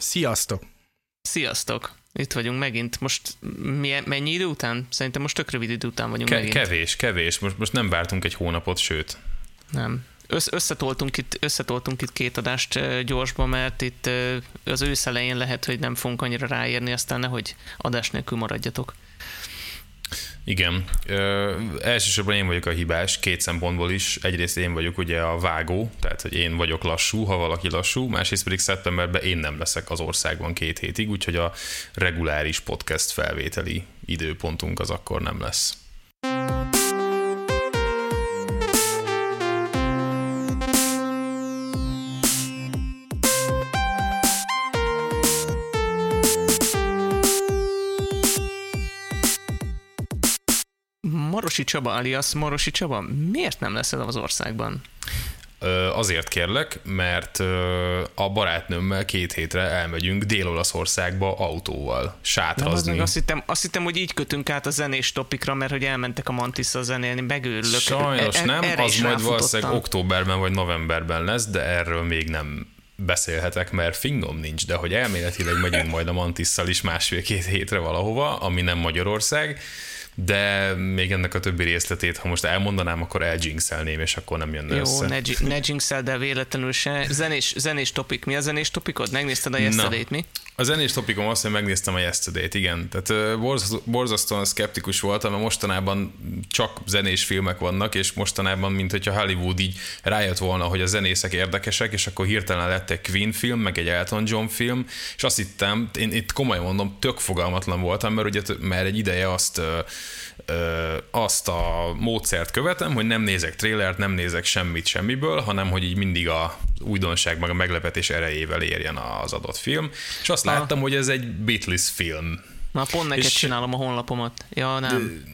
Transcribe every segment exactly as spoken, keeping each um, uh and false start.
Sziasztok! Sziasztok! Itt vagyunk megint. Most mi, mennyi idő után? Szerintem most tök rövid idő után vagyunk Ke- megint. Kevés, kevés. Most, most nem vártunk egy hónapot, sőt. Nem. Össz, összetoltunk, itt, összetoltunk itt két adást uh, gyorsba, mert itt uh, az ősz elején lehet, hogy nem fogunk annyira ráérni, aztán nehogy adás nélkül maradjatok. Igen. Ö, elsősorban én vagyok a hibás, két szempontból is. Egyrészt én vagyok ugye a vágó, tehát hogy én vagyok lassú, ha valaki lassú, másrészt pedig szeptemberben én nem leszek az országban két hétig, úgyhogy a reguláris podcast felvételi időpontunk az akkor nem lesz. Marosi Csaba alias Marosi Csaba, miért nem leszel az országban? Ö, azért kérlek, mert ö, a barátnőmmel két hétre elmegyünk Dél-Olaszországba autóval, sátrazni. Azt hittem, azt hittem, hogy így kötünk át a zenés topikra, mert hogy elmentek a Mantisszal zenélni, megőrülök. Sajnos e- nem, erre az majd valószínűleg ok- októberben vagy novemberben lesz, de erről még nem beszélhetek, mert fingom nincs, de hogy elméletileg megyünk majd a Mantisszal is másfél-két hétre valahova, ami nem Magyarország, de még ennek a többi részletét, ha most elmondanám, akkor eljinxelném, és akkor nem jönne Jó, össze. ne, ne jinxel, de véletlenül se. Zenés, zenés topik. Mi a zenés topikod? Megnézted a Yesterday-t, mi? A zenés topikom az, hogy megnéztem a Yesterday-t, igen. Tehát borzasztó, borzasztóan szkeptikus voltam, mert mostanában csak zenés filmek vannak, és mostanában, mint hogyha Hollywood így rájött volna, hogy a zenészek érdekesek, és akkor hirtelen lett egy Queen film, meg egy Elton John film, és azt hittem, én itt komolyan mondom, tök fogalmatlan voltam, mert ugye mert egy ideje azt Ö, azt a módszert követem, hogy nem nézek trailert, nem nézek semmit semmiből, hanem hogy így mindig a újdonság meg a meglepetés erejével érjen az adott film, és azt Aha. láttam, hogy ez egy Beatles film. Na, pont neked És- csinálom a honlapomat. Ja, nem.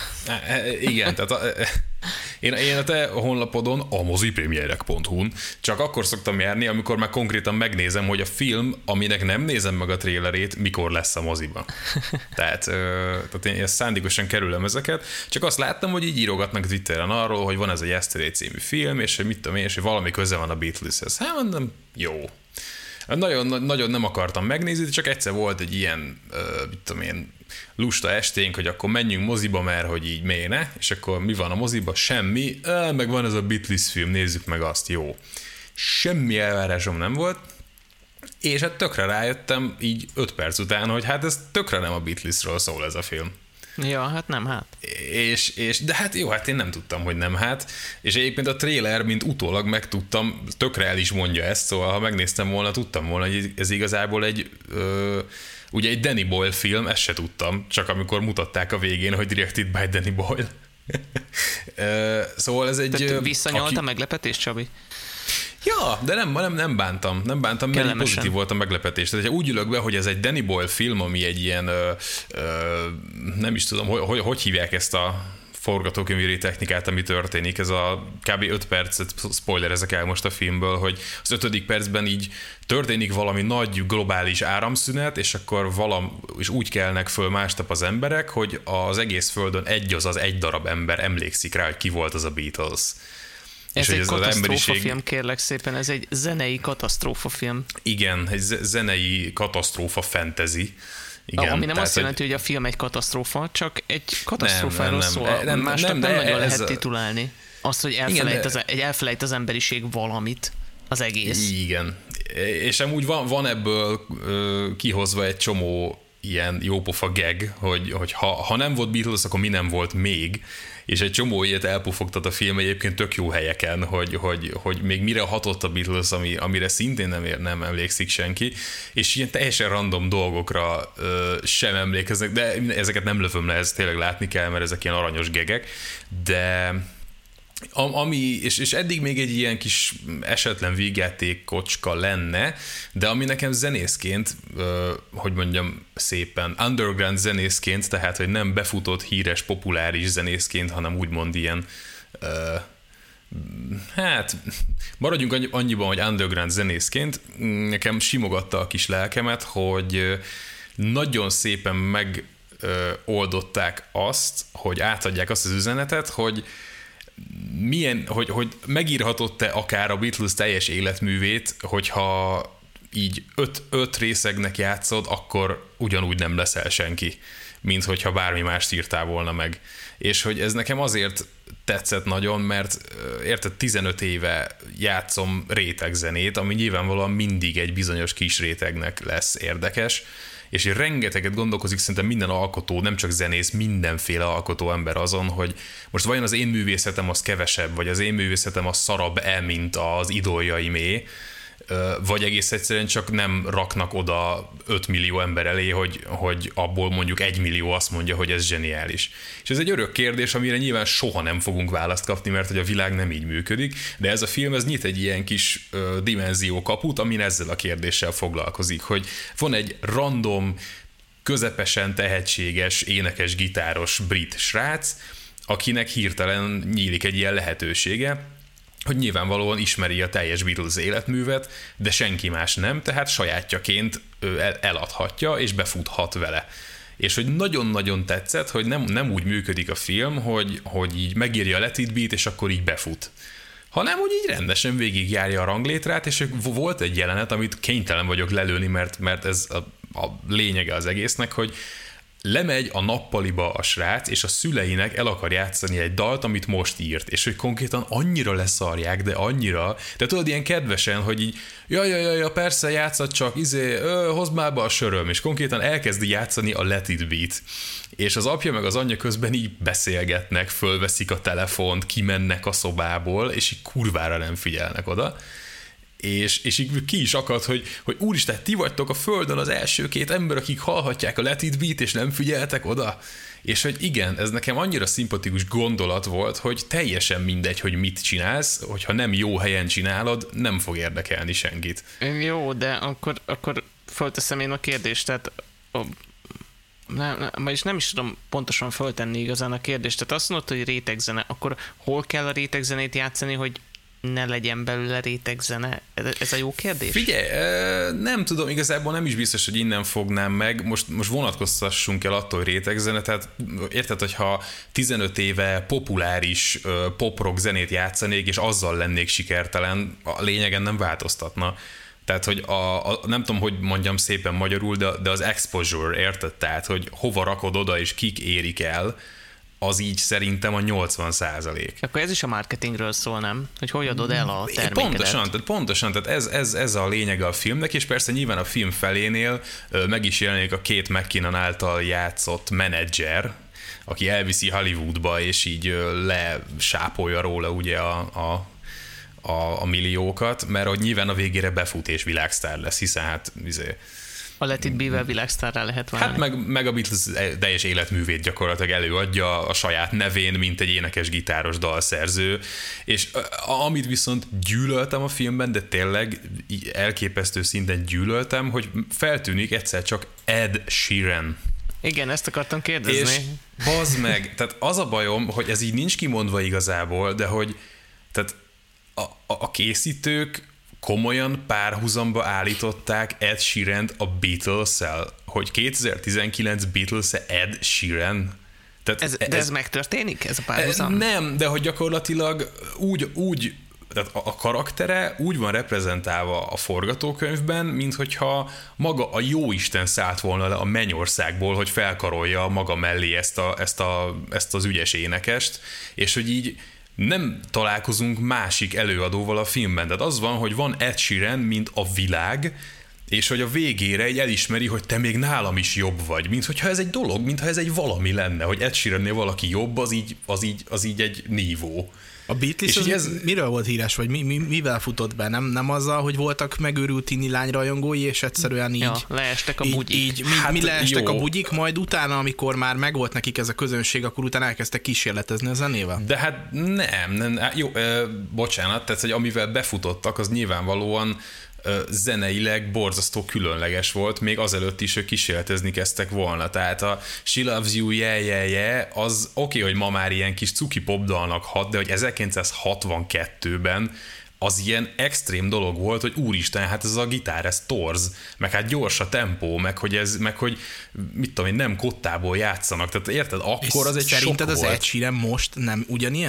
Igen, tehát a, én, én a te honlapodon, a mozipremierek pont hu-n csak akkor szoktam járni, amikor már konkrétan megnézem, hogy a film, aminek nem nézem meg a trailerét, mikor lesz a moziban. Tehát, ö, tehát én ezt szándékosan kerülöm ezeket, csak azt láttam, hogy így írogatnak Twitteren arról, hogy van ez a Yesterday című film, és hogy mit tudom én, és hogy valami köze van a Beatleshez. Hát mondom, jó. Nagyon, nagyon nem akartam megnézni, csak egyszer volt egy ilyen, uh, mit tudom én, lusta esténk, hogy akkor menjünk moziba, mert hogy így méne, és akkor mi van a moziba? Semmi, uh, meg van ez a Beatles film, nézzük meg azt, jó. Semmi elvárásom nem volt, és hát tökre rájöttem így öt perc után, hogy hát ez tökre nem a Beatlesről szól ez a film. Ja, hát nem, hát. És, és, de hát jó, hát én nem tudtam, hogy nem hát. És egyébként a trailer, mint utólag megtudtam, tökre el is mondja ezt, szóval ha megnéztem volna, tudtam volna, hogy ez igazából egy, ö, ugye egy Danny Boyle film, ezt se tudtam, csak amikor mutatták a végén, hogy directed by Danny Boyle. ö, szóval ez egy... Tehát visszanyalt aki... a meglepetés, Csabi? Ja, de nem, nem, nem bántam, nem bántam, mert Kellemesen. pozitív volt a meglepetés. Tehát, ha úgy ülök be, hogy ez egy Danny Boyle film, ami egy ilyen, ö, ö, nem is tudom, hogy, hogy, hogy hívják ezt a forgatókönyvírói technikát, ami történik, ez a kb. öt percet spoilerezek el most a filmből, hogy az ötödik percben így történik valami nagy globális áramszünet, és akkor valam, és úgy kelnek föl másnap az emberek, hogy az egész földön egy az az egy darab ember emlékszik rá, hogy ki volt az a Beatles. Ez egy ez katasztrófafilm, kérlek szépen, ez egy zenei katasztrófafilm. Igen, egy zenei katasztrófa fantasy. Igen, Ami nem tehát, azt jelenti, hogy a film egy katasztrófa, csak egy katasztrófáról nem, nem, szól. nem, nem, Másnak nem, nem, de nagyon ez lehet a- titulálni. Azt, hogy elfelejt, Igen, de- az, egy elfelejt az emberiség valamit, az egész. Igen. És amúgy van, van ebből ö, kihozva egy csomó ilyen jópofa gag, hogy, hogy ha, ha nem volt Beatles, akkor mi nem volt még, és egy csomó ilyet elpufogtat a film egyébként tök jó helyeken, hogy, hogy, hogy még mire hatott a Beatles, ami, amire szintén nem, ér, nem emlékszik senki, és ilyen teljesen random dolgokra ö, sem emlékeznek, de ezeket nem lövöm le, ezt tényleg látni kell, mert ezek ilyen aranyos gegek, de ami, és, és eddig még egy ilyen kis esetlen vígjátékocska lenne, de ami nekem zenészként, hogy mondjam szépen, underground zenészként, tehát, hogy nem befutott, híres, populáris zenészként, hanem úgymond ilyen, hát maradjunk annyiban, hogy underground zenészként, nekem simogatta a kis lelkemet, hogy nagyon szépen megoldották azt, hogy átadják azt az üzenetet, hogy milyen, hogy, hogy megírhatott-e akár a Beatles teljes életművét, hogyha így öt, öt részegnek játszod, akkor ugyanúgy nem leszel senki, mint hogyha bármi mást írtál volna meg. És hogy ez nekem azért tetszett nagyon, mert érted, tizenöt éve játszom rétegzenét, ami nyilvánvalóan mindig egy bizonyos kis rétegnek lesz érdekes, és én rengeteget gondolkozik szerintem minden alkotó, nem csak zenész, mindenféle alkotó ember azon, hogy most vajon az én művészetem az kevesebb, vagy az én művészetem az szarabb-e, mint az idoljaimé, vagy egész egyszerűen csak nem raknak oda öt millió ember elé, hogy, hogy abból mondjuk egy millió azt mondja, hogy ez zseniális. És ez egy örök kérdés, amire nyilván soha nem fogunk választ kapni, mert hogy a világ nem így működik, de ez a film ez nyit egy ilyen kis ö, dimenzió kaput, amin ezzel a kérdéssel foglalkozik, hogy van egy random, közepesen tehetséges, énekes, gitáros brit srác, akinek hirtelen nyílik egy ilyen lehetősége, hogy nyilvánvalóan ismeri a teljes Beatles életművet, de senki más nem, tehát sajátjaként eladhatja, és befuthat vele. És hogy nagyon-nagyon tetszett, hogy nem, nem úgy működik a film, hogy, hogy így megírja a Let It Beat, és akkor így befut. Hanem úgy így rendesen végigjárja a ranglétrát, és volt egy jelenet, amit kénytelen vagyok lelőni, mert, mert ez a, a lényege az egésznek, hogy lemegy a nappaliba a srác, és a szüleinek el akar játszani egy dalt, amit most írt, és hogy konkrétan annyira leszarják, de annyira, de tudod, ilyen kedvesen, hogy így, jaj, jaj, jaj, persze, játszad csak, izé, ö, hozd már be a söröm, és konkrétan elkezdi játszani a Let It Beat. És az apja meg az anyja közben így beszélgetnek, fölveszik a telefont, kimennek a szobából, és így kurvára nem figyelnek oda. És, és így ki is akad, hogy, hogy úristen, ti vagytok a földön az első két ember, akik hallhatják a Let It Beat, és nem figyeltek oda. És hogy igen, ez nekem annyira szimpatikus gondolat volt, hogy teljesen mindegy, hogy mit csinálsz, hogyha nem jó helyen csinálod, nem fog érdekelni senkit. Jó, de akkor, akkor fölteszem én a kérdést, tehát a, nem, nem, vagyis nem is tudom pontosan föltenni igazán a kérdést, tehát azt mondod, hogy rétegzene, akkor hol kell a rétegzenét játszani, hogy ne legyen belőle rétegzene? Ez a jó kérdés? Figyelj, nem tudom, igazából nem is biztos, hogy innen fognám meg. Most, most vonatkoztassunk el attól, hogy rétegzene, tehát érted, hogyha tizenöt éve populáris pop-rock zenét játszanék, és azzal lennék sikertelen, a lényegen nem változtatna. Tehát, hogy a, a, nem tudom, hogy mondjam szépen magyarul, de, de az exposure, érted? Tehát, hogy hova rakod oda, és kik érik el, az így szerintem a nyolcvan százalék. Akkor ez is a marketingről szól, nem? Hogy hogy adod el a termékedet. Pontosan, tehát, pontosan, tehát ez, ez, ez a lényege a filmnek, és persze nyilván a film felénél meg is jelenik a Kate McKinnon által játszott menedzser, aki elviszi Hollywoodba, és így lesápolja róla ugye a, a, a, a milliókat, mert hogy nyilván a végére befut és világsztár lesz, hiszen hát izé, a Let It Be-vel világsztárrá lehet válni. Hát meg, meg a Beatles teljes életművét gyakorlatilag előadja a saját nevén, mint egy énekes, gitáros dalszerző, és amit viszont gyűlöltem a filmben, de tényleg elképesztő szinten gyűlöltem, hogy feltűnik egyszer csak Ed Sheeran. Igen, ezt akartam kérdezni. És bazd meg, tehát az a bajom, hogy ez így nincs kimondva igazából, de hogy tehát a, a, a készítők komolyan párhuzamba állították Ed Sheerant a Beatles-szel, hogy kétezer-tizenkilenc Beatles-e Ed Sheeran. Tehát ez, ez, de ez megtörténik, ez a párhuzam? Nem, de hogy gyakorlatilag úgy, úgy tehát a karaktere úgy van reprezentálva a forgatókönyvben, mint hogyha maga a jóisten szállt volna le a mennyországból, hogy felkarolja maga mellé ezt, a, ezt, a, ezt az ügyes énekest, és hogy így nem találkozunk másik előadóval a filmben. Tehát az van, hogy van Ed Sheeran, mint a világ, és hogy a végére egy elismeri, hogy te még nálam is jobb vagy. Mint hogyha ez egy dolog, mintha ez egy valami lenne, hogy Ed Sheerannél valaki jobb, az így, az így, az így egy nívó. A Beatles az ez... miről volt híres, vagy mi, mi, mivel futott be? Nem, nem azzal, hogy voltak megőrült tini lány rajongói, és egyszerűen így... Ja, leestek a bugyik. Így, így, mi, hát mi leestek jó. a bugyik, majd utána, amikor már megvolt nekik ez a közönség, akkor utána elkezdtek kísérletezni a zenével? De hát nem, nem jó, ö, bocsánat, tehát hogy amivel befutottak, az nyilvánvalóan zeneileg borzasztó különleges volt, még azelőtt is, hogy kísérletezni kezdtek volna. Tehát a She Loves You, yeah, yeah, yeah, az oké, okay, hogy ma már ilyen kis cuki popdalnak hat, de hogy ezerkilencszázhatvankettőben az ilyen extrém dolog volt, hogy úristen, hát ez a gitár, ez torz, meg hát gyors a tempó, meg hogy ez, meg hogy mit tudom én, nem kottából játszanak. Tehát érted, akkor és az egy sok szerinted volt. Az Ed Sheeran most nem ugyanilyen?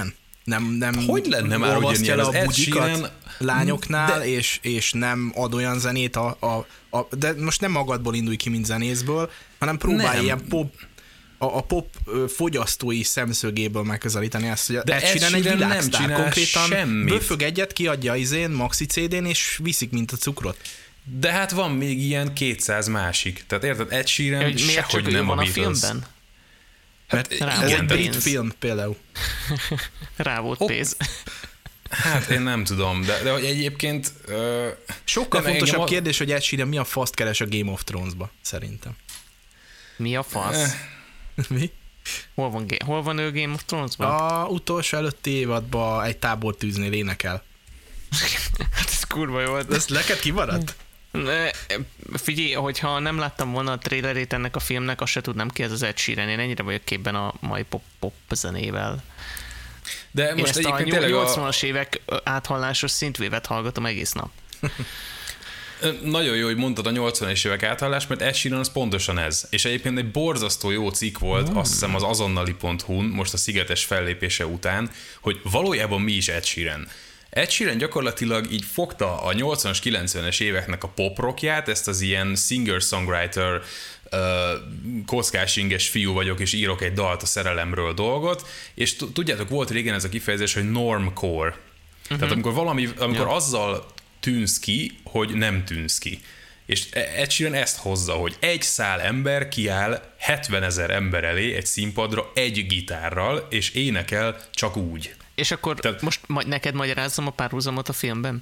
Nem, nem hogy lenne már ugyanilyen az Ed Sheeran lányoknál, de... és, és nem ad olyan zenét, a, a, a, de most nem magadból indulj ki, mint zenészből, hanem próbálj ilyen pop, a, a pop fogyasztói szemszögéből megközelíteni ezt, hogy Ed Sheeran egy világsztár, konkrétan semmit. Böfög egyet, kiadja izén, maxi cé dén, és viszik, mint a cukrot. De hát van még ilyen kétszáz másik. Tehát érted, Ed Sheeran ja, sehogy nem a Beatles. A filmben? Hát igen, brit film például. Rá volt pénz. Hát én nem tudom, de, de hogy egyébként... Uh, Sokkal fontosabb kérdés, hogy Ed Sheeran mi a faszt keres a Game of Thrones-ba, szerintem. Mi a fasz? Mi? Hol van, hol van ő Game of Thrones-ban? A utolsó előtti évadban egy tábortűznél énekel. Hát ez kurva jó volt. Ez neked kimaradt? Ne, figyelj, hogyha nem láttam volna a trailerét ennek a filmnek, azt se tudnám ki ez az Ed Sheeran. Én ennyire vagyok képben a mai pop-pop zenével. De most én ezt a nyolcvanas a... évek áthallásos szintvévet hallgatom egész nap. Nagyon jó, hogy mondtad a nyolcvanas évek áthallás, mert Ed Sheeran az pontosan ez. És egyébként egy borzasztó jó cikk volt, mm. azt hiszem az azonnali pont hu-n, most a Szigetes fellépése után, hogy valójában mi is Ed Sheeran. Ed Sheeran gyakorlatilag így fogta a nyolcvanas, kilencvenes éveknek a pop-rockját, ezt az ilyen singer-songwriter, uh, kockás inges fiú vagyok, és írok egy dalt a szerelemről dolgot, és tudjátok, volt régen ez a kifejezés, hogy normcore. Uh-huh. Tehát amikor valami, amikor yeah. azzal tűnsz ki, hogy nem tűnsz ki. És Ed Sheeran ezt hozza, hogy egy szál ember kiáll hetvenezer ember elé egy színpadra egy gitárral, és énekel csak úgy. És akkor tehát, most ma- neked magyarázzam a párhuzamot a filmben?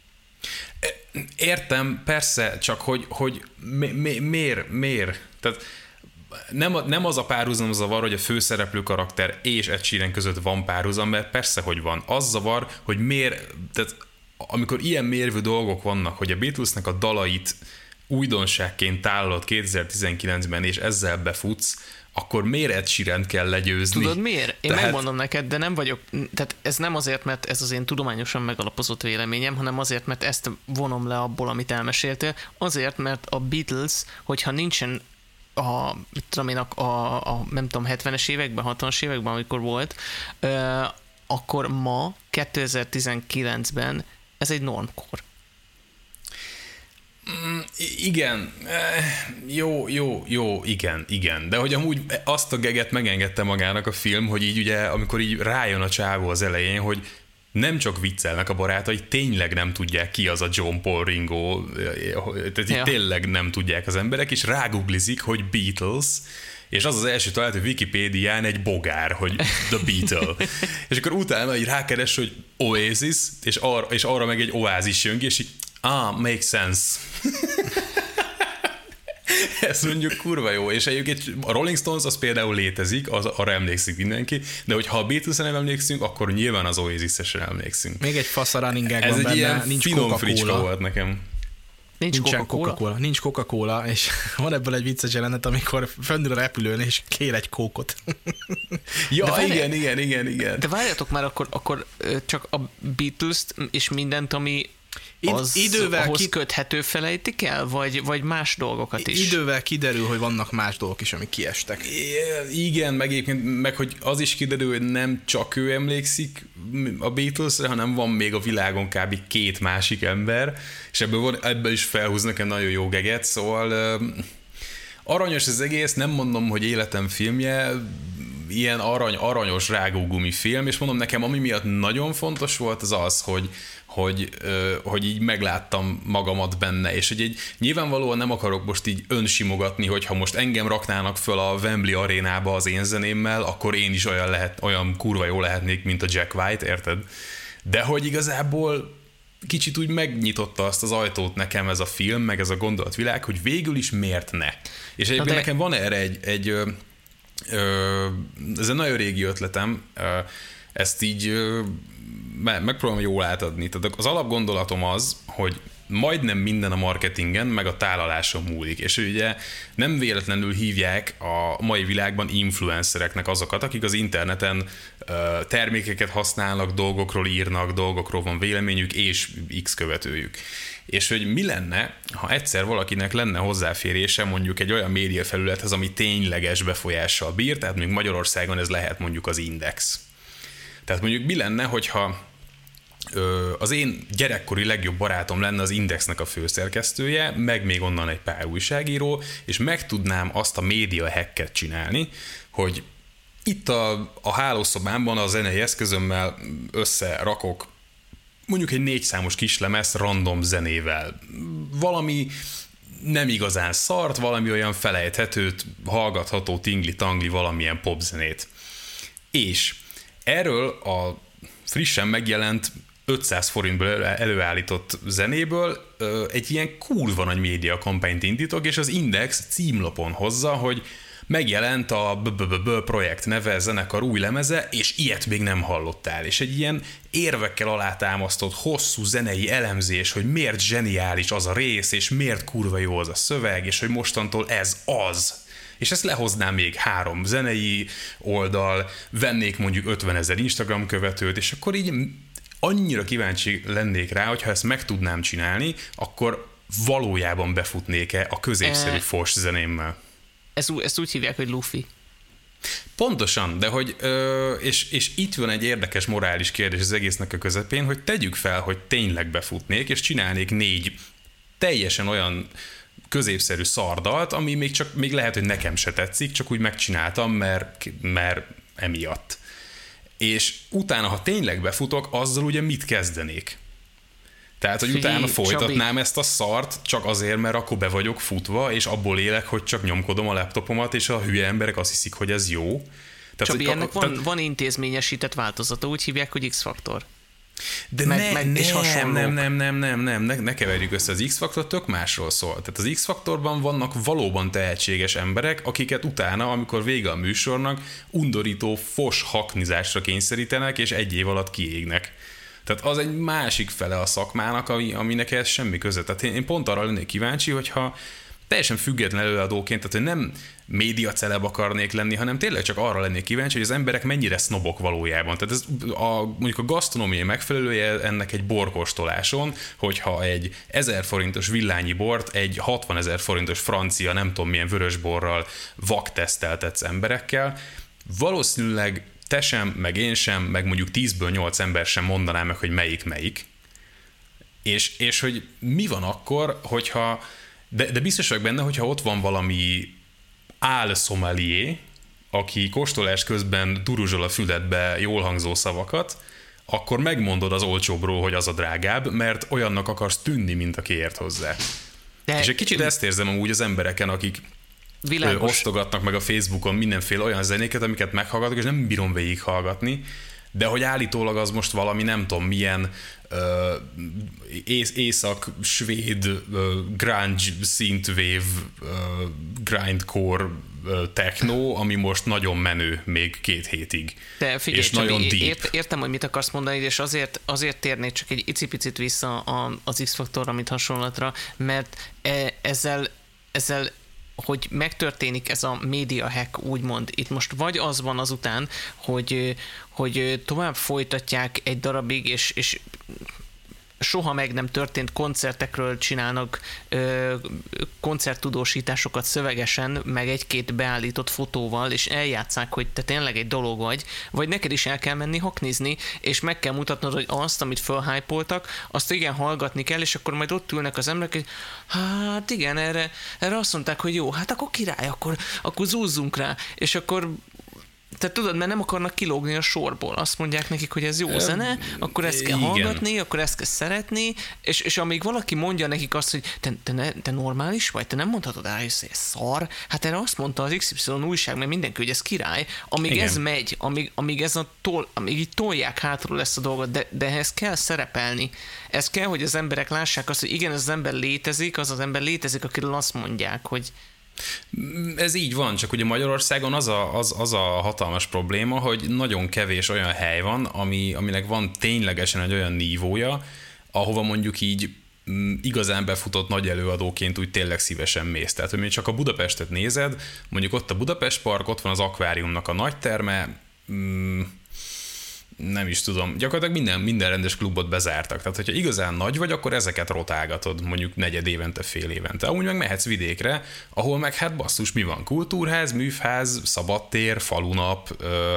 Értem, persze, csak hogy, hogy mi, mi, miért, miért? Tehát nem, nem az a párhuzam zavar, hogy a főszereplő karakter és Ed Sheeran között van párhuzam, mert persze, hogy van. Az zavar, hogy miért, tehát amikor ilyen mérvű dolgok vannak, hogy a Beatlesnek a dalait újdonságként tállalod kétezer-tizenkilencben, és ezzel befutsz, akkor miért Ed Sheerant kell legyőzni? Tudod miért? Én tehát... megmondom neked, de nem vagyok, tehát ez nem azért, mert ez az én tudományosan megalapozott véleményem, hanem azért, mert ezt vonom le abból, amit elmeséltél. Azért, mert a Beatles, hogyha nincsen a, mit tudom én, a, a, a nem tudom, hetvenes években, hatvanas években, amikor volt, euh, akkor ma, kétezer-tizenkilencben ez egy normkor. Mm, igen, jó, jó, jó, igen, igen, de hogy amúgy azt a geget megengedte magának a film, hogy így ugye, amikor így rájön a csávó az elején, hogy nem csak viccelnek a barátai, tényleg nem tudják ki az a John Paul Ringo, tehát ja. tényleg nem tudják az emberek, és ráguglizik, hogy Beatles, és az az első talált, hogy Wikipédián egy bogár, hogy The Beatle. És akkor utána így rákeres, hogy Oasis, és arra, és arra meg egy oázis jön ki, és így ah, makes sense. Ez mondjuk kurva jó, és egyébként a Rolling Stones az például létezik, az, arra emlékszik mindenki, de hogyha a Beatles-en nem emlékszünk, akkor nyilván az Oasis-esre emlékszünk. Még egy fasz a running gag Ez van egy benne, ilyen nincs finom fricska volt nekem. Nincs Coca-Cola? Coca-Cola. Nincs Coca-Cola, és van ebből egy vicces jelenet, amikor fönnül a repülőn, és kér egy kókot. Ja, várj, igen, igen, igen, igen. De várjatok már, akkor, akkor csak a Beatles-t és mindent, ami az idővel ahhoz ki... köthető felejtik el, vagy, vagy más dolgokat is? Idővel kiderül, hogy vannak más dolgok is, amik kiestek. Igen, meg egyébként, meg hogy az is kiderül, hogy nem csak ő emlékszik a Beatlesre, hanem van még a világon kb. Két másik ember, és ebből, van, ebből is felhúznak egy nagyon jó geget, szóval uh, aranyos az egész, nem mondom, hogy életem filmje, ilyen arany, aranyos rágógumi film, és mondom nekem, ami miatt nagyon fontos volt, az az, hogy, hogy, hogy így megláttam magamat benne, és hogy egy, nyilvánvalóan nem akarok most így önsimogatni, hogy ha most engem raknának föl a Wembley arénába az én zenémmel, akkor én is olyan, lehet, olyan kurva jó lehetnék, mint a Jack White, érted? De hogy igazából kicsit úgy megnyitotta azt az ajtót nekem ez a film, meg ez a gondolatvilág, hogy végül is miért ne? És egyébként de... nekem van erre egy, egy ez egy nagyon régi ötletem, ezt így megpróbálom jól átadni. Tehát az alapgondolatom az, hogy majdnem minden a marketingen, meg a tálaláson múlik. És ugye nem véletlenül hívják a mai világban influencereknek azokat, akik az interneten termékeket használnak, dolgokról írnak, dolgokról van véleményük, és X követőjük. És hogy mi lenne, ha egyszer valakinek lenne hozzáférése mondjuk egy olyan médiafelülethez, ami tényleges befolyással bír, tehát még Magyarországon ez lehet mondjuk az Index. Tehát mondjuk mi lenne, hogyha az én gyerekkori legjobb barátom lenne az Indexnek a főszerkesztője, meg még onnan egy pár újságíró, és meg tudnám azt a média hacket csinálni, hogy itt a, a hálószobámban a zenei eszközömmel összerakok mondjuk egy négy számos kislemez random zenével. Valami nem igazán szart, valami olyan felejthetőt, hallgatható, tingli-tangli, valamilyen popzenét. És erről a frissen megjelent ötszáz forintból előállított zenéből egy ilyen kurva nagy média kampányt indítok, és az Index címlapon hozza, hogy megjelent a B-B-B projekt neve, zenekar új lemeze, és ilyet még nem hallottál. És egy ilyen érvekkel alátámasztott hosszú zenei elemzés, hogy miért zseniális az a rész, és miért kurva jó az a szöveg, és hogy mostantól ez az. És ezt lehoznám még három zenei oldal, vennék mondjuk ötvenezer Instagram követőt, és akkor így annyira kíváncsi lennék rá, hogyha ezt meg tudnám csinálni, akkor valójában befutnék-e a középszerű fos zenémmel. Ez, ezt úgy hívják, hogy Luffy. Pontosan, de hogy, ö, és, és itt van egy érdekes morális kérdés az egésznek a közepén, hogy tegyük fel, hogy tényleg befutnék, és csinálnék négy teljesen olyan középszerű szardalt, ami még, csak, még lehet, hogy nekem se tetszik, csak úgy megcsináltam, mert, mert emiatt. És utána, ha tényleg befutok, azzal ugye mit kezdenék? Tehát, hogy Figyelj, utána folytatnám Csabi. ezt a szart csak azért, mert akkor be vagyok futva, és abból élek, hogy csak nyomkodom a laptopomat, és a hülye emberek azt hiszik, hogy ez jó. Tehát, Csabi, hogy, ennek a, van, tehát... van intézményesített változata, úgy hívják, hogy X-faktor. De meg, ne, meg, nem, és nem, nem, nem, nem, nem, nem, ne, ne keverjük össze, az X-faktor tök másról szól. Tehát az X-faktorban vannak valóban tehetséges emberek, akiket utána, amikor vége a műsornak, undorító fos haknizásra kényszerítenek, és egy év alatt kiégnek. Tehát az egy másik fele a szakmának, ami, aminek ez semmi köze. Tehát én, én pont arra lennék kíváncsi, hogyha teljesen független előadóként, tehát hogy nem médiaceleb akarnék lenni, hanem tényleg csak arra lennék kíváncsi, hogy az emberek mennyire sznobok valójában. Tehát ez a, mondjuk a gasztronómiai megfelelője ennek egy borkóstoláson, hogyha egy ezer forintos villányi bort egy hatvanezer forintos francia, nem tudom milyen vörösborral vakteszteltetsz emberekkel, valószínűleg te sem, meg én sem, meg mondjuk tízből nyolc ember sem mondaná meg, hogy melyik melyik. És, és hogy mi van akkor, hogyha, de, de biztos vagyok benne, hogyha ott van valami álszomelié, aki kóstolás közben duruzsol a füledbe jól hangzó szavakat, akkor megmondod az olcsóbbról, hogy az a drágább, mert olyannak akarsz tűnni, mint aki ért hozzá. De és egy kicsit ezt érzem amúgy az embereken, akik Világos. osztogatnak meg a Facebookon mindenféle olyan zenéket, amiket meghallgatok, és nem bírom végighallgatni, de hogy állítólag az most valami nem tudom milyen uh, ész, észak-svéd uh, grunge, synthwave, uh, grindcore uh, techno, ami most nagyon menő még két hétig. De figyelj, és nagyon deep. Ért, értem, hogy mit akarsz mondani, és azért, azért térnék csak egy icipicit vissza az X-faktorra, mint hasonlatra, mert ezzel, ezzel hogy megtörténik ez a média hack, úgymond. Itt most vagy az van azután, hogy, hogy tovább folytatják egy darabig, és, és soha meg nem történt koncertekről csinálnak ö, koncerttudósításokat szövegesen, meg egy-két beállított fotóval, és eljátszák, hogy te tényleg egy dolog vagy, vagy neked is el kell menni haknizni, és meg kell mutatnod, hogy azt, amit fölhypoltak, azt igen hallgatni kell, és akkor majd ott ülnek az emberek, hogy hát igen, erre, erre azt mondták, hogy jó, hát akkor király, akkor, akkor zúzzunk rá, és akkor tehát tudod, mert nem akarnak kilógni a sorból. Azt mondják nekik, hogy ez jó zene, akkor ezt kell igen. hallgatni, akkor ezt kell szeretni, és, és amíg valaki mondja nekik azt, hogy te, te, ne, te normális vagy, te nem mondhatod el, hogy ez szar, hát erre azt mondta az iksz ipszilon újság, mert mindenki, hogy ez király, amíg igen. ez megy, amíg, amíg, ez a tol, amíg így tolják hátról ezt a dolgot, de, de ehhez kell szerepelni. Ez kell, hogy az emberek lássák azt, hogy igen, ez az ember létezik, az az ember létezik, akiről azt mondják, hogy ez így van, csak ugye Magyarországon az a, az, az a hatalmas probléma, hogy nagyon kevés olyan hely van, ami, aminek van ténylegesen egy olyan nívója, ahova mondjuk így igazán befutott nagy előadóként úgy tényleg szívesen mész. Tehát, hogy csak a Budapestet nézed, mondjuk ott a Budapest Park, ott van az akváriumnak a nagy terme, nem is tudom, gyakorlatilag minden, minden rendes klubot bezártak. Tehát, hogyha igazán nagy vagy, akkor ezeket rotálgatod, mondjuk negyed évente, fél évente. Amúgy meg mehetsz vidékre, ahol meg hát basszus, mi van? Kultúrház, műfház, szabadtér, falunap, ö, ö,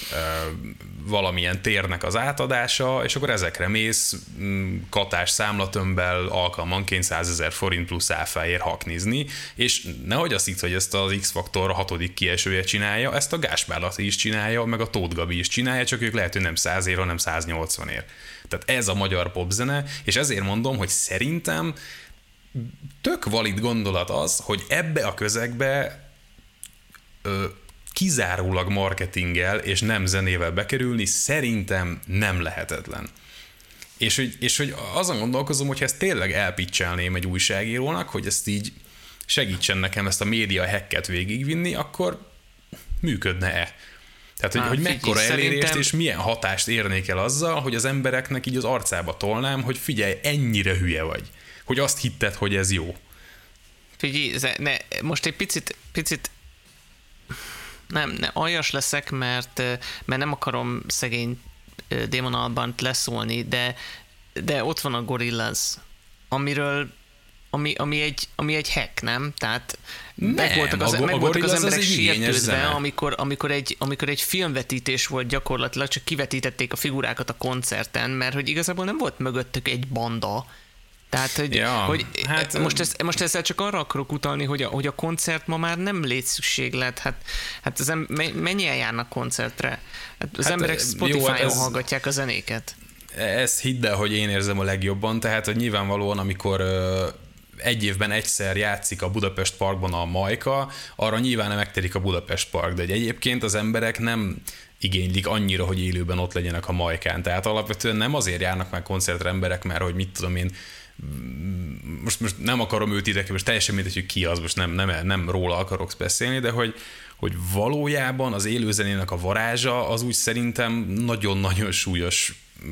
valamilyen térnek az átadása, és akkor ezekre mész katás számlatömbbel alkalmanként százezer forint plusz áfáért haknizni, és nehogy azt itt, hogy ezt az X-Faktor hatodik kiesője csinálja, ezt a Gáspár Laci is csinálja, meg a Tóth Gabi is csinálja, csak ők lehet, hogy nem százért, hanem száznyolcvanért. Tehát ez a magyar popzene, és ezért mondom, hogy szerintem tök valid gondolat az, hogy ebbe a közegbe ö, kizárólag marketinggel és nem zenével bekerülni szerintem nem lehetetlen. És hogy, és hogy azon gondolkozom, hogy ezt tényleg elpicselném egy újságírónak, hogy ezt így segítsen nekem ezt a média hacket végigvinni, akkor működne-e? Tehát, hogy, Há, hogy mekkora figyelj, elérést szerintem... és milyen hatást érnék el azzal, hogy az embereknek így az arcába tolnám, hogy figyelj, ennyire hülye vagy. Hogy azt hitted, hogy ez jó. Figyelj, ne, most egy picit, picit nem, ne, aljas leszek, mert, mert nem akarom szegény Damon Albarnt leszólni, de, de ott van a Gorillaz, amiről ami, ami, egy, ami egy hack, nem? Tehát nem, meg voltak az, a, meg a voltak az emberek siettődve, amikor, amikor, egy, amikor egy filmvetítés volt gyakorlatilag, csak kivetítették a figurákat a koncerten, mert hogy igazából nem volt mögöttük egy banda. Tehát, hogy, ja, hogy hát, most, ez, most ezzel csak arra akarok utalni, hogy a, hogy a koncert ma már nem létszükséglet. Hát, hát az em, mennyien járnak koncertre? Hát az hát, emberek Spotify-on jó, hát ez... hallgatják a zenéket. Ezt hidd el, hogy én érzem a legjobban, tehát hogy nyilvánvalóan, amikor ö, egy évben egyszer játszik a Budapest Parkban a Majka, arra nyilván nem megterik a Budapest Park, de egyébként az emberek nem igénylik annyira, hogy élőben ott legyenek a Majkán. Tehát alapvetően nem azért járnak már koncertre emberek, mert hogy mit tudom én, most, most nem akarom őt ide, most teljesen mindegy, hogy ki az, most nem, nem, nem róla akarok beszélni, de hogy, hogy valójában az élőzenének a varázsa az úgy szerintem nagyon-nagyon súlyos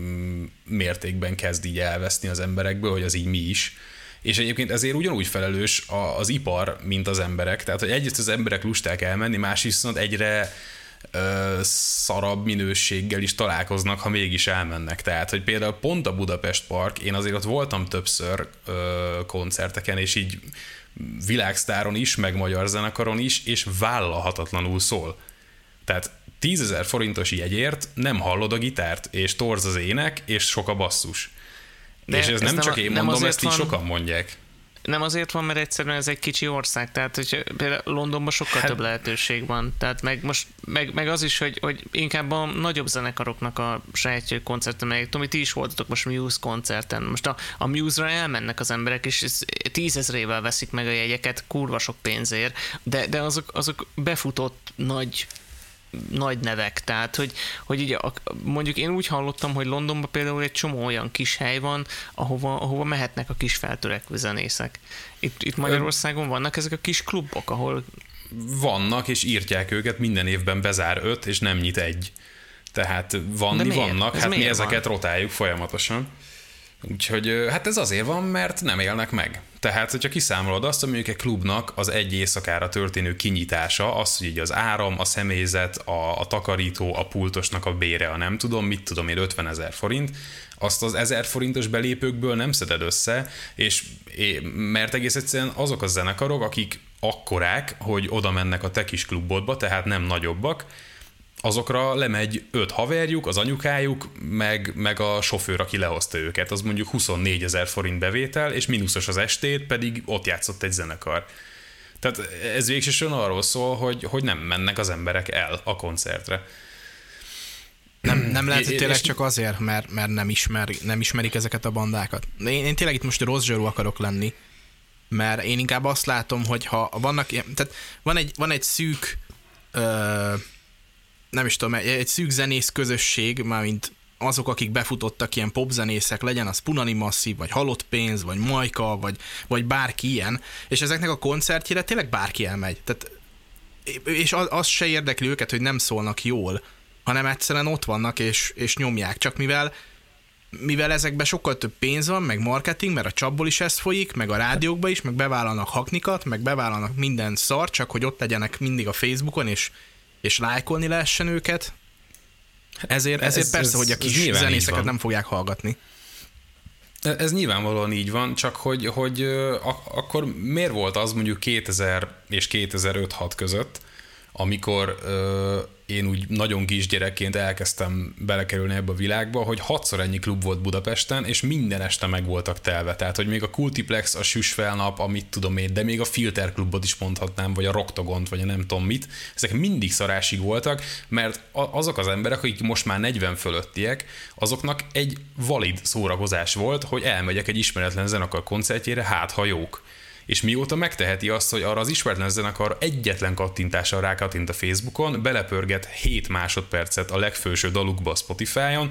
mértékben kezd így elveszni az emberekből, hogy az így mi is. És egyébként ezért ugyanúgy felelős az ipar, mint az emberek. Tehát, hogy egyrészt az emberek lusták elmenni, másrészt viszont egyre ö, szarabb minőséggel is találkoznak, ha mégis elmennek. Tehát, hogy például pont a Budapest Park, én azért ott voltam többször ö, koncerteken, és így világsztáron is, meg magyar zenekaron is, és vállalhatatlanul szól. Tehát tízezer forintos jegyért nem hallod a gitárt, és torz az ének, és sok a basszus. De és ez, ez nem, nem csak én mondom, ezt így van, sokan mondják. Nem azért van, mert egyszerűen ez egy kicsi ország, tehát hogy például Londonban sokkal hát, több lehetőség van. Tehát meg, most, meg, meg az is, hogy, hogy inkább a nagyobb zenekaroknak a sajátja koncerten, meg tudom, ti is voltatok most Muse koncerten. Most a, a Muse-ra elmennek az emberek, és tízezrével veszik meg a jegyeket, kurva sok pénzért, de, de azok, azok befutott nagy nagy nevek, tehát hogy, hogy így a, mondjuk én úgy hallottam, hogy Londonban például egy csomó olyan kis hely van, ahova, ahova mehetnek a kis feltörekvő zenészek. Itt, itt Magyarországon vannak ezek a kis klubok, ahol... Vannak, és írtják őket, minden évben bezár öt, és nem nyit egy. Tehát vanni vannak, Ez hát mi ezeket van? Rotáljuk folyamatosan. Úgyhogy hát ez azért van, mert nem élnek meg. Tehát, hogyha kiszámolod azt, hogy mondjuk egy klubnak az egy éjszakára történő kinyitása, az, hogy így az áram, a személyzet, a, a takarító, a pultosnak a bére, a nem tudom, mit tudom én, ötvenezer forint, azt az ezer forintos belépőkből nem szeded össze, és mert egész egyszerűen azok a zenekarok, akik akkorák, hogy oda mennek a te kis klubodba, tehát nem nagyobbak, azokra lemegy öt haverjuk, az anyukájuk, meg, meg a sofőr, aki lehozta őket. Az mondjuk huszonnégyezer forint bevétel, és mínuszos az estét, pedig ott játszott egy zenekar. Tehát ez végsősorban arról szól, hogy, hogy nem mennek az emberek el a koncertre. Nem, nem lehet, hogy tényleg csak azért, mert, mert nem, ismer, nem ismerik ezeket a bandákat. Én, én tényleg itt most rossz zsarú akarok lenni, mert én inkább azt látom, hogy ha vannak ilyen, tehát van egy, van egy szűk ö, nem is tudom, egy szűk zenész közösség, mármint azok, akik befutottak ilyen popzenészek, legyen az Punani Massive, vagy Halott Pénz, vagy Majka, vagy, vagy bárki ilyen, és ezeknek a koncertjére tényleg bárki elmegy. Tehát, és az, az se érdekli őket, hogy nem szólnak jól, hanem egyszerűen ott vannak, és, és nyomják. Csak mivel, mivel ezekben sokkal több pénz van, meg marketing, mert a csapból is ez folyik, meg a rádiókban is, meg bevállalnak haknikat, meg bevállalnak minden szar, csak hogy ott legyenek mindig a Facebookon, és és lájkolni lehessen őket. Ezért, ezért ez, persze, ez, hogy a kis zenészeket nem fogják hallgatni. Ez nyilvánvalóan így van, csak hogy, hogy ak- akkor miért volt az mondjuk kétezer és kétezer-öt-hat között, amikor ö, én úgy nagyon kisgyerekként elkezdtem belekerülni ebbe a világba, hogy hatszor ennyi klub volt Budapesten, és minden este meg voltak telve. Tehát, hogy még a Kultiplex, a Süsfelnap, amit tudom én, de még a Filter klubot is mondhatnám, vagy a Roktogont, vagy a nem tudom mit, ezek mindig szarásig voltak, mert azok az emberek, akik most már negyven fölöttiek, azoknak egy valid szórakozás volt, hogy elmegyek egy ismeretlen zenekar koncertjére, hát ha jók. És mióta megteheti azt, hogy arra az ismeretlen zenekar egyetlen kattintással rákattint a Facebookon, belepörget hét másodpercet a legfőső dalukba a Spotify-on,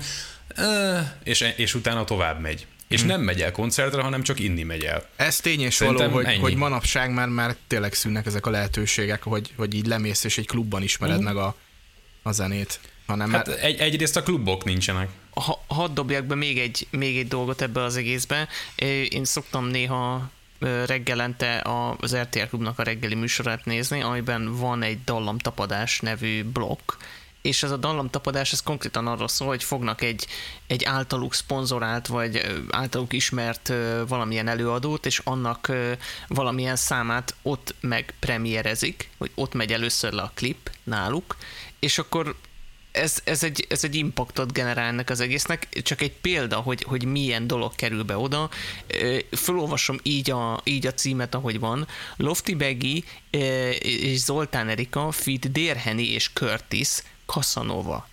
és, és utána tovább megy. És hmm. nem megy el koncertre, hanem csak inni megy el. Ez tény és való, hogy, hogy manapság már, már tényleg szűnnek ezek a lehetőségek, hogy, hogy így lemész és egy klubban ismered hmm. meg a, a zenét. Hanem hát már... egy, egyrészt a klubok nincsenek. Ha, hadd dobjak be még egy, még egy dolgot ebbe az egészbe. Én szoktam néha reggelente az er té er Klubnak a reggeli műsorát nézni, amiben van egy dallamtapadás nevű blokk, és ez a dallamtapadás, ez konkrétan arról szól, hogy fognak egy, egy általuk szponzorált, vagy általuk ismert valamilyen előadót, és annak valamilyen számát ott megpremierezik, hogy ott megy először le a klip náluk, és akkor Ez, ez, egy, ez egy impactot generál ennek az egésznek, csak egy példa, hogy, hogy milyen dolog kerül be oda. Felolvasom így a, így a címet, ahogy van. Lofty Baggy és Zoltán Erika feat. Dérheni és Curtis Casanova.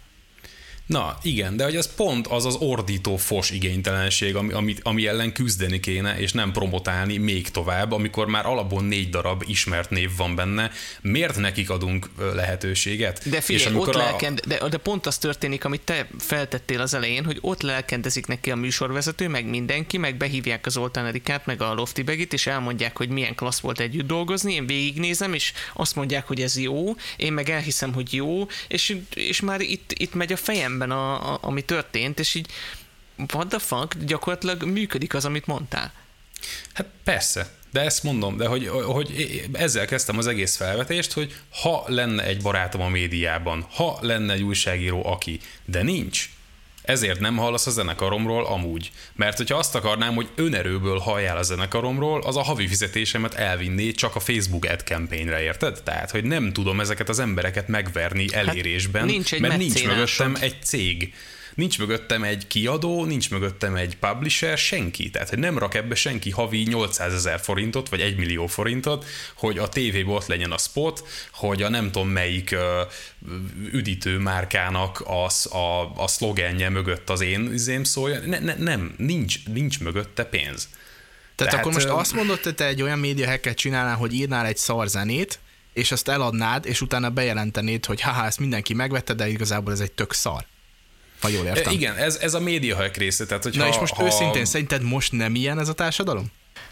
Na, igen, de hogy ez pont az az ordító fos igénytelenség, ami, ami, ami ellen küzdeni kéne, és nem promotálni még tovább, amikor már alapból négy darab ismert név van benne. Miért nekik adunk lehetőséget? De figyelj, ott a... lelkend... de, de pont az történik, amit te feltettél az elején, hogy ott lelkendezik neki a műsorvezető, meg mindenki, meg behívják az Zoltán Erikát, meg a Lofty Baggyt, és elmondják, hogy milyen klassz volt együtt dolgozni, én végignézem, és azt mondják, hogy ez jó, én meg elhiszem, hogy jó, és, és már itt, itt megy a fejemben A, a, ami történt, és így what the fuck, gyakorlatilag működik az, amit mondtál. Hát persze, de ezt mondom, de hogy, hogy ezzel kezdtem az egész felvetést, hogy ha lenne egy barátom a médiában, ha lenne egy újságíró, aki, de nincs, ezért nem hallasz a zenekaromról amúgy. Mert hogyha azt akarnám, hogy önerőből halljál a zenekaromról, az a havi fizetésemet elvinné csak a Facebook ad campaignre, érted? Tehát, hogy nem tudom ezeket az embereket megverni elérésben, hát nincs mert nincs mögöttem egy cég. Nincs mögöttem egy kiadó, nincs mögöttem egy publisher, senki. Tehát, hogy nem rak ebbe senki havi nyolcszázezer forintot, vagy egy millió forintot, hogy a tévében ott legyen a spot, hogy a nem tudom melyik uh, üdítő márkának a, a, a szlogenje mögött az én izém szólja. Ne, ne, nem, nincs, nincs mögötte pénz. Tehát, Tehát akkor most azt mondod, hogy te egy olyan média hacket csinálnál, hogy írnál egy szar zenét, és azt eladnád, és utána bejelentenéd, hogy haha, ezt mindenki megvette, de igazából ez egy tök szar. Ha jól értem. Igen, ez, ez a médiahack része. Tehát, hogy Na ha, és most ha... őszintén szerinted most nem ilyen ez a társadalom?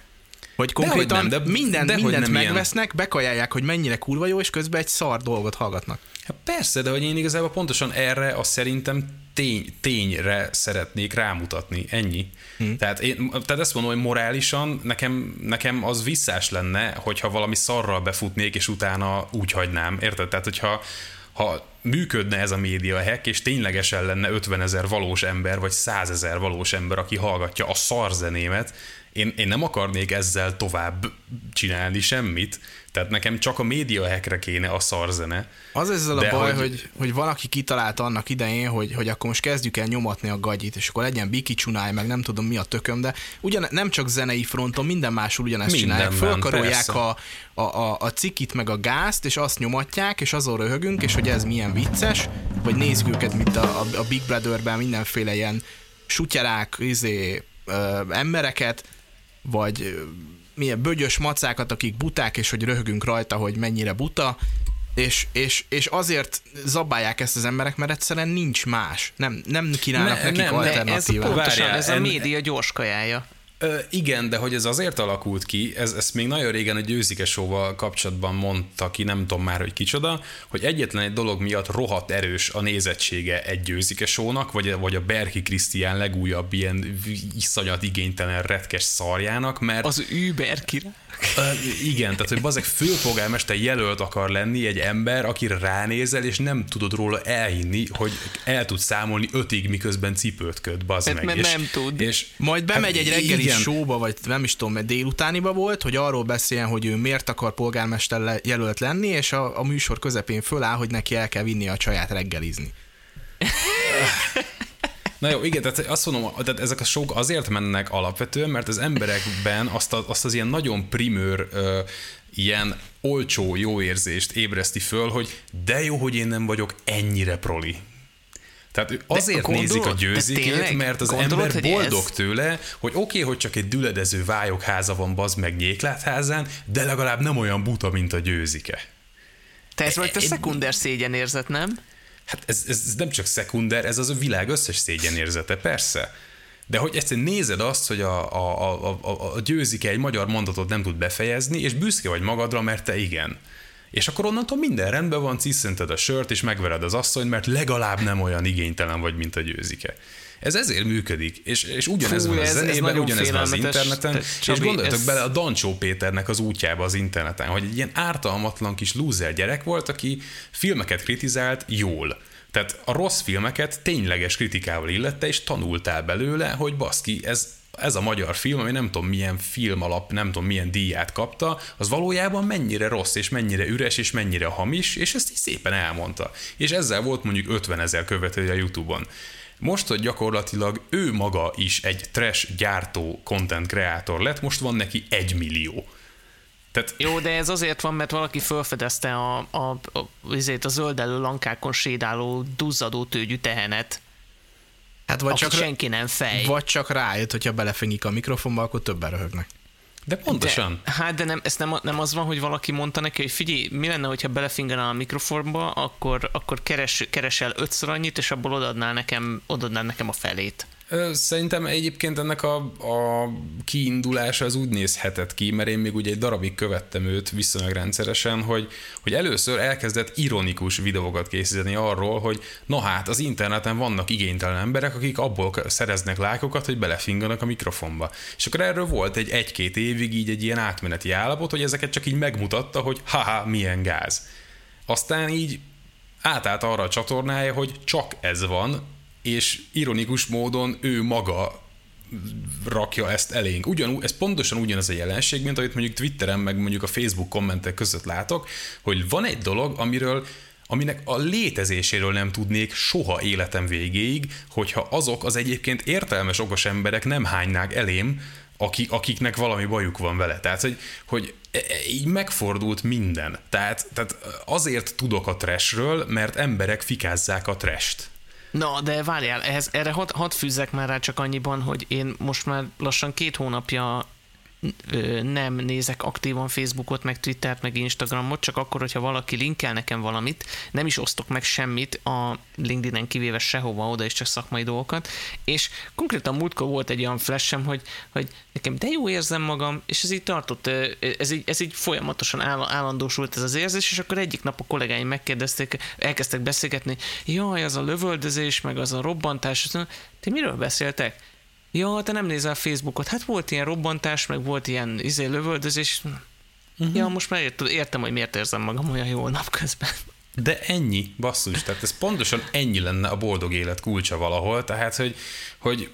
Hogy konkrétan de, de, minden, de, mindent nem megvesznek, ilyen. Bekajálják, hogy mennyire kurva jó, és közben egy szar dolgot hallgatnak. Hát persze, de hogy én igazából pontosan erre a szerintem tény, tényre szeretnék rámutatni. Ennyi. Hmm. Tehát, én, tehát ezt mondom, hogy morálisan nekem, nekem az visszás lenne, hogyha valami szarral befutnék, és utána úgy hagynám. Érted? Tehát, hogyha ha működne ez a média hack, és ténylegesen lenne ötvenezer valós ember, vagy százezer valós ember, aki hallgatja a szarzenémet, én, én nem akarnék ezzel tovább csinálni semmit, tehát nekem csak a média hackre kéne a szarzene. Az ezzel a baj, hogy... Hogy, hogy valaki kitalálta annak idején, hogy, hogy akkor most kezdjük el nyomatni a gagyit, és akkor legyen biki csunáj, meg nem tudom mi a tököm, de ugyan, nem csak zenei fronton, minden máshol ugyanezt csinálják. Fölkarolják a, a, a, a cikit, meg a gázt, és azt nyomatják, és azon röhögünk, és hogy ez milyen vicces, vagy nézzük őket, mint a, a Big Brotherben mindenféle ilyen sutyarák, izé, ö, embereket, vagy milyen bögyös macákat, akik buták, és hogy röhögünk rajta, hogy mennyire buta, és, és, és azért zabálják ezt az emberek, mert egyszerűen nincs más. Nem, nem kínálnak ne, nekik nem, alternatívát. Ez pontosan, ez a média gyors kajája. Ö, igen, de hogy ez azért alakult ki, ez, ezt még nagyon régen a Győzike Show-val kapcsolatban mondta ki, nem tudom már, hogy kicsoda, hogy egyetlen egy dolog miatt rohadt erős a nézettsége egy Győzike Show-nak, vagy, vagy a Berki Krisztián legújabb ilyen iszonyat igénytelen retkes szarjának, mert... Az Uber király. Uh, igen, tehát hogy bazeg főpolgármester jelölt akar lenni egy ember, akire ránézel, és nem tudod róla elhinni, hogy el tud számolni ötig, miközben cipőt köt, bazd meg. Mert és, nem tud. És, Majd bemegy hát, egy reggeli igen. showba, vagy nem is tudom, mert délutániba volt, hogy arról beszéljen, hogy ő miért akar polgármester jelölt lenni, és a, a műsor közepén föláll, hogy neki el kell vinni a csaját reggelizni. Na jó, igen, tehát azt mondom, tehát ezek a show azért mennek alapvetően, mert az emberekben azt, a, azt az ilyen nagyon primőr, ö, ilyen olcsó jó érzést ébreszti föl, hogy de jó, hogy én nem vagyok ennyire proli. Tehát azért gondol, nézik a Győzikét, mert az gondolod, ember boldog ez... tőle, hogy oké, okay, hogy csak egy düledező vályogháza van, bazd meg Nyéklátházán, de legalább nem olyan buta, mint a Győzike. Te ez vagy a szekunder szégyenérzet, nem? Hát ez, ez nem csak szekunder, ez az a világ összes szégyenérzete, persze. De hogy egyszerűen nézed azt, hogy a, a, a, a, a Győzike egy magyar mondatot nem tud befejezni, és büszke vagy magadra, mert te igen. És akkor onnantól minden rendben van, ciszönted a sört, és megvered az asszonyt, mert legalább nem olyan igénytelen vagy, mint a Győzike. Ez ezért működik, és, és ugyanez Fú, van a ez, zenében, ez ugyanez van az interneten, te, és Csabi, gondoljatok ez... bele a Dancsó Péternek az útjába az interneten, hogy egy ilyen ártalmatlan kis lúzer gyerek volt, aki filmeket kritizált jól. Tehát a rossz filmeket tényleges kritikával illette, és tanultál belőle, hogy baszki, ez, ez a magyar film, ami nem tudom milyen film alap, nem tudom milyen díját kapta, az valójában mennyire rossz, és mennyire üres, és mennyire hamis, és ezt így szépen elmondta. És ezzel volt mondjuk ötvenezer követője a YouTube-on. Most, hogy gyakorlatilag ő maga is egy trash gyártó content kreator lett, most van neki egy millió. Tehát... Jó, de ez azért van, mert valaki felfedezte a, a, a, azért a zöldelő lankákon sédáló, duzzadó tőgyű tehenet, hát vagy csak senki nem fej. Vagy csak rájött, hogyha belefenyik a mikrofonba, akkor többen röhögnek. De pontosan. De, hát de nem, ez nem, nem az van, hogy valaki mondta neki, hogy figyelj, mi lenne, hogyha belefingana a mikrofonba, akkor, akkor keres, keresel ötször annyit, és abból odaadnál nekem, odaadnál nekem a felét. Szerintem egyébként ennek a, a kiindulása az úgy nézhetett ki, mert én még ugye egy darabig követtem őt viszonylag rendszeresen, hogy, hogy először elkezdett ironikus videókat készíteni arról, hogy na hát az interneten vannak igénytelen emberek, akik abból szereznek lájkokat, hogy belefinganak a mikrofonba. És akkor erről volt egy egy-két évig így egy ilyen átmeneti állapot, hogy ezeket csak így megmutatta, hogy haha, milyen gáz. Aztán így átállt arra a csatornája, hogy csak ez van, és ironikus módon ő maga rakja ezt elénk. Ugyanúgy, ez pontosan ugyanaz a jelenség, mint amit mondjuk Twitteren, meg mondjuk a Facebook kommentek között látok, hogy van egy dolog, amiről, aminek a létezéséről nem tudnék soha életem végéig, hogyha azok az egyébként értelmes, okos emberek nem hánynák elém, akik, akiknek valami bajuk van vele. Tehát, hogy, hogy így megfordult minden. Tehát, tehát azért tudok a trashről, mert emberek fikázzák a trasht. Na, de várjál, ehhez, erre hadd had fűzzek már rá csak annyiban, hogy én most már lassan két hónapja ö, nem nézek aktívan Facebookot, meg Twittert, meg Instagramot, csak akkor, hogyha valaki linkel nekem valamit, nem is osztok meg semmit a LinkedIn-en kivéve sehova, oda is csak szakmai dolgokat, és konkrétan múltkor volt egy olyan flashem, hogy, hogy nekem de jó érzem magam, és ez így tartott, ez így, ez így folyamatosan áll, állandósult ez az érzés, és akkor egyik nap a kollégáim megkérdezték, elkezdtek beszélgetni, jaj, az a lövöldözés, meg az a robbantás, ti miről beszéltek? Ja, te nem nézel Facebookot. Hát volt ilyen robbantás, meg volt ilyen izé, lövöldözés. Uh-huh. Ja, most már értem, értem, hogy miért érzem magam olyan jól napközben. De ennyi, basszus, tehát ez pontosan ennyi lenne a boldog élet kulcsa valahol, tehát, hogy, hogy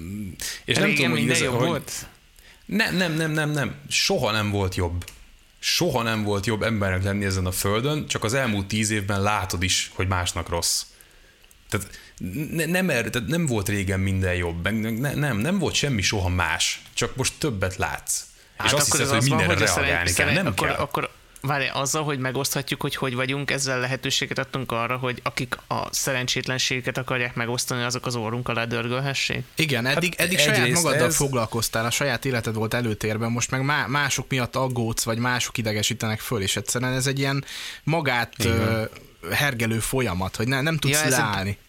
és nem régen tudom, hogy, jobb hogy volt? Nem, nem, nem, nem, nem, soha nem volt jobb. Soha nem volt jobb embernek lenni ezen a földön, csak az elmúlt tíz évben látod is, hogy másnak rossz. Tehát ne, nem, er, tehát nem volt régen minden jobb, ne, nem, nem volt semmi soha más, csak most többet látsz. Hát és azt hiszed, hogy mindenre van, reagálni szeren, kell, nem akkor, kell. Akkor várj, azzal, hogy megoszthatjuk, hogy hogy vagyunk, ezzel lehetőséget adtunk arra, hogy akik a szerencsétlenségeket akarják megosztani, azok az orrunk alá dörgölhessék. Igen, eddig, hát eddig saját magaddal ez... foglalkoztál, a saját életed volt előtérben, most meg mások miatt aggódsz, vagy mások idegesítenek föl, és egyszerűen ez egy ilyen magát uh, hergelő folyamat, hogy ne, nem tudsz ja, leállni.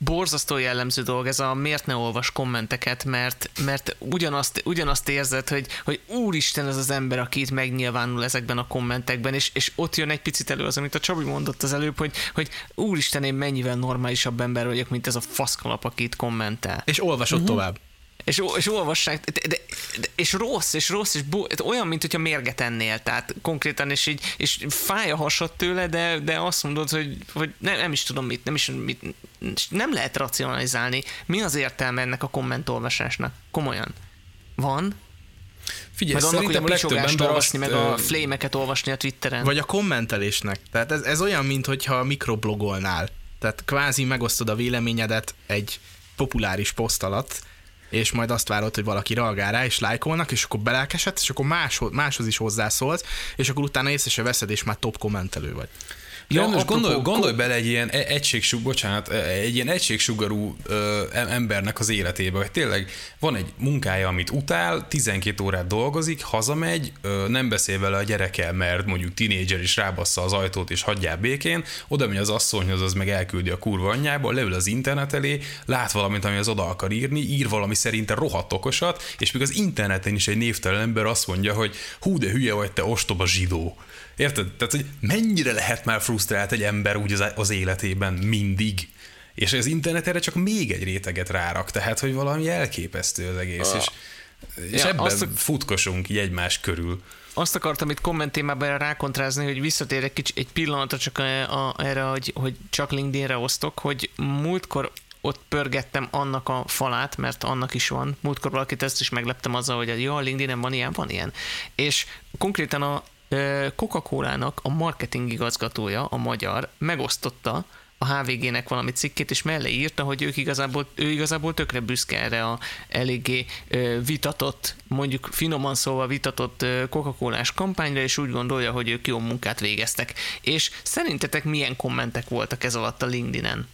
borzasztó jellemző dolog ez a miért ne olvas kommenteket, mert, mert ugyanazt, ugyanazt érzed, hogy, hogy úristen ez az ember, aki itt megnyilvánul ezekben a kommentekben, és, és ott jön egy picit elő az, amit a Csabi mondott az előbb, hogy, hogy úristen, én mennyivel normálisabb ember vagyok, mint ez a faszkalap, aki itt kommentel. És olvasod uh-huh. tovább. És, és olvassák, de, de, de, és rossz, és rossz, és bo, olyan, mint hogyha mérget ennél, tehát konkrétan, és így, és fáj a hasad tőle, de, de azt mondod, hogy, hogy nem, nem is tudom mit, nem is mit, nem lehet racionalizálni. Mi az értelme ennek a kommentolvasásnak? Komolyan. Van? Figyelj, meg annak, hogy a picsogást olvasni, azt, meg a flame-eket olvasni a Twitteren. Vagy a kommentelésnek. Tehát ez, ez olyan, mintha mikroblogolnál. Tehát kvázi megosztod a véleményedet egy populáris poszt alatt, és majd azt várod, hogy valaki reagál rá, és lájkolnak, és akkor belelkesed, és akkor máshoz, máshoz is hozzászólsz, és akkor utána észre se veszed, és már top kommentelő vagy. Ja, ja, most gondolj, gondolj bele egy ilyen egységsug, bocsánat, egy ilyen egységsugarú ö, embernek az életébe, hogy tényleg van egy munkája, amit utál, tizenkét órát dolgozik, hazamegy, ö, nem beszél vele a gyerekkel, mert mondjuk tínédzser is rábassza az ajtót és hagyjál békén, oda megy az asszonyhoz, az meg elküldi a kurva anyjába, leül az internet elé, lát valamit, ami az oda akar írni, ír valami szerinte rohadt okosat, és még az interneten is egy névtelen ember azt mondja, hogy hú, de hülye vagy, te ostoba zsidó. Érted? Tehát, hogy mennyire lehet már frusztrált egy ember úgy az, az életében mindig. És az internet erre csak még egy réteget rárak, tehát, hogy valami elképesztő az egész, ah. és, és ja, ebben a... futkosunk így egymás körül. Azt akartam itt kommenttémában erre rákontrázni, hogy visszatérek kicsi, egy pillanatra csak a, a, erre, hogy, hogy csak LinkedInre osztok, hogy múltkor ott pörgettem annak a falát, mert annak is van. Múltkor valakit ezt is megleptem azzal, hogy jó, a LinkedIn-en van ilyen, van ilyen. És konkrétan a Coca-Cola-nak a marketing igazgatója, a magyar, megosztotta a há vé gének valami cikkét, és mellé írta, hogy ők igazából, ő igazából tökre büszke erre a eléggé vitatott, mondjuk finoman szólva vitatott Coca-Colás kampányra, és úgy gondolja, hogy ők jó munkát végeztek. És szerintetek milyen kommentek voltak ez alatt a LinkedIn-en?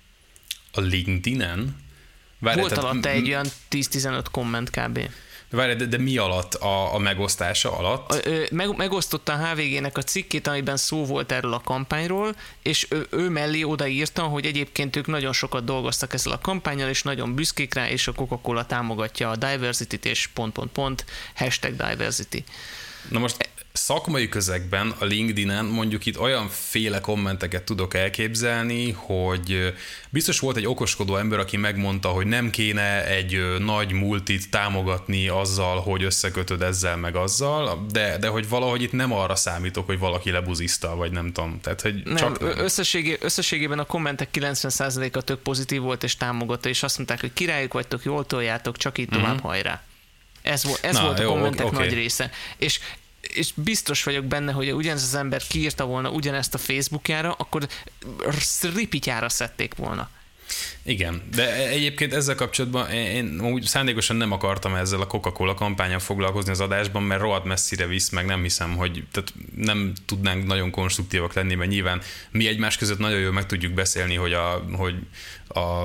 A LinkedIn-en? Várj, volt alatta egy olyan tíz-tizenöt komment kb. Várj, de, de mi alatt? A, a megosztása alatt? A, ő, meg, megosztotta a há vé gének a cikkét, amiben szó volt erről a kampányról, és ő, ő mellé odaírta, hogy egyébként ők nagyon sokat dolgoztak ezzel a kampánnyal, és nagyon büszkék rá, és a Coca-Cola támogatja a diversity-t, és pont, pont, pont, hashtag diversity. Na most szakmai közegben a LinkedIn-en mondjuk itt olyan féle kommenteket tudok elképzelni, hogy biztos volt egy okoskodó ember, aki megmondta, hogy nem kéne egy nagy multit támogatni azzal, hogy összekötöd ezzel meg azzal, de, de hogy valahogy itt nem arra számítok, hogy valaki lebuzizta, vagy nem tudom. Tehát, hogy nem, csak nem. Összességé, összességében a kommentek kilencven százaléka tök pozitív volt és támogatta, és azt mondták, hogy királyok vagytok, jól toljátok, csak így tovább uh-huh. hajrá. Ez, vo- ez Na, volt jó, a kommentek okay. nagy része. És és biztos vagyok benne, hogy ugyanez az ember kiírta volna ugyanezt a Facebookjára, akkor ripityára szedték volna. Igen, de egyébként ezzel kapcsolatban én úgy szándékosan nem akartam ezzel a Coca-Cola kampánnyal foglalkozni az adásban, mert rohadt messzire visz, meg nem hiszem, hogy tehát nem tudnánk nagyon konstruktívak lenni, mert nyilván mi egymás között nagyon jól meg tudjuk beszélni, hogy a, hogy a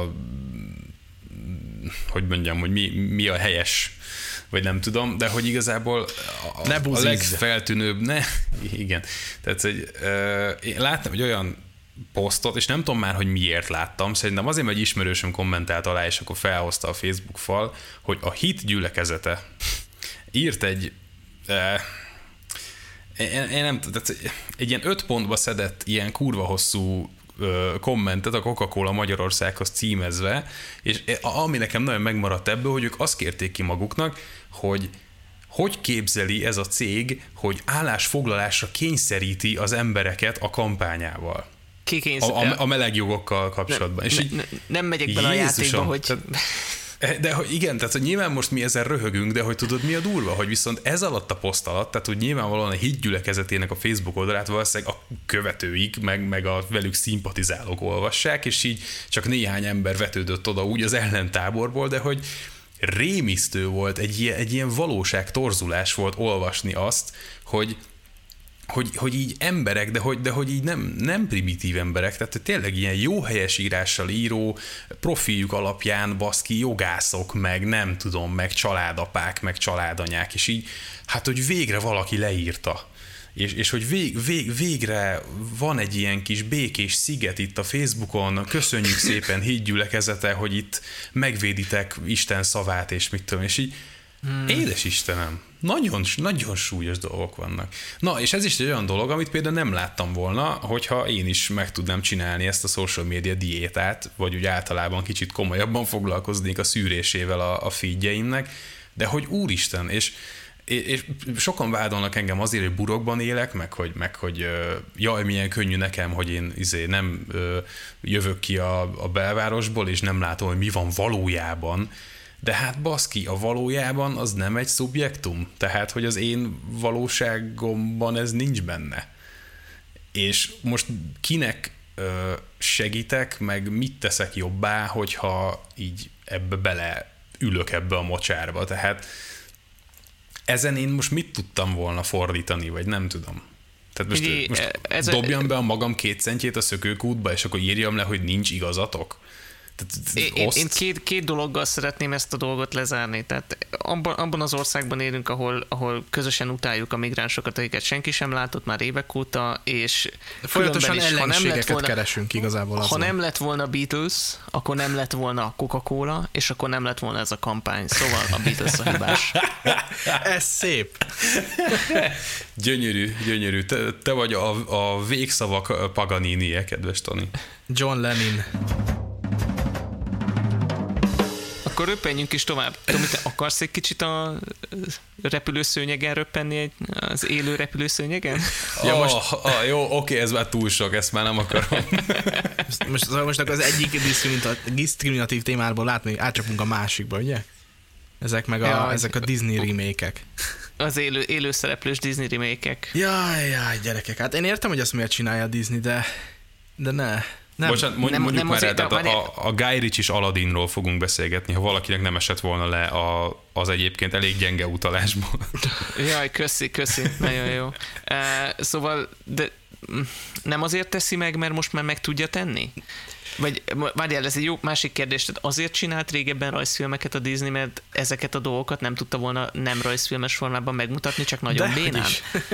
hogy mondjam, hogy mi, mi a helyes, vagy nem tudom, de hogy igazából a, a legfeltűnőbb, ne, igen, tehát hogy uh, én láttam egy olyan posztot, és nem tudom már, hogy miért láttam, szerintem azért, mert egy ismerősöm kommentált alá, és akkor felhozta a Facebook fal, hogy a hit gyülekezete írt egy uh, én, én nem tudom, tehát egy ilyen öt pontba szedett, ilyen kurva hosszú kommentet a Coca-Cola Magyarországhoz címezve, és ami nekem nagyon megmaradt ebből, hogy ők azt kérték ki maguknak, hogy hogy képzeli ez a cég, hogy állásfoglalásra kényszeríti az embereket a kampányával. A, a, a melegjogokkal kapcsolatban. Ne, és ne, ne, nem megyek bele a játékba, hogy... Tehát, de hogy igen, tehát hogy nyilván most mi ezzel röhögünk, de hogy tudod mi a durva, hogy viszont ez alatt a poszt alatt, tehát hogy nyilvánvalóan a hit gyülekezetének a Facebook oldalát valószínűleg a követőik, meg, meg a velük szimpatizálók olvassák, és így csak néhány ember vetődött oda úgy az ellentáborból, de hogy rémisztő volt, egy ilyen, egy ilyen valóság torzulás volt olvasni azt, hogy Hogy, hogy így emberek, de hogy, de hogy így nem, nem primitív emberek, tehát tényleg ilyen jó helyes írással író, profiljuk alapján baszki jogászok, meg nem tudom, meg családapák, meg családanyák, és így, hát hogy végre valaki leírta. és, és hogy vég, vég, végre van egy ilyen kis békés sziget itt a Facebookon, köszönjük szépen, hídgyülekezete, hogy itt megvéditek Isten szavát, és mit tudom, és így hmm. édes Istenem, nagyon, nagyon súlyos dolgok vannak. Na, és ez is egy olyan dolog, amit például nem láttam volna, hogyha én is meg tudnám csinálni ezt a social media diétát, vagy úgy általában kicsit komolyabban foglalkoznék a szűrésével a, a feedjeimnek, de hogy úristen, és és sokan vádolnak engem azért, hogy burokban élek, meg hogy, meg hogy jaj, milyen könnyű nekem, hogy én izé nem jövök ki a, a belvárosból, és nem látom, hogy mi van valójában. De hát baszki, a valójában az nem egy szubjektum. Tehát, hogy az én valóságomban ez nincs benne. És most kinek segítek, meg mit teszek jobbá, hogyha így ebbe bele ülök ebbe a mocsárba. Tehát ezen én most mit tudtam volna fordítani, vagy nem tudom. Tehát most, Ugye, most ez dobjam a... be a magam két centjét a szökőkútba, és akkor írjam le, hogy nincs igazatok. Én, én, én két, két dologgal szeretném ezt a dolgot lezárni. Tehát abban, abban az országban élünk, ahol, ahol közösen utáljuk a migránsokat, akiket senki sem látott már évek óta, és folyamatosan ellenségeket keresünk igazából. Ha nem lett volna Beatles, akkor nem lett volna Coca-Cola, és akkor nem lett volna ez a kampány. Szóval a Beatles a hibás. Ez szép. Gyönyörű, gyönyörű. Te, te vagy a, a végszavak Paganini-je, kedves Toni. John Lennon. Akkor röppenjünk is tovább. Tomi, te akarsz egy kicsit a repülőszőnyegen röppenni, egy, az élő repülőszőnyegen? Ja, oh, most... oh, jó, oké, ez már túl sok, ezt már nem akarom. most, most akkor az egyik diszkriminatív témából látni, hogy átcsapunk a másikba, ugye? Ezek meg a, ja, ezek a Disney remake-ek. Az élő, élő szereplős Disney remake-ek. Jaj, jaj, gyerekek, hát én értem, hogy azt miért csinálja a Disney, de, de ne... Nem, Bocsánat, mondjuk, nem, mondjuk nem már el, tehát a, a Guy Ritchie-s Aladdinról fogunk beszélgetni, ha valakinek nem esett volna le a, az egyébként elég gyenge utalásból. Jaj, köszi, köszi, nagyon jó. Uh, szóval, de nem azért teszi meg, mert most már meg tudja tenni? Vagy várjál, ez egy jó másik kérdés, tehát azért csinált régebben rajzfilmeket a Disney, mert ezeket a dolgokat nem tudta volna nem rajzfilmes formában megmutatni, csak nagyon de bénán.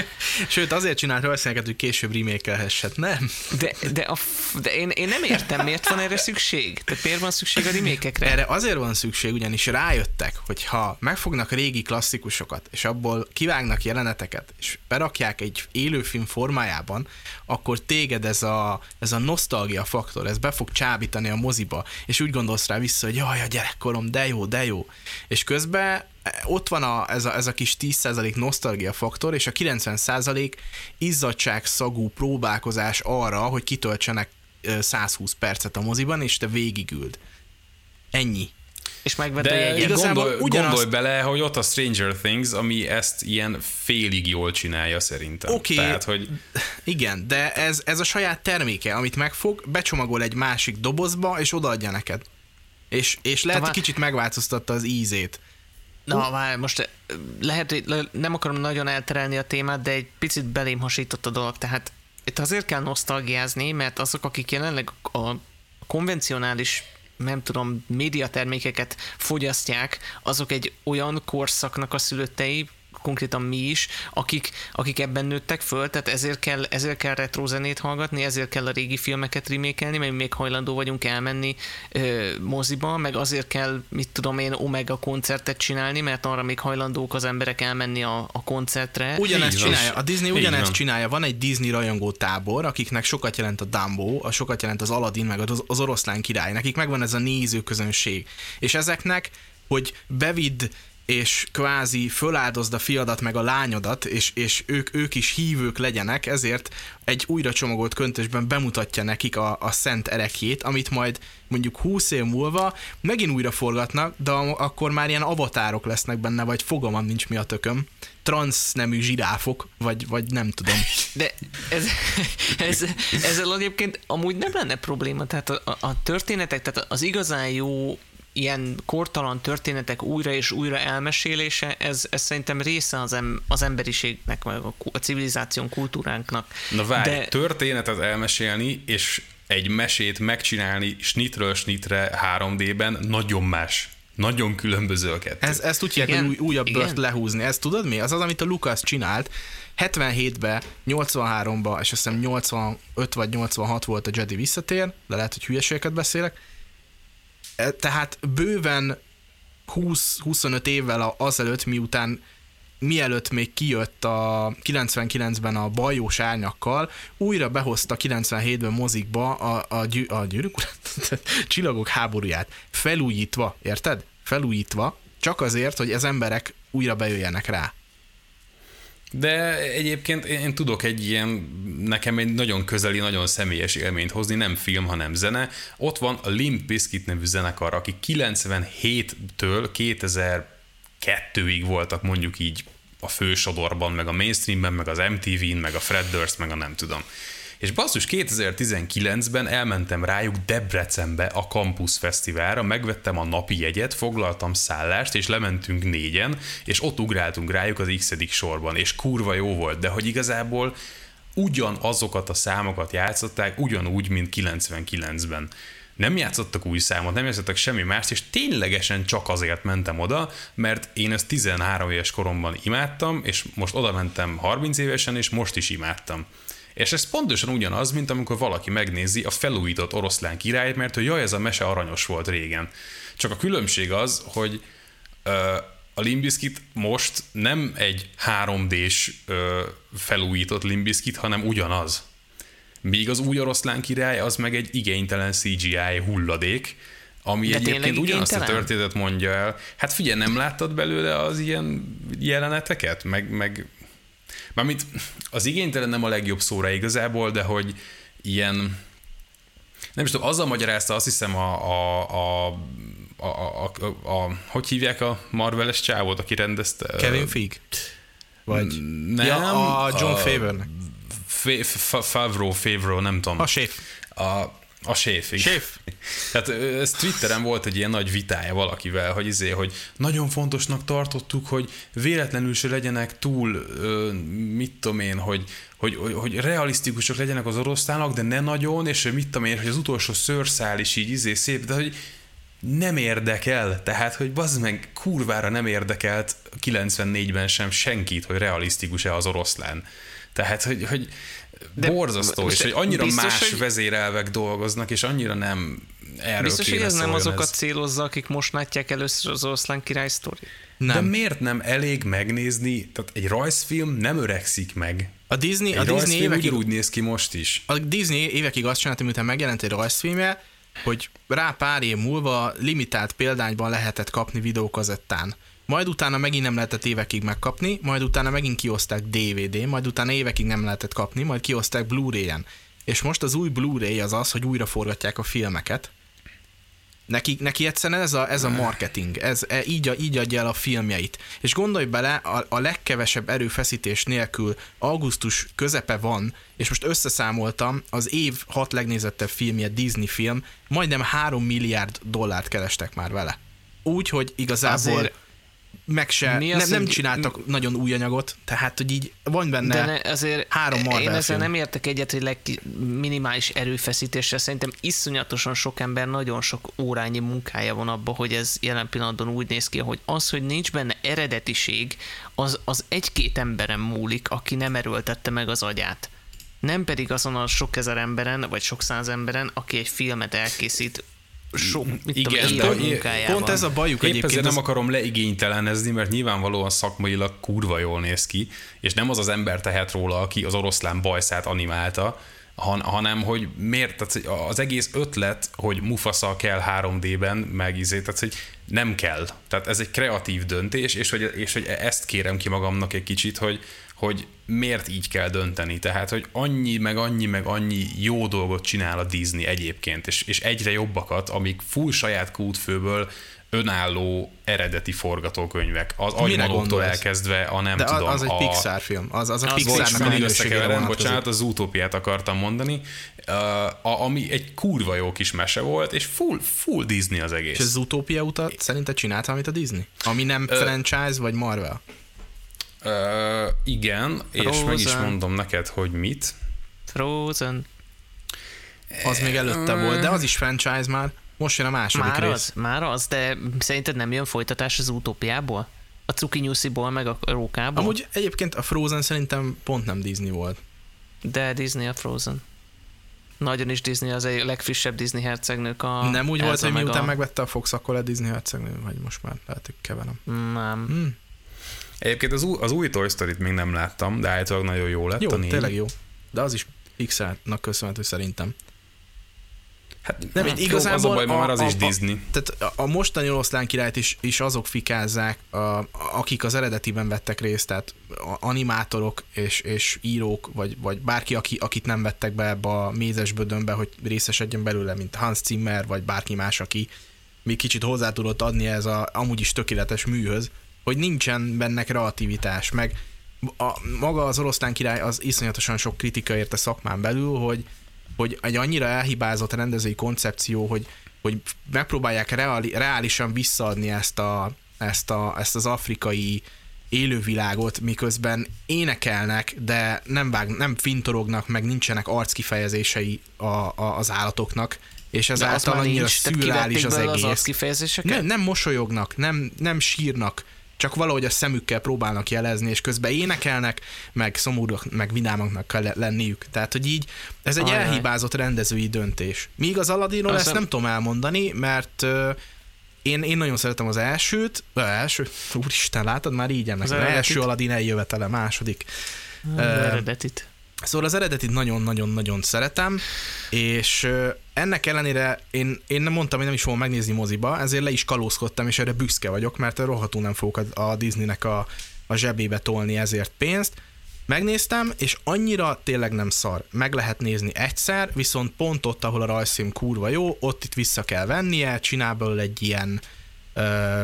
Sőt, azért csinált rajzfilmeket, hogy később remake-elhessett, nem? De, de, a, de én, én nem értem, miért van erre szükség? Tehát miért van szükség a remake-ekre? Erre azért van szükség, ugyanis rájöttek, hogy ha megfognak régi klasszikusokat, és abból kivágnak jeleneteket, és berakják egy élőfilm formájában, akkor téged ez a, ez a nosztalgia faktor, ez be fog csábítani a moziba, és úgy gondolsz rá vissza, hogy jaj, a gyerekkorom, de jó, de jó. És közben ott van a, ez, a, ez a kis tíz százalék nosztalgia faktor, és a kilencven százalék izzadságszagú próbálkozás arra, hogy kitöltsenek száz húsz percet a moziban, és te végigüld. Ennyi. És megvedd a jegyet. Gondolj, ugyanazt... gondolj bele, hogy ott a Stranger Things, ami ezt ilyen félig jól csinálja szerintem. Oké, okay, hogy... igen, de ez, ez a saját terméke, amit megfog, becsomagol egy másik dobozba, és odaadja neked. És, és lehet, hogy kicsit megváltoztatta az ízét. Na, várj, most lehet, hogy nem akarom nagyon elterelni a témát, de egy picit belém hasított a dolog. Tehát itt azért kell nosztalgiázni, mert azok, akik jelenleg a konvencionális nem tudom, médiatermékeket fogyasztják, azok egy olyan korszaknak a szülöttei, konkrétan mi is, akik, akik ebben nőttek föl, tehát ezért kell, ezért kell retro zenét hallgatni, ezért kell a régi filmeket remékelni, mert még hajlandó vagyunk elmenni ö, moziba, meg azért kell, mit tudom én, Omega koncertet csinálni, mert arra még hajlandók az emberek elmenni a, a koncertre. Ugyanezt csinálja, a Disney ugyanezt csinálja, van egy Disney rajongó tábor, akiknek sokat jelent a Dumbo, a sokat jelent az Aladdin, meg az, az Oroszlán király, nekik megvan ez a nézőközönség, és ezeknek, hogy bevidd és kvázi föláldozd a fiadat meg a lányodat, és, és ők, ők is hívők legyenek, ezért egy újra csomagolt köntösben bemutatja nekik a, a szent erekjét, amit majd mondjuk húsz év múlva megint újra forgatnak, de akkor már ilyen avatárok lesznek benne, vagy fogalmam nincs mi a tököm, transz nemű zsiráfok, vagy, vagy nem tudom. De ez, ez, ezzel egyébként amúgy nem lenne probléma, tehát a, a történetek, tehát az igazán jó ilyen kortalan történetek újra és újra elmesélése, ez, ez szerintem része az, em, az emberiségnek, vagy a, a civilizáción, kultúránknak. Na várj, de... történetet elmesélni, és egy mesét megcsinálni snitről snitre három dében nagyon más. Nagyon különböző a kettő. Ez, ezt úgy hívják, hogy új, újabb bört lehúzni. Ez tudod mi? Az az, amit a Lucas csinált. hetvenhétben, nyolcvanháromban, és azt hiszem nyolcvanöt vagy nyolcvanhat volt a Jedi visszatér, de lehet, hogy hülyeségeket beszélek. Tehát bőven húsz-huszonöt évvel azelőtt, miután mielőtt még kijött a kilencvenkilencben a Bajós árnyakkal, újra behozta kilencvenhétben mozikba a, a, gyű, a gyűrűk urat, Csillagok háborúját, felújítva, érted? Felújítva, csak azért, hogy az emberek újra bejöjjenek rá. De egyébként én tudok egy ilyen, nekem egy nagyon közeli, nagyon személyes élményt hozni, nem film, hanem zene. Ott van a Limp Bizkit nevű zenekar, aki kilencvenhéttől kétezer-kettőig voltak mondjuk így a fősodorban, meg a mainstreamben, meg az em té vén, meg a Fred Durst, meg a nem tudom. És basszus, kétezer-tizenkilencben elmentem rájuk Debrecenbe a Campus Fesztiválra, megvettem a napi jegyet, foglaltam szállást, és lementünk négyen, és ott ugráltunk rájuk az x-edik sorban, és kurva jó volt, de hogy igazából ugyanazokat a számokat játszották, ugyanúgy, mint kilencvenkilencben. Nem játszottak új számot, nem játszottak semmi mást, és ténylegesen csak azért mentem oda, mert én ezt tizenhárom éves koromban imádtam, és most oda mentem harminc évesen, és most is imádtam. És ez pontosan ugyanaz, mint amikor valaki megnézi a felújított Oroszlán királyt, mert hogy jaj, ez a mese aranyos volt régen. Csak a különbség az, hogy ö, a Limp Bizkit most nem egy három dés ö, felújított Limp Bizkit, hanem ugyanaz. Míg az új Oroszlán király az meg egy igénytelen cé gé í hulladék, ami de egyébként ugyanazt a történetet mondja el. Hát figyelj, nem láttad belőle az ilyen jeleneteket? Meg... meg mármint az igénytelen nem a legjobb szóra igazából, de hogy ilyen, nem is tudom, azzal magyarázta azt hiszem a, a, a, a, a, a, a hogy hívják a Marveles csávót, aki rendezte? Kevin Feige? Vagy? Nem. Ja, a John Favreau-nek. Favreau, Favreau, nem tudom. A séf. A, a séf, igen. Séf. Tehát ez Twitteren volt egy ilyen nagy vitája valakivel, hogy izé, hogy nagyon fontosnak tartottuk, hogy véletlenül se legyenek túl, mit tudom én, hogy, hogy, hogy realisztikusak legyenek az oroszlánok, de ne nagyon, és mit tudom én, hogy az utolsó szőrszál is így izé szép, de hogy nem érdekel, tehát, hogy bazd meg, kurvára nem érdekelt kilencvennégyben sem senkit, hogy realisztikus-e az oroszlán. Tehát, hogy, hogy borzasztó, és hogy annyira biztos, más hogy... vezérelvek dolgoznak, és annyira nem erről biztos, kéne hogy ez nem azokat ez. célozza, akik most látják először az Oroszlán király sztori? Nem. De miért nem elég megnézni, tehát egy rajzfilm nem öregszik meg. A Disney, egy a Disney évekig úgy néz ki most is. A Disney évekig azt csinálta, miután megjelent egy rajzfilmje, hogy rá pár év múlva limitált példányban lehetett kapni videókazettán. Majd utána megint nem lehetett évekig megkapni, majd utána megint kioszták dé vé dén, majd utána évekig nem lehetett kapni, majd kioszták Blu-ray-en. És most az új Blu-ray az az, hogy újra forgatják a filmeket. Neki, neki egyszerűen ez a, ez a marketing, ez, e, így, így adja el a filmjeit. És gondolj bele, a, a legkevesebb erőfeszítés nélkül augusztus közepe van, és most összeszámoltam, az év hat legnézettebb filmje, Disney film, majdnem három milliárd dollárt kerestek már vele. Úgy, hogy igazából... Azért... meg se, ne, nem csináltak m- nagyon új anyagot, tehát, hogy így van benne de ne, azért három Marvel én ezzel film. nem értek egyet, hogy legminimális erőfeszítésre. Szerintem iszonyatosan sok ember, nagyon sok órányi munkája van abban, hogy ez jelen pillanatban úgy néz ki, hogy az, hogy nincs benne eredetiség, az, az egy-két emberen múlik, aki nem erőltette meg az agyát. Nem pedig azon a sok ezer emberen, vagy sok száz emberen, aki egy filmet elkészít sok, mit igen, tudom, de munkájában. Pont ez a bajuk egyébként. Épp ezért az... nem akarom leigénytelenezni, mert nyilvánvalóan szakmailag kurva jól néz ki, és nem az az ember tehet róla, aki az oroszlán bajszát animálta, han, hanem hogy miért, tehát az egész ötlet, hogy Mufasa kell három dében, meg izé, tehát hogy nem kell. Tehát ez egy kreatív döntés, és hogy, és hogy ezt kérem ki magamnak egy kicsit, hogy, hogy miért így kell dönteni. Tehát, hogy annyi, meg annyi, meg annyi jó dolgot csinál a Disney egyébként, és, és egyre jobbakat, amik full saját kútfőből önálló eredeti forgatókönyvek. Az Agymalóktól elkezdve a nem de tudom. az egy a... Pixar film. Az, az a az Pixarnak a minőségére vonatkozik. Bocsánat, az Utópiát akartam mondani, uh, ami egy kurva jó kis mese volt, és full, full Disney az egész. És az Utópia utat szerinted csinált valamit a Disney? Ami nem uh, franchise vagy Marvel? Uh, igen, Frozen. És meg is mondom neked, hogy mit. Frozen. Az még előtte uh, volt, de az is franchise már. Most jön a második már rész. Az, már az, de szerinted nem jön folytatás az Utópiából? A Cukinyusziból, meg a Rókából? Amúgy egyébként a Frozen szerintem pont nem Disney volt. De Disney a Frozen. Nagyon is Disney, az egy legfrissebb Disney hercegnők. A nem úgy volt, hogy meg miután a... megvette a Fox, akkor a Disney hercegnő, vagy most már lehet, hogy keverem. Nem. Hmm. Egyébként az, új, az új Toy Story-t még nem láttam, de állítólag nagyon jó lett. Jó, a tényleg jó. De az is Pixarnak köszönhető szerintem. Hát nem, hát igazából az a baj, ma már az a, is a, Disney. Tehát a mostani Oroszlán királyt is, is azok fikázzák, a, akik az eredetiben vettek részt, tehát animátorok és, és írók, vagy, vagy bárki, aki, akit nem vettek be ebbe a mézes bödönbe, hogy részesedjen belőle, mint Hans Zimmer, vagy bárki más, aki még kicsit hozzá tudott adni ez a amúgy is tökéletes műhöz, hogy nincsen benne kreativitás, meg a, maga az Oroszlán király az iszonyatosan sok kritika érte szakmán belül, hogy hogy egy annyira elhibázott rendezői koncepció, hogy, hogy megpróbálják reali, reálisan visszaadni ezt, a, ezt, a, ezt az afrikai élővilágot, miközben énekelnek, de nem, vág, nem fintorognak, meg nincsenek arckifejezései a, a, az állatoknak, és ezáltal annyira szürreális az egész. Az nem, nem mosolyognak, nem, nem sírnak, csak valahogy a szemükkel próbálnak jelezni, és közben énekelnek, meg szomorúak, meg vidámaknak kell lenniük. Tehát, hogy így ez egy Ajaj. elhibázott rendezői döntés. Míg az Aladdinról ezt a... nem tudom elmondani, mert uh, én, én nagyon szeretem az elsőt, az első, úristen, látod, már így ennek. Az, az első Aladdin eljövetele, második. Az uh, eredetit. Szóval az eredetit nagyon-nagyon-nagyon szeretem, és ennek ellenére én, én nem mondtam, hogy nem is fogom megnézni moziba, ezért le is kalózkodtam, és erre büszke vagyok, mert rohadtul nem fogok a Disneynek a, a zsebébe tolni ezért pénzt. Megnéztem, és annyira tényleg nem szar. Meg lehet nézni egyszer, viszont pont ott, ahol a rajzfilm kurva jó, ott itt vissza kell vennie, csinál belőle egy ilyen uh,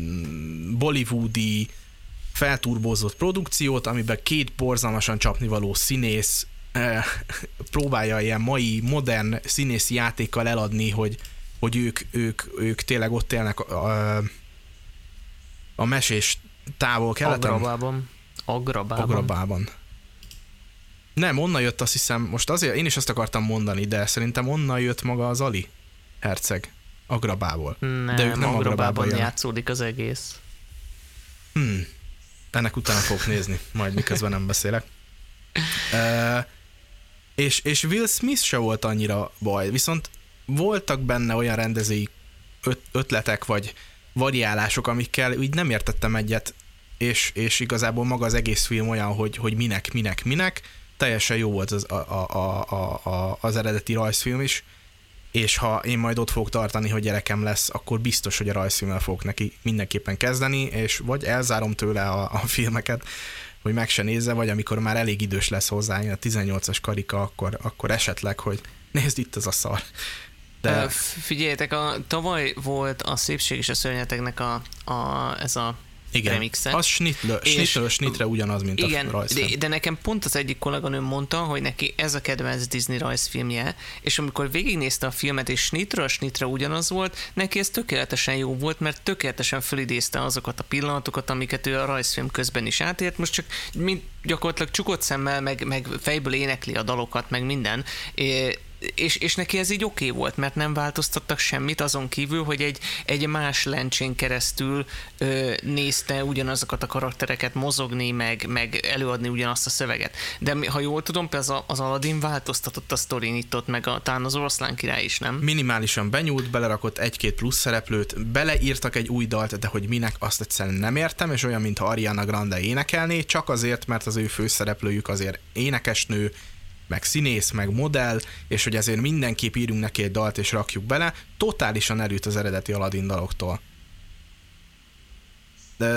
bollywoodi felturbózott produkciót, amiben két borzalmasan csapnivaló színész eh, próbálja ilyen mai, modern színészi játékkal eladni, hogy, hogy ők, ők, ők tényleg ott élnek a, a mesés távol-keleten. Agrabában. Agrabában. Agrabában. Nem, onnan jött, azt hiszem, most azért én is azt akartam mondani, de szerintem onnan jött maga az Ali herceg. Agrabából. Nem, de ők nem Agrabában játszódik az egész. Hmm. Ennek utána fogok nézni, majd miközben nem beszélek. Uh, és, és Will Smith se volt annyira baj, viszont voltak benne olyan rendezői öt, ötletek, vagy variálások, amikkel úgy nem értettem egyet, és, és igazából maga az egész film olyan, hogy, hogy minek, minek, minek. Teljesen jó volt az, a, a, a, a, az eredeti rajzfilm is, és ha én majd ott fogok tartani, hogy gyerekem lesz, akkor biztos, hogy a rajzfilmmel fogok neki mindenképpen kezdeni, és vagy elzárom tőle a, a filmeket, hogy meg se nézze, vagy amikor már elég idős lesz hozzá, a tizennyolcas karika, akkor, akkor esetleg, hogy nézd itt az a szar. De... Figyeljetek, a, tavaly volt a Szépség és a szörnyetegnek a, a, ez a igen, remixe. Az snitről, snitről snitre ugyanaz, mint igen, a rajzfilm. De, de nekem pont az egyik kolléganőm mondta, hogy neki ez a kedvenc Disney rajzfilmje, és amikor végignézte a filmet, és snitről snitre ugyanaz volt, neki ez tökéletesen jó volt, mert tökéletesen felidézte azokat a pillanatokat, amiket ő a rajzfilm közben is átért, most csak mind, gyakorlatilag csukott szemmel, meg, meg fejből énekli a dalokat, meg minden, És, és neki ez így oké okay volt, mert nem változtattak semmit azon kívül, hogy egy, egy más lencsén keresztül ö, nézte ugyanazokat a karaktereket mozogni, meg, meg előadni ugyanazt a szöveget. De ha jól tudom, az, az Aladdin változtatott a sztorin itt ott, meg a, talán az Oroszlán király is, nem? Minimálisan benyúlt, belerakott egy-két plusz szereplőt, beleírtak egy új dalt, de hogy minek, azt egyszerűen nem értem, és olyan, mintha Ariana Grande énekelné, csak azért, mert az ő főszereplőjük azért énekesnő, meg színész, meg modell, és hogy ezért mindenképp írjunk neki egy dalt, és rakjuk bele, totálisan elüt az eredeti Aladdin daloktól. De...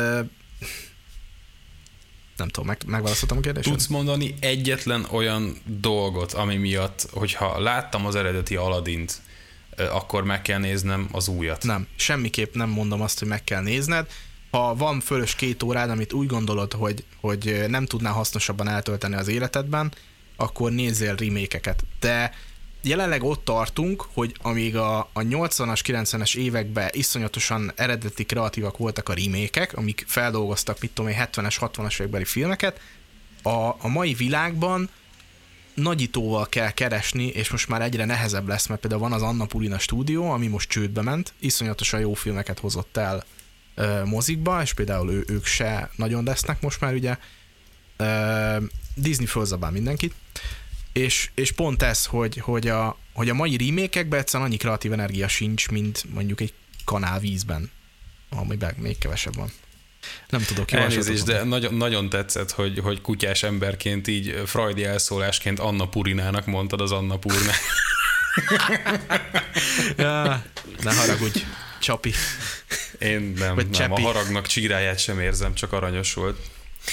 nem tudom, meg, megválaszoltam a kérdést? Tudsz mondani egyetlen olyan dolgot, ami miatt, hogyha láttam az eredeti Aladdint, akkor meg kell néznem az újat? Nem, semmiképp nem mondom azt, hogy meg kell nézned. Ha van fölös két órád, amit úgy gondolod, hogy, hogy nem tudnál hasznosabban eltölteni az életedben, akkor nézzél remake-eket. De jelenleg ott tartunk, hogy amíg a, a nyolcvanas, kilencvenes években iszonyatosan eredeti kreatívak voltak a remake-ek, amik feldolgoztak, mit tudom én, hetvenes, hatvanas évekbeli filmeket, a, a mai világban nagyítóval kell keresni, és most már egyre nehezebb lesz, mert például van az Annapurna stúdió, ami most csődbe ment, iszonyatosan jó filmeket hozott el uh, mozikba, és például ő, ők se nagyon lesznek most már, ugye. Uh, Disney fölzabál mindenkit, és, és pont ez, hogy, hogy, a, hogy a mai remake-ekben egyszerűen annyi kreatív energia sincs, mint mondjuk egy kanál vízben, amiben még kevesebb van. Nem tudok Elnézést, de nagyon, nagyon tetszett, hogy, hogy kutyás emberként így freudi elszólásként Annapurinának mondtad az Annapurnát. Ja, ne haragudj, Csapi. Én nem, nem a haragnak csíráját sem érzem, csak aranyos volt.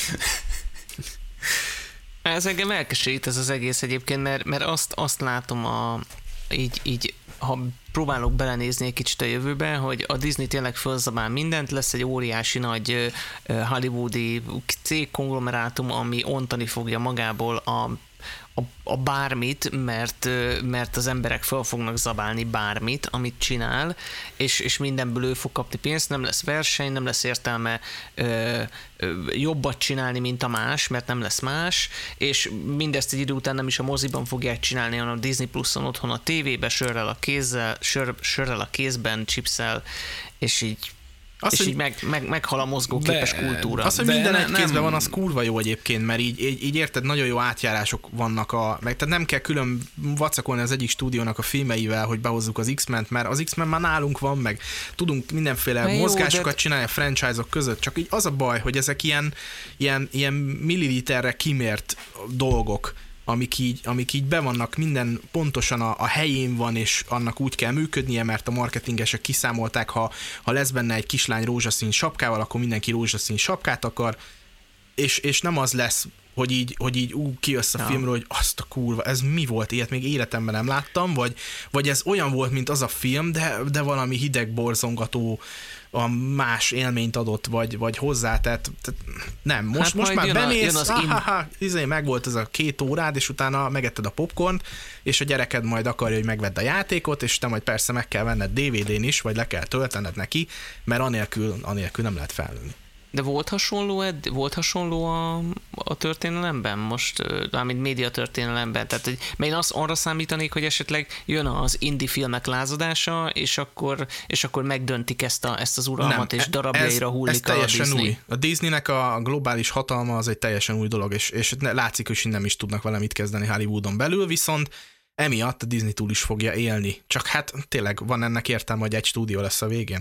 Ez engem elkeserít ez az egész egyébként, mert, mert azt, azt látom a, így, így, ha próbálok belenézni egy kicsit a jövőbe, hogy a Disney tényleg fölzabál mindent, lesz egy óriási nagy hollywoodi cégkonglomerátum, ami ontani fogja magából a A, a bármit, mert, mert az emberek fel fognak zabálni bármit, amit csinál, és, és mindenből ő fog kapni pénzt, nem lesz verseny, nem lesz értelme ö, ö, jobbat csinálni, mint a más, mert nem lesz más, és mindezt egy idő után nem is a moziban fogják csinálni, hanem a Disney Pluson otthon a tévébe, sörrel a kézzel, sör, sörrel a kézben, chipszel, és így Azt, és hogy, így meg, meg, meghal a mozgóképes de, kultúra. Az, hogy minden egy kézben van, az kurva jó egyébként, mert így, így, így érted, nagyon jó átjárások vannak, a, meg tehát nem kell külön vacakolni az egyik stúdiónak a filmeivel, hogy behozzuk az X-ment, mert az X-men már nálunk van, meg tudunk mindenféle Na mozgásokat jó, csinálni a franchise-ok között, csak így az a baj, hogy ezek ilyen, ilyen, ilyen milliliterre kimért dolgok, amik így, amik így be vannak, minden pontosan a, a helyén van, és annak úgy kell működnie, mert a marketingesek kiszámolták, ha, ha lesz benne egy kislány rózsaszín sapkával, akkor mindenki rózsaszín sapkát akar, és, és nem az lesz, hogy így, hogy így ú, kijössz a ja. filmről, hogy azt a kurva, ez mi volt, ilyet még életemben nem láttam, vagy, vagy ez olyan volt, mint az a film, de, de valami hidegborzongató, a más élményt adott, vagy, vagy hozzátett. Nem, most, hát most már bemész, az ah, izé, meg volt ez a két órád, és utána megetted a popcornt, és a gyereked majd akarja, hogy megvedd a játékot, és te majd persze meg kell venned dé vé dén is, vagy le kell töltened neki, mert anélkül, anélkül nem lehet felnőni. De volt hasonló, ed, volt hasonló a, a történelemben most, mármint média történelemben, tehát hogy én azt arra számítanék, hogy esetleg jön az indie filmek lázadása, és akkor, és akkor megdöntik ezt, a, ezt az uralmat, nem, és darabjaira ez, hullik ez a Disney. Új. A Disneynek a globális hatalma az egy teljesen új dolog, és, és látszik, hogy nem is tudnak vele mit kezdeni Hollywoodon belül, viszont emiatt a Disney túl is fogja élni. Csak hát tényleg van ennek értelme, hogy egy stúdió lesz a végén.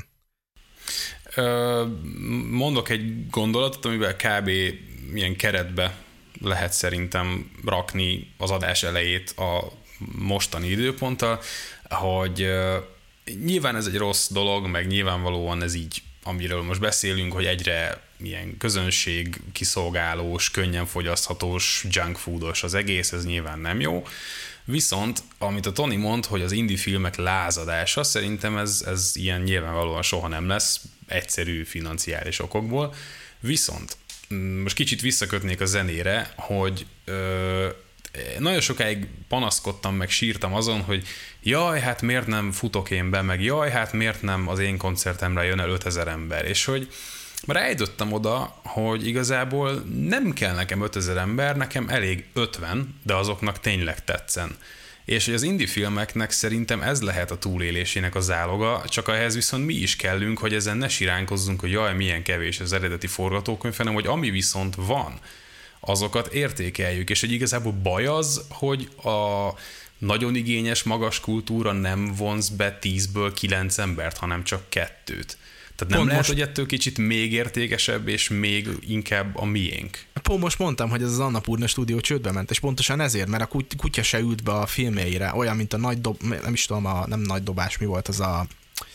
Mondok egy gondolatot, amivel kb. Milyen keretbe lehet szerintem rakni az adás elejét a mostani időponttal, hogy nyilván ez egy rossz dolog, meg nyilvánvalóan ez így, amiről most beszélünk, hogy egyre ilyen közönség kiszolgálós, könnyen fogyaszthatós, junk foodos az egész, ez nyilván nem jó. Viszont, amit a Tony mond, hogy az indie filmek lázadása, szerintem ez, ez ilyen nyilvánvalóan soha nem lesz, egyszerű financiális okokból. Viszont most kicsit visszakötnék a zenére, hogy ö, nagyon sokáig panaszkodtam, meg sírtam azon, hogy jaj, hát miért nem futok én be, meg jaj, hát miért nem az én koncertemre jön el ötezer ember, és hogy rájöttem oda, hogy igazából nem kell nekem ötezer ember, nekem elég ötven, de azoknak tényleg tetszen. És hogy az indie filmeknek szerintem ez lehet a túlélésének a záloga, csak ehhez viszont mi is kellünk, hogy ezen ne siránkozzunk, hogy jaj, milyen kevés az eredeti forgatókönyv, hanem hogy ami viszont van, azokat értékeljük, és hogy igazából baj az, hogy a nagyon igényes, magas kultúra nem vonz be tízből kilenc embert, hanem csak kettőt. Tehát nem pont lehet, most, hogy ettől kicsit még értékesebb, és még inkább a miénk. Pont most mondtam, hogy ez az Annapurna stúdió csődbe ment, és pontosan ezért, mert a kutya se ült be a filmjeire, olyan, mint a nagy dob, nem is tudom, a, nem nagy dobás, mi volt az a,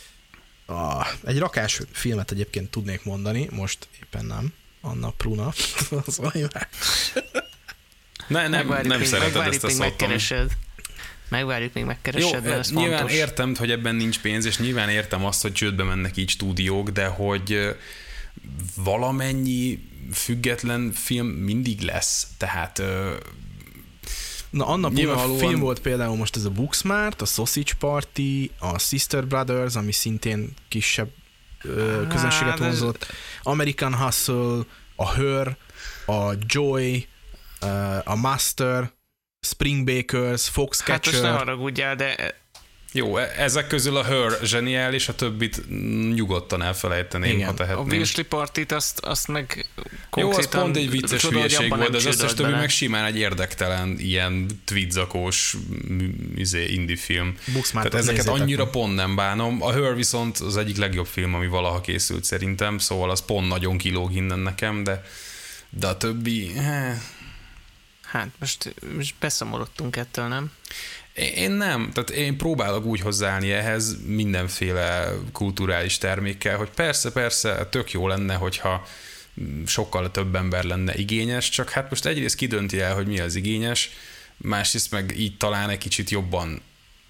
a egy rakás filmet egyébként tudnék mondani, most éppen nem, Annapurna, az olyan. Ne, nem, nem szereted ezt a szót. Megvárjuk, még megkeresed, mert ez nyilván fontos. Értem, hogy ebben nincs pénz, és nyilván értem azt, hogy csődbe mennek így stúdiók, de hogy valamennyi független film mindig lesz. Tehát na, Annapurna film volt például most ez a Booksmart, a Sausage Party, a Sister Brothers, ami szintén kisebb ö, közönséget vonzott, American Hustle, a Her, a Joy, a Master, Spring Bakers, Foxcatcher. Hát most ne haragudjál, de... Jó, ezek közül a Her zseniális, a többit nyugodtan elfelejteném, igen, ha tehetném. A Wilsley Partit azt, azt meg jó, az pont egy vicces tudod, hülyeség volt, de az összes többi bele. meg simán egy érdektelen, ilyen tweedzakós izé, indie film. Tehát ezeket annyira meg. Pont nem bánom. A Her viszont az egyik legjobb film, ami valaha készült szerintem, szóval az pont nagyon kilóg innen nekem, de, de a többi... Eh. Hát most, most beszomorodtunk ettől, nem? Én nem, tehát én próbálok úgy hozzáállni ehhez mindenféle kulturális termékkel, hogy persze, persze, tök jó lenne, hogyha sokkal több ember lenne igényes, csak hát most egyrészt kidönti el, hogy mi az igényes, másrészt meg így talán egy kicsit jobban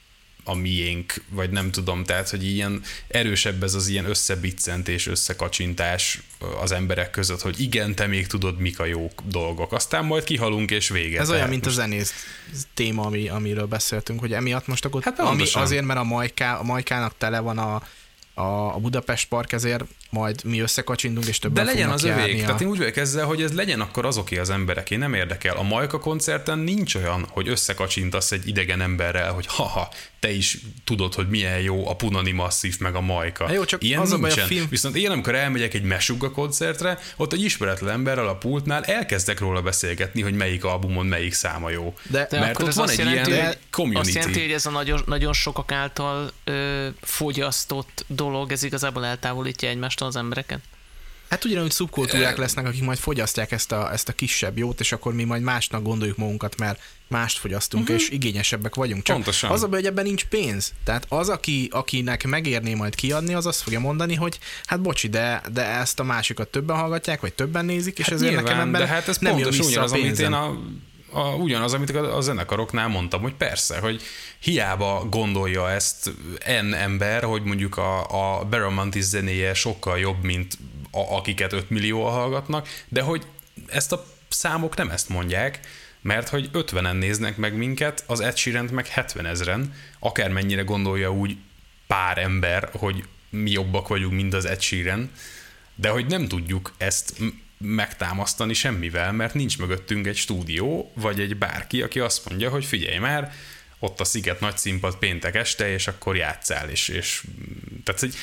a miénk, vagy nem tudom, tehát, hogy ilyen erősebb ez az ilyen összebiccentés, összekacsintás az emberek között, hogy igen, te még tudod, mik a jó dolgok. Aztán majd kihalunk, és vége. Ez olyan, mint most... a zenész téma, ami, amiről beszéltünk, hogy emiatt most akkor hát ami azért, mert a, Majká, a Majkának tele van a, a, a Budapest Park, ezért majd mi összekacsintunk, és többen de legyen az övék. A... Tehát én úgy vagyok ezzel, hogy ez legyen akkor azoké az emberek, én nem érdekel. A Majka koncerten nincs olyan, hogy összekacsintasz egy idegen emberrel, hogy haha, te is tudod, hogy milyen jó a Punani Masszív meg a Majka. Jó, csak ilyen az nincsen. A film... Viszont én, amikor elmegyek egy Meshuggah koncertre, ott egy ismeretlen emberrel a pultnál elkezdek róla beszélgetni, hogy melyik albumon melyik száma jó. De, de mert ott van egy jelenti, ilyen community. Azt jelenti, hogy ez a nagyon, nagyon sokak által ö, fogyasztott dolog, ez igazából eltávolítja egymástól az embereket? Hát ugyanúgy szubkultúrák lesznek, akik majd fogyasztják ezt a, ezt a kisebb jót, és akkor mi majd másnak gondoljuk magunkat, mert mást fogyasztunk, uh-huh. és igényesebbek vagyunk. Csak pontosan. Az a baj, hogy ebben nincs pénz. Tehát az, aki, akinek megérné majd kiadni, az azt fogja mondani, hogy hát bocsi, de, de ezt a másikat többen hallgatják, vagy többen nézik, és hát ezért nyilván, nekem ebben de hát ez nem jön vissza ugyanaz, a amit én pénzem. a A, ugyanaz, amit a zenekaroknál mondtam, hogy persze, hogy hiába gondolja ezt N ember, hogy mondjuk a, a Beramantis zenéje sokkal jobb, mint a, akiket öt millióan hallgatnak, de hogy ezt a számok nem ezt mondják, mert hogy ötvenen néznek meg minket, az Ed Sheerant meg hetvenezren, akármennyire gondolja úgy pár ember, hogy mi jobbak vagyunk, mint az Ed Sheeran, de hogy nem tudjuk ezt megtámasztani semmivel, mert nincs mögöttünk egy stúdió, vagy egy bárki, aki azt mondja, hogy figyelj már, ott a Sziget nagy színpad péntek este, és akkor játsszál, és, és tehát, hogy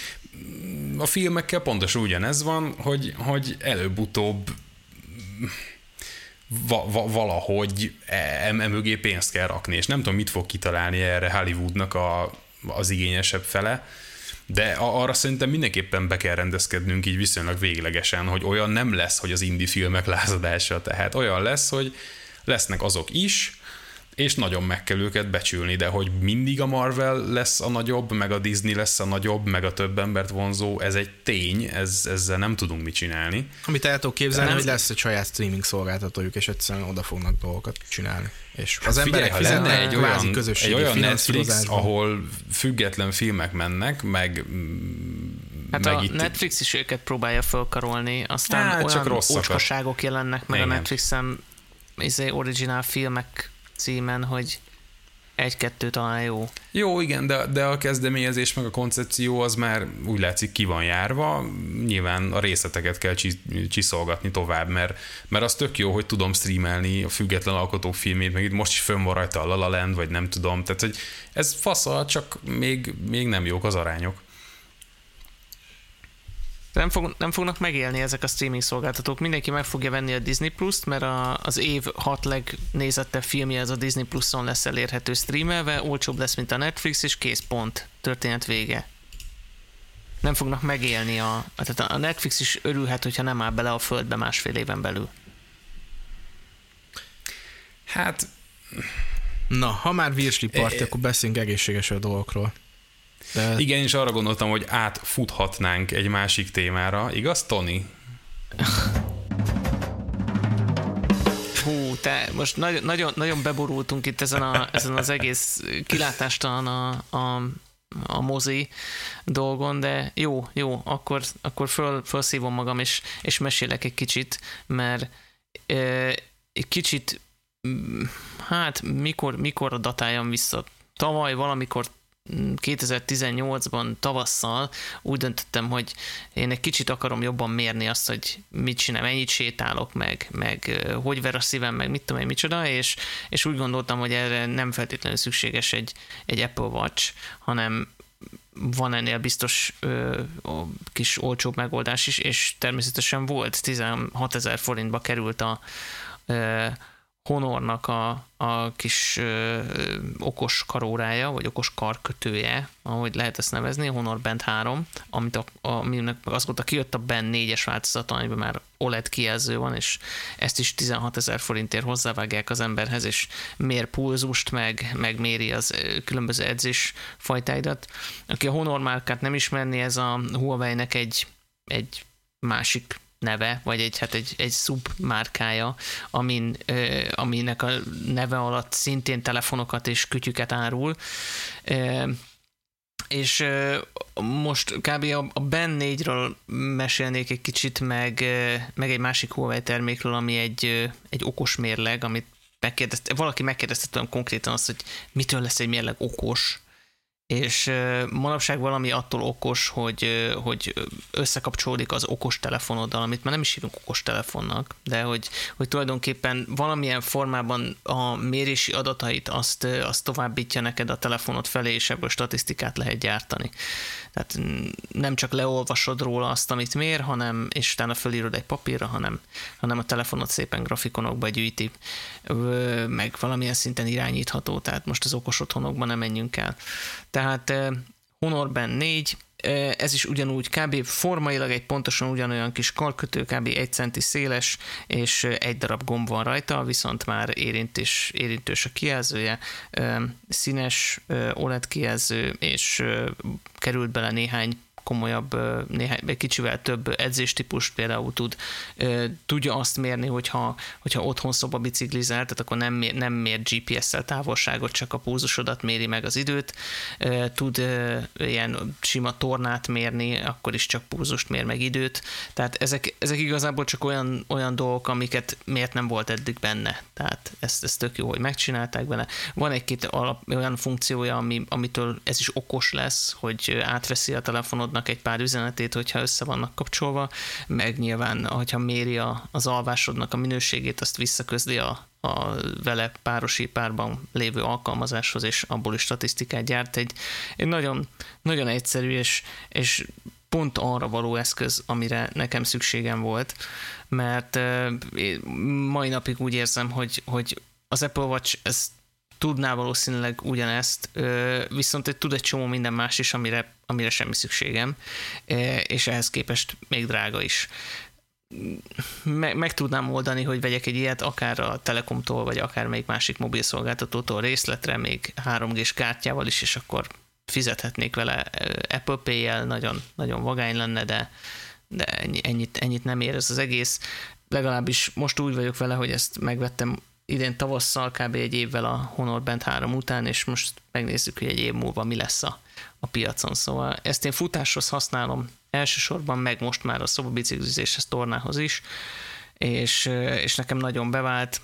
a filmekkel pontosan ugyanez van, hogy, hogy előbb-utóbb va, va, valahogy emögé pénzt kell rakni, és nem tudom, mit fog kitalálni erre Hollywoodnak a, az igényesebb fele, de arra szerintem mindenképpen be kell rendezkednünk így viszonylag véglegesen, hogy olyan nem lesz, hogy az indie filmek lázadása, tehát olyan lesz, hogy lesznek azok is, és nagyon meg kell őket becsülni, de hogy mindig a Marvel lesz a nagyobb, meg a Disney lesz a nagyobb, meg a több embert vonzó, ez egy tény, ez, ezzel nem tudunk mit csinálni. Amit el tudok képzelni, hogy lesz egy saját streaming szolgáltatójuk, és egyszerűen oda fognak dolgokat csinálni. És az hát emberek figyelj, ha lenne egy olyan, egy olyan Netflix, ahol független filmek mennek, meg hát meg a itt... Netflix is őket próbálja fölkarolni, aztán hát, olyan ócskaságok jelennek meg igen. A Netflixen izé, originál filmek címen, hogy egy-kettő talán jó. Jó, igen, de, de a kezdeményezés meg a koncepció az már úgy látszik ki van járva, nyilván a részleteket kell csiszolgatni tovább, mert, mert az tök jó, hogy tudom streamelni a független alkotók filmét, meg itt most is fönn van rajta a La La Land, vagy nem tudom, tehát hogy ez fasza, csak még, még nem jók az arányok. Nem, fog, nem fognak megélni ezek a streaming szolgáltatók. Mindenki meg fogja venni a Disney Plus-t, mert a, az év hat legnézettebb filmje az a Disney Plus-on lesz elérhető streamelve, olcsóbb lesz, mint a Netflix, és kész pont. Történet vége. Nem fognak megélni a... Tehát a Netflix is örülhet, hogyha nem áll bele a földbe másfél éven belül. Hát... Na, ha már Wilsley Party, akkor beszéljünk egészséges dolgokról. De... Igen, és arra gondoltam, hogy átfuthatnánk egy másik témára. Igaz, Tony? Hú, te most nagyon, nagyon, nagyon beborultunk itt ezen, a, ezen az egész kilátástalan a, a, a mozi dolgon, de jó, jó, akkor, akkor föl, fölszívom magam, és, és mesélek egy kicsit, mert e, egy kicsit hát mikor, mikor datáljam vissza? Tavaly valamikor kétezer-tizennyolcban tavasszal úgy döntöttem, hogy én egy kicsit akarom jobban mérni azt, hogy mit csinál, mennyit sétálok, meg, meg hogy ver a szívem, meg mit tudom én, micsoda, és, és úgy gondoltam, hogy erre nem feltétlenül szükséges egy, egy Apple Watch, hanem van ennél biztos ö, kis olcsóbb megoldás is, és természetesen volt, tizenhatezer forintba került a ö, Honornak a, a kis ö, okos karórája, vagy okos karkötője, ahogy lehet ezt nevezni, a Honor Band három, amit a, aminek azóta kijött a Band négyes változata, amiben már o el e dé kijelző van, és ezt is tizenhatezer forintért hozzávágják az emberhez, és mér pulzust, meg, meg méri az különböző edzés fajtáidat. Aki a Honor márkát nem ismerni, ez a Huawei-nek egy, egy másik neve, vagy egy, hát egy, egy szubmárkája, amin, ö, aminek a neve alatt szintén telefonokat és kütyüket árul. Ö, és ö, most kb. a, a Band négyről mesélnék egy kicsit, meg, ö, meg egy másik Huawei termékről, ami egy, ö, egy okos mérleg, amit megkérdezte, valaki megkérdezte tőlem konkrétan azt, hogy mitől lesz egy mérleg okos, és manapság valami attól okos, hogy, hogy összekapcsolódik az okos telefonoddal, amit már nem is hívunk okos telefonnak, de hogy, hogy tulajdonképpen valamilyen formában a mérési adatait azt, azt továbbítja neked a telefonod felé, és ebből statisztikát lehet gyártani. Tehát nem csak leolvasod róla azt, amit mér, hanem, és utána fölírod egy papírra, hanem, hanem a telefonod szépen grafikonokba gyűjti, meg valamilyen szinten irányítható, tehát most az okos otthonokban nem menjünk el. Tehát Honor Band négy, ez is ugyanúgy kb. Formailag egy pontosan ugyanolyan kis karkötő, kb. egy centi széles, és egy darab gomb van rajta, viszont már érintés, érintős a kijelzője, színes o el e dé kijelző, és került bele néhány komolyabb, néhány, egy kicsivel több edzéstípust például tud, tudja azt mérni, hogyha, hogyha otthon szoba biciklizel, tehát akkor nem mér, nem mér gé pé es-szel távolságot, csak a pulzusodat méri meg az időt, tud ilyen sima tornát mérni, akkor is csak pulzust mér meg időt, tehát ezek, ezek igazából csak olyan, olyan dolgok, amiket miért nem volt eddig benne, tehát ez, ez tök jó, hogy megcsinálták vele. Van egy-két alap, olyan funkciója, ami, amitől ez is okos lesz, hogy átveszi a telefonodnak egy pár üzenetét, hogyha össze vannak kapcsolva, meg nyilván, hogyha méri a, az alvásodnak a minőségét, azt visszaközli a, a vele párosi párban lévő alkalmazáshoz, és abból is statisztikát gyárt. Egy, egy nagyon, nagyon egyszerű, és, és pont arra való eszköz, amire nekem szükségem volt, mert mai napig úgy érzem, hogy, hogy az Apple Watch ezt tudná valószínűleg ugyanezt, viszont tud egy csomó minden más is, amire, amire semmi szükségem, és ehhez képest még drága is. Meg, meg tudnám oldani, hogy vegyek egy ilyet, akár a Telekomtól, vagy akár másik mobilszolgáltatótól részletre, még három gés kártyával is, és akkor fizethetnék vele Apple Pay-jel, nagyon, nagyon vagány lenne, de, de ennyi, ennyit, ennyit nem ér ez az egész. Legalábbis most úgy vagyok vele, hogy ezt megvettem idén tavasszal, kb. Egy évvel a Honor Band három után, és most megnézzük, hogy egy év múlva mi lesz a, a piacon. Szóval ezt én futáshoz használom elsősorban, meg most már a szobabiciklizéshez, tornához is, és, és nekem nagyon bevált.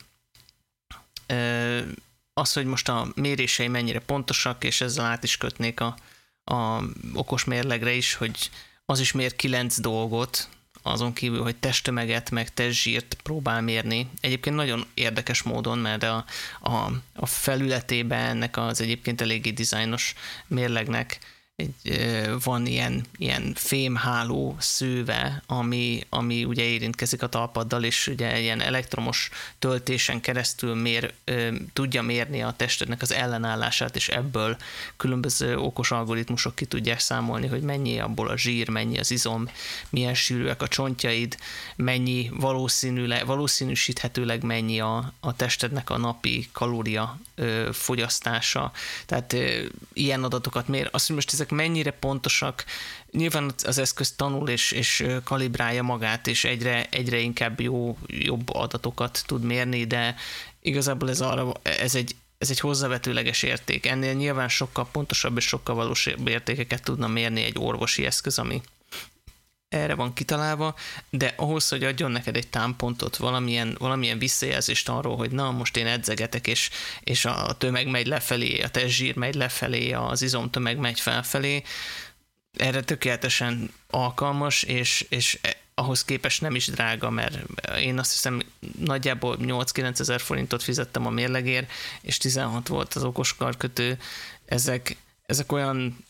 Az, hogy most a mérései mennyire pontosak, és ezzel át is kötnék a, a okos mérlegre is, hogy az is mér kilenc dolgot, azon kívül, hogy testtömeget, meg testzsírt próbál mérni. Egyébként nagyon érdekes módon, mert a, a, a felületében ennek az egyébként eléggé dizájnos mérlegnek egy, van ilyen, ilyen fémháló szőve, ami, ami ugye érintkezik a talpaddal, és ugye ilyen elektromos töltésen keresztül mér, tudja mérni a testednek az ellenállását, és ebből különböző okos algoritmusok ki tudják számolni, hogy mennyi abból a zsír, mennyi az izom, milyen sűrűek a csontjaid, mennyi valószínűleg, valószínűsíthetőleg mennyi a, a testednek a napi kalória ö, fogyasztása. Tehát ö, ilyen adatokat mér. Azt, hogy most ezek mennyire pontosak, nyilván az eszköz tanul és, és kalibrálja magát, és egyre, egyre inkább jó, jobb adatokat tud mérni, de igazából ez, arra, ez, egy, ez egy hozzávetőleges érték. Ennél nyilván sokkal pontosabb és sokkal valósabb értékeket tudna mérni egy orvosi eszköz, ami erre van kitalálva, de ahhoz, hogy adjon neked egy támpontot, valamilyen, valamilyen visszajelzést arról, hogy na, most én edzegetek, és, és a tömeg megy lefelé, a testzsír megy lefelé, az izomtömeg megy felfelé, erre tökéletesen alkalmas, és, és ahhoz képest nem is drága, mert én azt hiszem nagyjából nyolc-kilenc ezer forintot fizettem a mérlegért, és tizenhat volt az okos karkötő. Ezek, ezek olyan,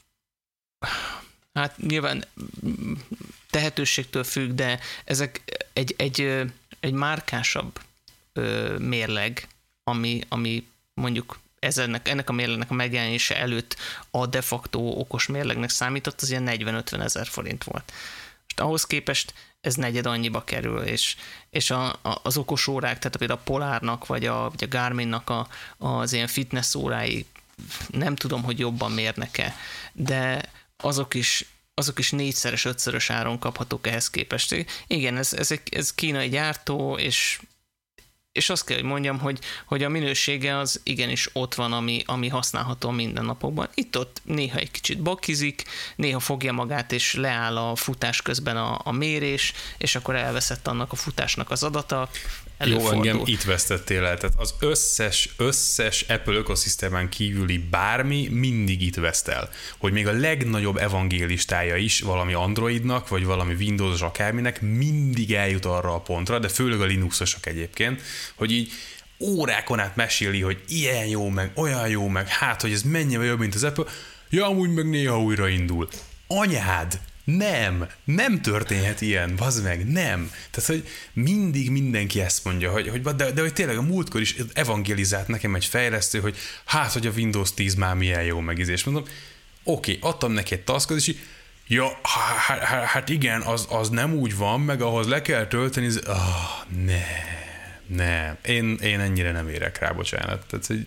hát nyilván tehetőségtől függ, de ezek egy, egy, egy márkásabb mérleg, ami, ami mondjuk Ennek, ennek a mérlegnek a megjelenése előtt a de facto okos mérlegnek számított, az ilyen negyven-ötven ezer forint volt. Most ahhoz képest ez negyed annyiba kerül, és, és a, a, az okos órák, tehát például a Polarnak, vagy a, vagy a Garminnak a, az ilyen fitness órái, nem tudom, hogy jobban mérnek-e, de azok is, azok is négyszeres, ötszörös áron kaphatók ehhez képest. Igen, ez, ez, egy, ez kínai gyártó, és És azt kell, hogy mondjam, hogy, hogy a minősége az igenis ott van, ami, ami használható minden napokban. Itt-ott néha egy kicsit bakizik, néha fogja magát, és leáll a futás közben a, a mérés, és akkor elveszett annak a futásnak az adata. Előfordul. Jó, engem itt vesztettél el. Tehát az összes, összes Apple ökoszisztémán kívüli bármi mindig itt veszt el. Hogy még a legnagyobb evangélistája is valami Androidnak, vagy valami Windows-os akárminek mindig eljut arra a pontra, de főleg a Linuxosok egyébként, hogy így órákon át meséli, hogy ilyen jó, meg olyan jó, meg hát, hogy ez mennyivel jobb, mint az Apple. Ja, amúgy meg néha újraindul. Anyád! Nem, nem történhet ilyen, bazd meg, nem. Tehát, hogy mindig mindenki ezt mondja, hogy, hogy de, de hogy tényleg a múltkor is evangelizált nekem egy fejlesztő, hogy hát, hogy a Windows tíz már milyen jó megizés. Mondom, oké, okay, adtam neki egy taskot, és így, ja, hát, hát, hát igen, az, az nem úgy van, meg ahhoz le kell tölteni, az, ah, ne, ne, én, én ennyire nem érek rá, bocsánat. Tehát, hogy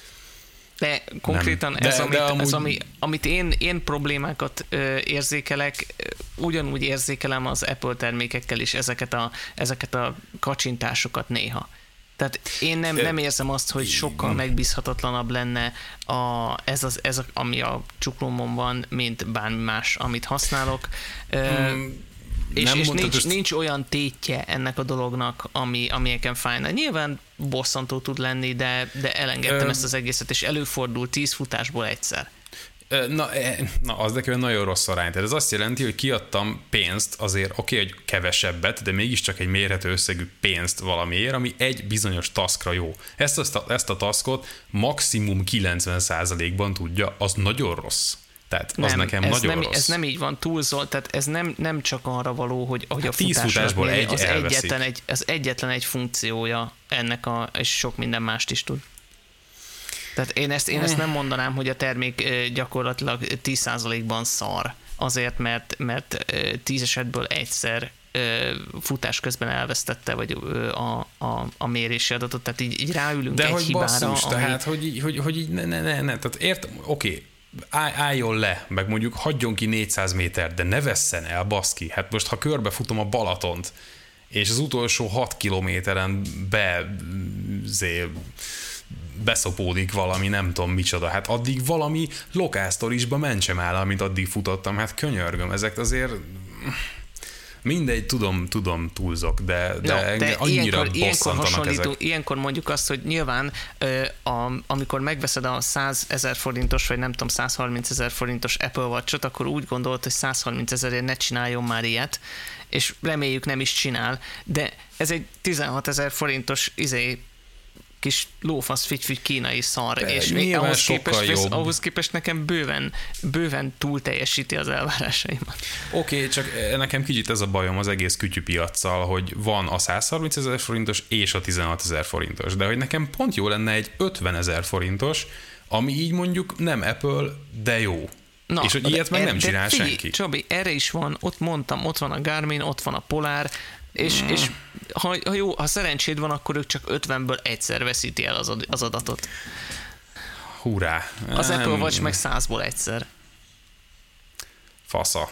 De konkrétan de, ez, amit, de amúgy... ez ami, amit én, én problémákat ö, érzékelek, ugyanúgy érzékelem az Apple termékekkel is ezeket a, ezeket a kacsintásokat néha. Tehát én nem, nem érzem azt, hogy sokkal megbízhatatlanabb lenne a, ez, az, ez a, ami a csuklómon van, mint bármi más, amit használok. Hmm. És, és nincs, ezt... nincs olyan tétje ennek a dolognak, ami, ami nekem fájna. Nyilván bosszantó tud lenni, de, de elengedtem Ö... ezt az egészet, és előfordul tíz futásból egyszer. Na, na az nekem nagyon rossz arány. Tehát ez azt jelenti, hogy kiadtam pénzt azért, oké, okay, hogy kevesebbet, de mégiscsak egy mérhető összegű pénzt valamiért, ami egy bizonyos taskra jó. Ezt a, ezt a taskot maximum kilencven százalékban tudja, az nagyon rossz. Tehát az nem, nekem ez nagyon nem, rossz. Ez nem így van, túlzol, tehát ez nem, nem csak arra való, hogy, hogy hát a tíz futásból egy az elveszik. Egyetlen egy, az egyetlen egy funkciója ennek, a, és sok minden mást is tud. Tehát én ezt, én ezt nem mondanám, hogy a termék gyakorlatilag tíz százalékban szar, azért, mert, mert tíz esetből egyszer futás közben elvesztette, vagy a, a, a mérési adatot, tehát így, így ráülünk de egy hogy hibára. Basszus, ami... tehát, hogy így, hogy, hogy így ne, ne, ne, ne, tehát értem, oké, okay. Áll, álljon le, meg mondjuk hagyjon ki négyszáz méter, de ne vesszen el, baszki. Hát most, ha körbefutom a Balatont, és az utolsó hat kilométeren be, zé, beszopódik valami, nem tudom micsoda, hát addig valami lokásztorisba mentsem el, amit addig futottam, hát könyörgöm, ezek azért... Mindegy, tudom, tudom, túlzok, de, de, no, de annyira ilyenkor, bosszantanak ilyenkor ezek. Ilyenkor mondjuk azt, hogy nyilván a, amikor megveszed a százezer forintos, vagy nem tudom, százharminc ezer forintos Apple Watch-ot, akkor úgy gondolod, hogy százharminc ezerért ne csináljon már ilyet, és reméljük nem is csinál, de ez egy tizenhat ezer forintos izé, kis lófasz figyfügy kínai szar, de és ahhoz képest, vesz, ahhoz képest nekem bőven, bőven túl teljesíti az elvárásaimat. Oké, okay, csak nekem kicsit ez a bajom az egész kütyüpiaccal, hogy van a százharminc ezer forintos és a tizenhat ezer forintos, de hogy nekem pont jó lenne egy ötven ezer forintos, ami így mondjuk nem Apple, de jó. Na, és hogy ilyet meg nem csinál figyelj, senki. Csabi, erre is van, ott mondtam, ott van a Garmin, ott van a Polar, és, mm. és ha, ha jó, ha szerencséd van, akkor ők csak ötvenből egyszer veszíti el az, az adatot. Hurrá. Az nem. Apple Watch meg százból egyszer. Fasza.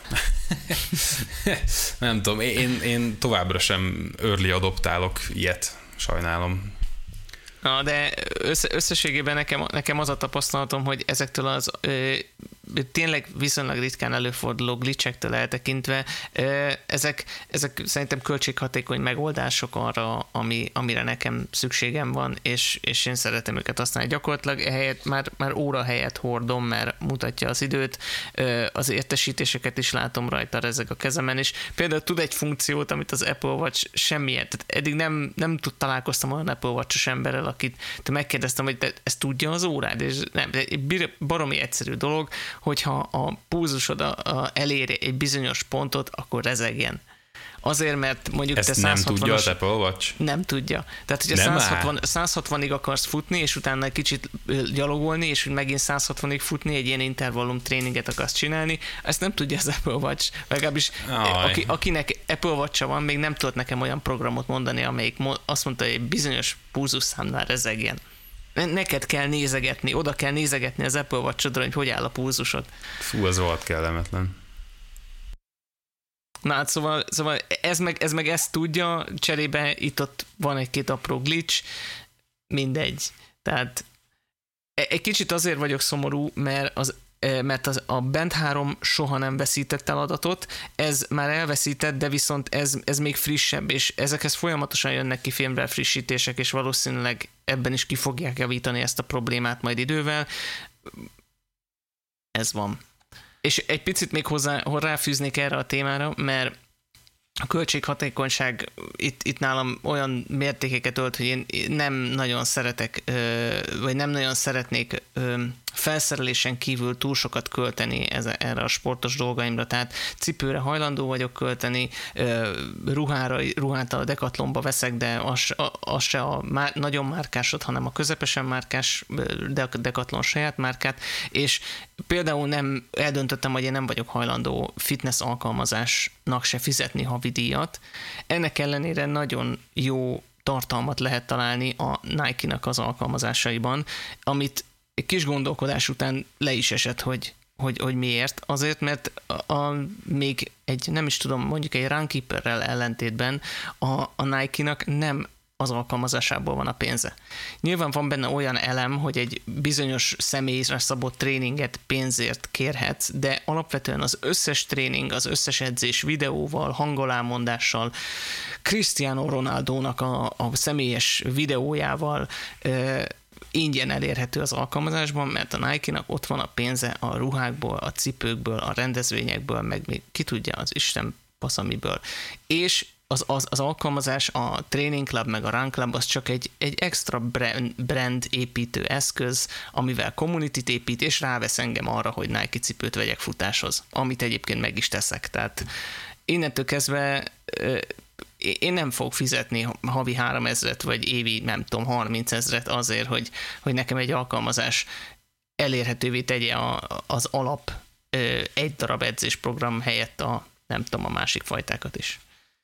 Nem tudom, én, én továbbra sem early adoptálok ilyet, sajnálom. Na, de össze, összességében nekem, nekem az a tapasztalatom, hogy ezektől az ö, tényleg viszonylag ritkán előforduló glitchektől eltekintve, ezek, ezek szerintem költséghatékony megoldások arra, ami, amire nekem szükségem van, és, és én szeretem őket használni. Gyakorlatilag ehelyett már, már óra helyett hordom, mert mutatja az időt, az értesítéseket is látom rajta, ezek a kezemen, és például tud egy funkciót, amit az Apple Watch semmilyen, tehát eddig nem, nem tud találkoztam olyan Apple Watch-os emberrel, akit te megkérdeztem, hogy te ezt tudja az órád, és nem, egy baromi egyszerű dolog, hogyha a pulzusod a, a eléri egy bizonyos pontot, akkor rezegjen. Azért, mert mondjuk ezt te száz hatvanas... nem tudja az Apple Watch? Nem tudja. Tehát, hogyha száz hatvan, száz hatvanig akarsz futni, és utána egy kicsit gyalogolni, és megint száz hatvanig futni, egy ilyen intervallum tréninget akarsz csinálni, ezt nem tudja az Apple Watch. Legalábbis aki, akinek Apple Watch-a van, még nem tudott nekem olyan programot mondani, amelyik azt mondta, hogy egy bizonyos pulzusszámnál rezegjen. Neked kell nézegetni, oda kell nézegetni az Apple Watch-odra, hogy hogy áll a pulzusod. Fú, az volt kellemetlen. Na hát szóval, szóval ez, meg, ez meg ezt tudja, cserébe itt-ott van egy-két apró glitch, mindegy. Tehát egy kicsit azért vagyok szomorú, mert az mert az, a Band három soha nem veszített el adatot, ez már elveszített, de viszont ez, ez még frissebb, és ezekhez folyamatosan jönnek ki firmware frissítések, és valószínűleg ebben is ki fogják javítani ezt a problémát majd idővel. Ez van. És egy picit még hozzá, ráfűznék erre a témára, mert a költséghatékonyság itt, itt nálam olyan mértékeket ölt, hogy én nem nagyon szeretek, vagy nem nagyon szeretnék felszerelésen kívül túl sokat költeni erre a sportos dolgaimra, tehát cipőre hajlandó vagyok költeni, ruhára, ruhát a Decathlonba veszek, de az, az se a már, nagyon márkásot, hanem a közepesen márkás Decathlon saját márkát, és például nem eldöntöttem, hogy én nem vagyok hajlandó fitness alkalmazásnak se fizetni havidíjat. Ennek ellenére nagyon jó tartalmat lehet találni a Nike-nak az alkalmazásaiban, amit egy kis gondolkodás után le is esett, hogy, hogy, hogy miért. Azért, mert a, a, még egy, nem is tudom, mondjuk egy Runkeeperrel ellentétben a, a Nike-nak nem az alkalmazásából van a pénze. Nyilván van benne olyan elem, hogy egy bizonyos személyre szabott tréninget pénzért kérhetsz, de alapvetően az összes tréning, az összes edzés videóval, hangolámondással, Cristiano Ronaldónak a, a személyes videójával ö, ingyen elérhető az alkalmazásban, mert a Nike-nak ott van a pénze a ruhákból, a cipőkből, a rendezvényekből, meg még ki tudja az Isten paszamiből. És az, az, az alkalmazás, a Training Club meg a Run Club az csak egy, egy extra brand, brand építő eszköz, amivel community-t épít, és rávesz engem arra, hogy Nike cipőt vegyek futáshoz, amit egyébként meg is teszek. Tehát innentől kezdve én nem fogok fizetni havi háromezret, vagy évi, nem tudom, harmincezret azért, hogy, hogy nekem egy alkalmazás elérhetővé tegye a, az alap egy darab edzésprogram helyett a, nem tudom, a másik fajtákat is.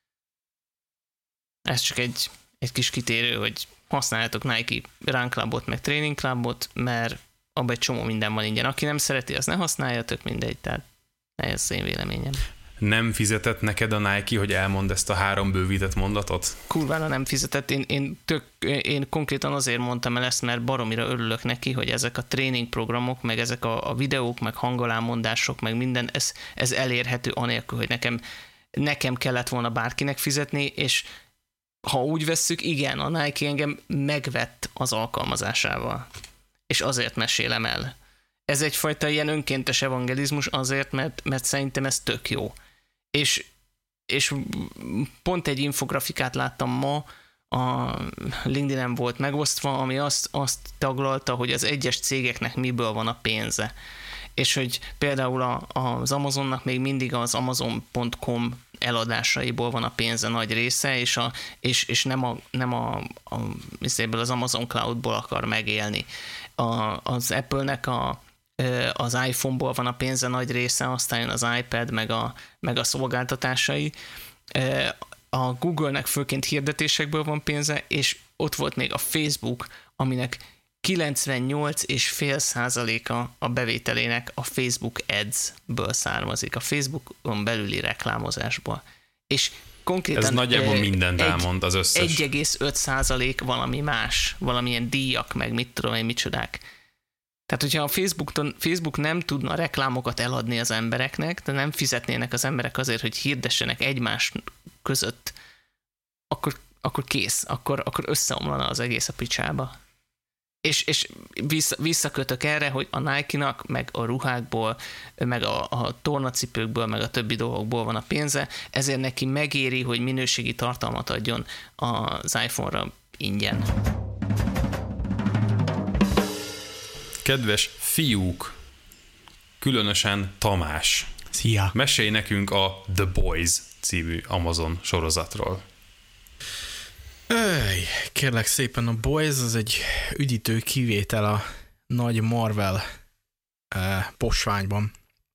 Ez csak egy, egy kis kitérő, hogy használjátok Nike Run Clubot, meg Training Clubot, mert abban egy csomó minden van ingyen. Aki nem szereti, az ne használja, tök mindegy, tehát ez az én véleményem. Nem fizetett neked a Nike, hogy elmond ezt a három bővített mondatot? Kurvára nem fizetett. Én, én, tök, én konkrétan azért mondtam el ezt, mert baromira örülök neki, hogy ezek a tréning programok, meg ezek a, a videók, meg hangolámondások, meg minden, ez, ez elérhető anélkül, hogy nekem, nekem kellett volna bárkinek fizetni, és ha úgy vesszük, igen, a Nike engem megvett az alkalmazásával. És azért mesélem el. Ez egyfajta ilyen önkéntes evangelizmus azért, mert, mert szerintem ez tök jó. És, és pont egy infografikát láttam ma, a LinkedIn-en volt megosztva, ami azt, azt taglalta, hogy az egyes cégeknek miből van a pénze. És hogy például a, az Amazonnak még mindig az amazon pont com eladásaiból van a pénze nagy része, és, a, és, és nem, a, nem a, a, az Amazon Cloudból akar megélni. A, az Apple-nek a az iPhone-ból van a pénze nagy része, aztán jön az iPad, meg a, meg a szolgáltatásai. A Google-nek főként hirdetésekből van pénze, és ott volt még a Facebook, aminek kilencvennyolc egész öt százaléka a bevételének a Facebook Ads-ből származik, a Facebookon belüli reklámozásból. És konkrétan ez nagyjából mindent egy, elmond az összes. egy egész öt százalék valami más, valamilyen díjak, meg mit tudom én, micsodák. Tehát, hogyha a Facebookon, Facebook nem tudna reklámokat eladni az embereknek, de nem fizetnének az emberek azért, hogy hirdessenek egymás között, akkor, akkor kész, akkor, akkor összeomlana az egész a picsába. És, és vissza, visszakötök erre, hogy a Nike-nak, meg a ruhákból, meg a, a tornacipőkből, meg a többi dolgokból van a pénze, ezért neki megéri, hogy minőségi tartalmat adjon az iPhone-ra ingyen. Kedves fiúk, különösen Tamás, szia! Mesélj nekünk a The Boys című Amazon sorozatról. Öj, kérlek szépen, a Boys az egy üdítő kivétel a nagy Marvel uh, posványban.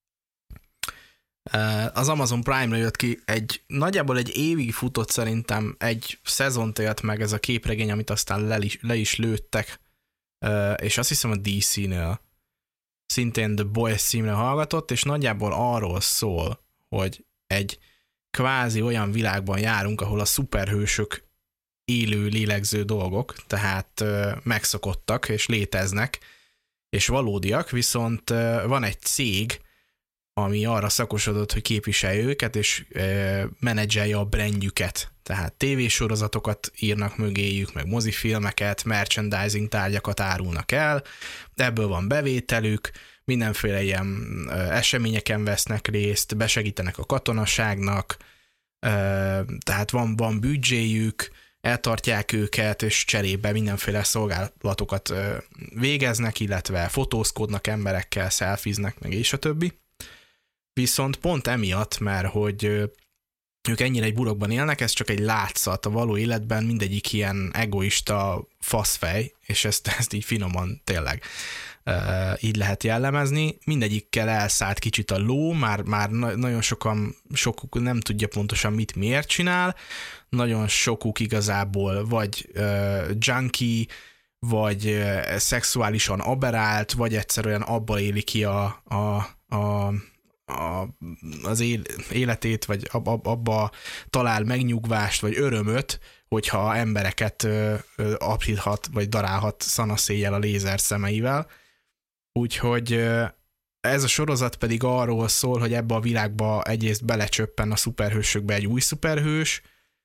Uh, az Amazon Prime-ra jött ki, egy nagyjából egy évig futott, szerintem egy szezont élt meg ez a képregény, amit aztán le is, le is lőttek, uh, és azt hiszem a dé cé-nél szintén The Boys címre hallgatott, és nagyjából arról szól, hogy egy kvázi olyan világban járunk, ahol a szuperhősök élő, lélegző dolgok, tehát uh, megszokottak, és léteznek, és valódiak, viszont uh, van egy cég, ami arra szakosodott, hogy képviselje őket, és uh, menedzselje a brandjüket. Tehát tévésorozatokat írnak mögéjük, meg mozifilmeket, merchandising tárgyakat árulnak el, ebből van bevételük, mindenféle ilyen uh, eseményeken vesznek részt, besegítenek a katonaságnak, uh, tehát van, van büdzséjük, eltartják őket, és cserébe mindenféle szolgálatokat végeznek, illetve fotózkodnak emberekkel, szelfiznek, meg és a többi. Viszont pont emiatt, mert hogy ők ennyire egy burokban élnek, ez csak egy látszat, a való életben mindegyik ilyen egoista faszfej, és ezt, ezt így finoman tényleg így lehet jellemezni. Mindegyikkel elszállt kicsit a ló, már, már nagyon sokan, sokuk nem tudja pontosan mit, miért csinál, nagyon sokuk igazából vagy uh, junkie, vagy uh, szexuálisan aberált, vagy egyszerűen abban éli ki a, a, a, a, az életét, vagy ab, ab, abba talál megnyugvást, vagy örömöt, hogyha embereket uh, apríthat, vagy darálhat szanaszéjjel a lézer szemeivel. Úgyhogy ez a sorozat pedig arról szól, hogy ebbe a világba egyrészt belecsöppen a szuperhősökbe egy új szuperhős,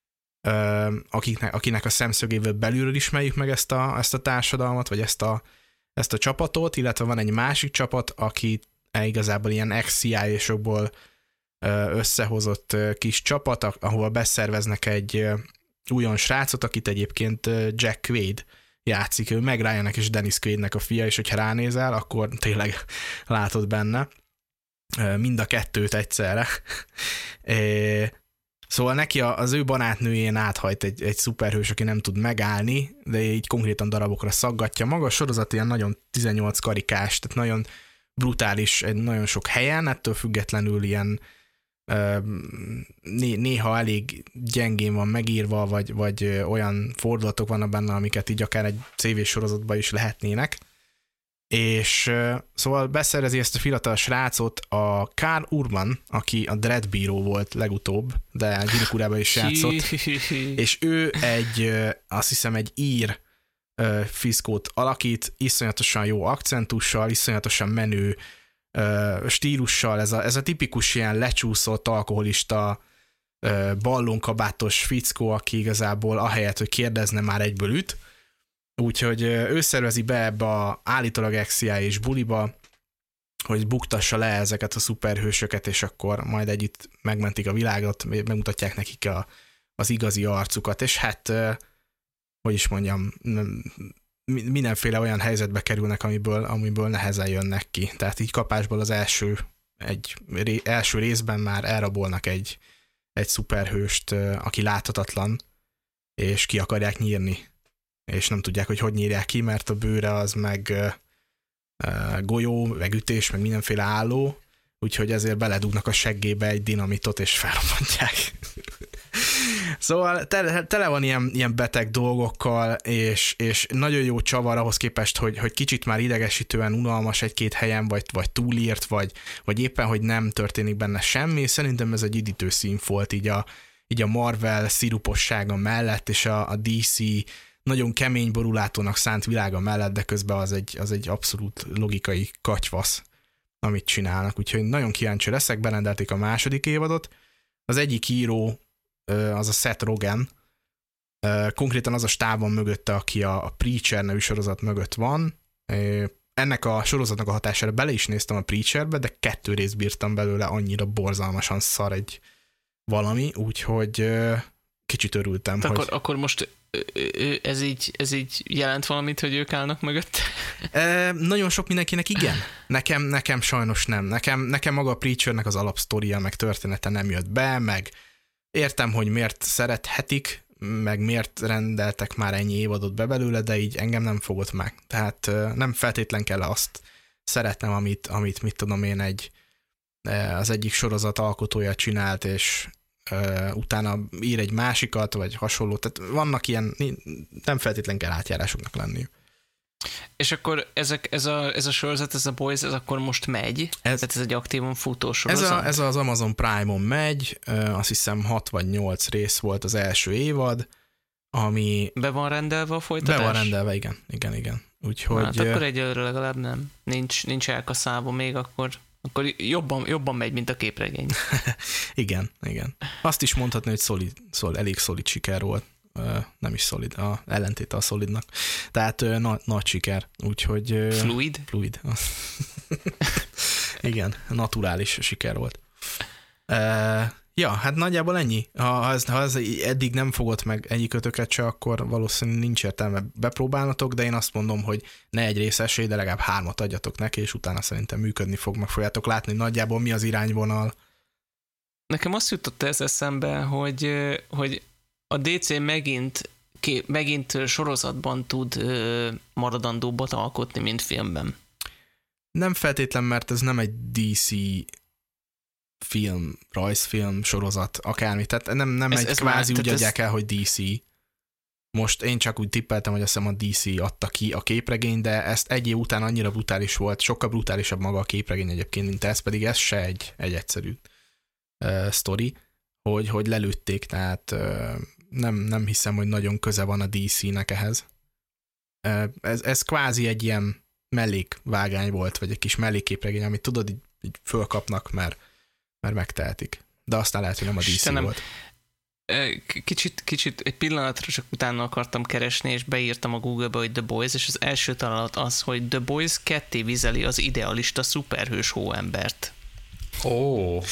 akiknek, akinek a szemszögéből belülről ismerjük meg ezt a, ezt a társadalmat, vagy ezt a, ezt a csapatot, illetve van egy másik csapat, aki igazából ilyen ex-C I A-sokból összehozott kis csapat, ahol beszerveznek egy újon srácot, akit egyébként Jack Quaid játszik, ő meg Ryannek és Dennis Quaidnek a fia, és hogyha ránézel, akkor tényleg látod benne mind a kettőt egyszerre. Szóval neki az ő barátnőjén áthajt egy, egy szuperhős, aki nem tud megállni, de így konkrétan darabokra szaggatja. Maga a sorozat ilyen nagyon tizennyolc karikás, tehát nagyon brutális, nagyon sok helyen, ettől függetlenül ilyen néha elég gyengén van megírva, vagy, vagy olyan fordulatok vannak benne, amiket így akár egy cé vé sorozatban is lehetnének. És szóval beszerezi ezt a fiatal srácot a Karl Urban, aki a Dread bíró volt legutóbb, de Gyűrűk is játszott, és ő egy, azt hiszem egy ír fiszkót alakít, iszonyatosan jó akcentussal, iszonyatosan menő stílussal, ez a, ez a tipikus ilyen lecsúszott alkoholista ballonkabátos fickó, aki igazából ahelyett, hogy kérdezne, már egyből üt. Úgyhogy ő szervezi be ebbe a állítólag ex-C I A-s buliba, hogy buktassa le ezeket a szuperhősöket, és akkor majd együtt megmentik a világot, megmutatják nekik a, az igazi arcukat, és hát, hogy is mondjam, mindenféle olyan helyzetbe kerülnek, amiből, amiből nehezen jönnek ki. Tehát így kapásból az első, egy, első részben már elrabolnak egy, egy szuperhőst, aki láthatatlan, és ki akarják nyírni. És nem tudják, hogy hogy nyírják ki, mert a bőre az meg golyó, meg ütés, meg mindenféle álló, úgyhogy ezért beledugnak a seggébe egy dinamitot, és felrobbantják. Szóval tele, tele van ilyen, ilyen beteg dolgokkal, és, és nagyon jó csavar ahhoz képest, hogy, hogy kicsit már idegesítően unalmas egy-két helyen, vagy, vagy túlírt, vagy, vagy éppen, hogy nem történik benne semmi. Szerintem ez egy üdítő színfolt így a, így a Marvel szirupossága mellett, és a, a dé cé nagyon kemény borulátónak szánt világa mellett, de közben az egy, az egy abszolút logikai katyvasz, amit csinálnak. Úgyhogy nagyon kíváncsi leszek, berendelték a második évadot. Az egyik író, az a Seth Rogen, konkrétan az a stábon mögötte, aki a Preacher nevű sorozat mögött van. Ennek a sorozatnak a hatására bele is néztem a Preacherbe, de kettő részt bírtam belőle, annyira borzalmasan szar egy valami, úgyhogy kicsit örültem. Hogy... Akkor, hogy... akkor most ez így, ez így jelent valamit, hogy ők állnak mögött? E, nagyon sok mindenkinek igen. Nekem, nekem sajnos nem. Nekem, nekem maga a Preachernek az alapsztoria, meg története nem jött be, meg értem, hogy miért szerethetik, meg miért rendeltek már ennyi évadot be belőle, de így engem nem fogott meg. Tehát nem feltétlen kell azt szeretnem, amit, amit mit tudom én, egy, az egyik sorozat alkotója csinált, és uh, utána ír egy másikat, vagy hasonló. Tehát vannak ilyen, nem feltétlen kell átjárásoknak lenni. És akkor ezek, ez, a, ez a sorozat, ez a Boys, ez akkor most megy? Ez, Tehát ez egy aktívon futó sorozat? Ez, a, ez az Amazon Prime-on megy, azt hiszem hat vagy nyolc rész volt az első évad, ami... Be van rendelve a folytatás? Be van rendelve, igen, igen, igen. Úgyhogy... Hát akkor egyelőre legalább nem. Nincs, nincs elkaszálva még, akkor, akkor jobban, jobban megy, mint a képregény. igen, igen. Azt is mondhatni, hogy szolid, szolid, elég szolid siker volt. Nem is szolid, a ellentéte a szolidnak. Tehát na, nagy siker, úgyhogy... Fluid? Fluid. Igen, naturális siker volt. Ja, hát nagyjából ennyi. Ha ez, ha ez eddig nem fogott meg egyikötöket se, akkor valószínűleg nincs értelme bepróbálnatok, de én azt mondom, hogy ne egy rész esély, de legalább hármat adjatok neki, és utána szerintem működni fog, meg fogjátok látni nagyjából mi az irányvonal. Nekem azt jutott ez eszembe, hogy, hogy a dé cé megint, megint sorozatban tud maradandóbbat alkotni, mint filmben. Nem feltétlen, mert ez nem egy dé cé film, rajzfilm, sorozat, akármi. Tehát nem, nem ez, egy ez kvázi már, úgy adják ez... el, hogy dé cé. Most én csak úgy tippeltem, hogy azt hiszem a dé cé adta ki a képregény, de ezt egy év után annyira brutális volt, sokkal brutálisabb maga a képregény egyébként, mint ez, pedig ez se egy, egy egyszerű uh, sztori, hogy, hogy lelőtték, tehát uh, nem, nem hiszem, hogy nagyon köze van a dé cé-nek ehhez. Uh, ez, ez kvázi egy ilyen mellékvágány volt, vagy egy kis mellékképregény, amit tudod, így, így fölkapnak, mert, mert megtehetik. De aztán lehet, hogy nem a dé cé Istenem, volt. Kicsit, kicsit egy pillanatra csak utána akartam keresni, és beírtam a Google-be, hogy The Boys, és az első találat az, hogy The Boys ketté vizeli az idealista szuperhős hóembert. Ó, oh.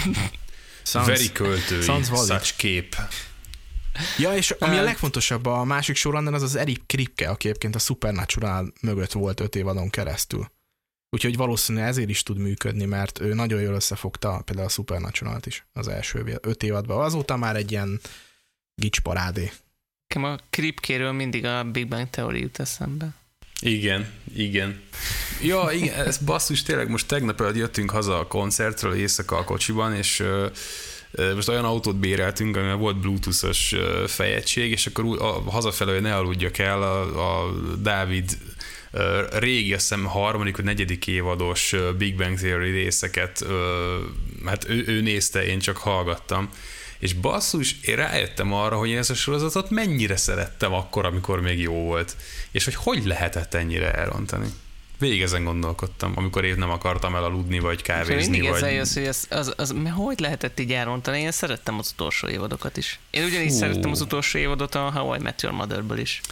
Very költői, such kép. Ja, és ami a legfontosabb a másik sorrendben, az az Eric Kripke, aki egyébként a Supernatural mögött volt öt évadon keresztül. Úgyhogy valószínűleg ezért is tud működni, mert ő nagyon jól összefogta például a Supernatural-t is az első öt évadban. Azóta már egy ilyen gicsparádé. Nekem a Kripkéről mindig a Big Bang Theory jut eszembe. Igen, igen. Ja, igen, ez basszus, tényleg most tegnap előtt jöttünk haza a koncertről éjszaka a kocsiban, és most olyan autót béreltünk, amivel volt bluetooth-os fejegység, és akkor a, hazafelé, hogy ne aludjak el, a, a Dávid régi, azt hiszem harmadik vagy negyedik évados Big Bang Theory részeket, hát ő, ő nézte, én csak hallgattam. És basszus, én rájöttem arra, hogy én ezt a sorozatot mennyire szerettem akkor, amikor még jó volt. És hogy hogy lehetett ennyire elrontani. Végig ezen gondolkodtam, amikor én nem akartam elaludni, vagy kávézni. Mindig vagy... ezzel jössz, hogy az, az, az, hogy lehetett így elrontani? Én szerettem az utolsó évadokat is. Én ugyanis Hú. szerettem az utolsó évadot a How I Met Your Mother-ből is.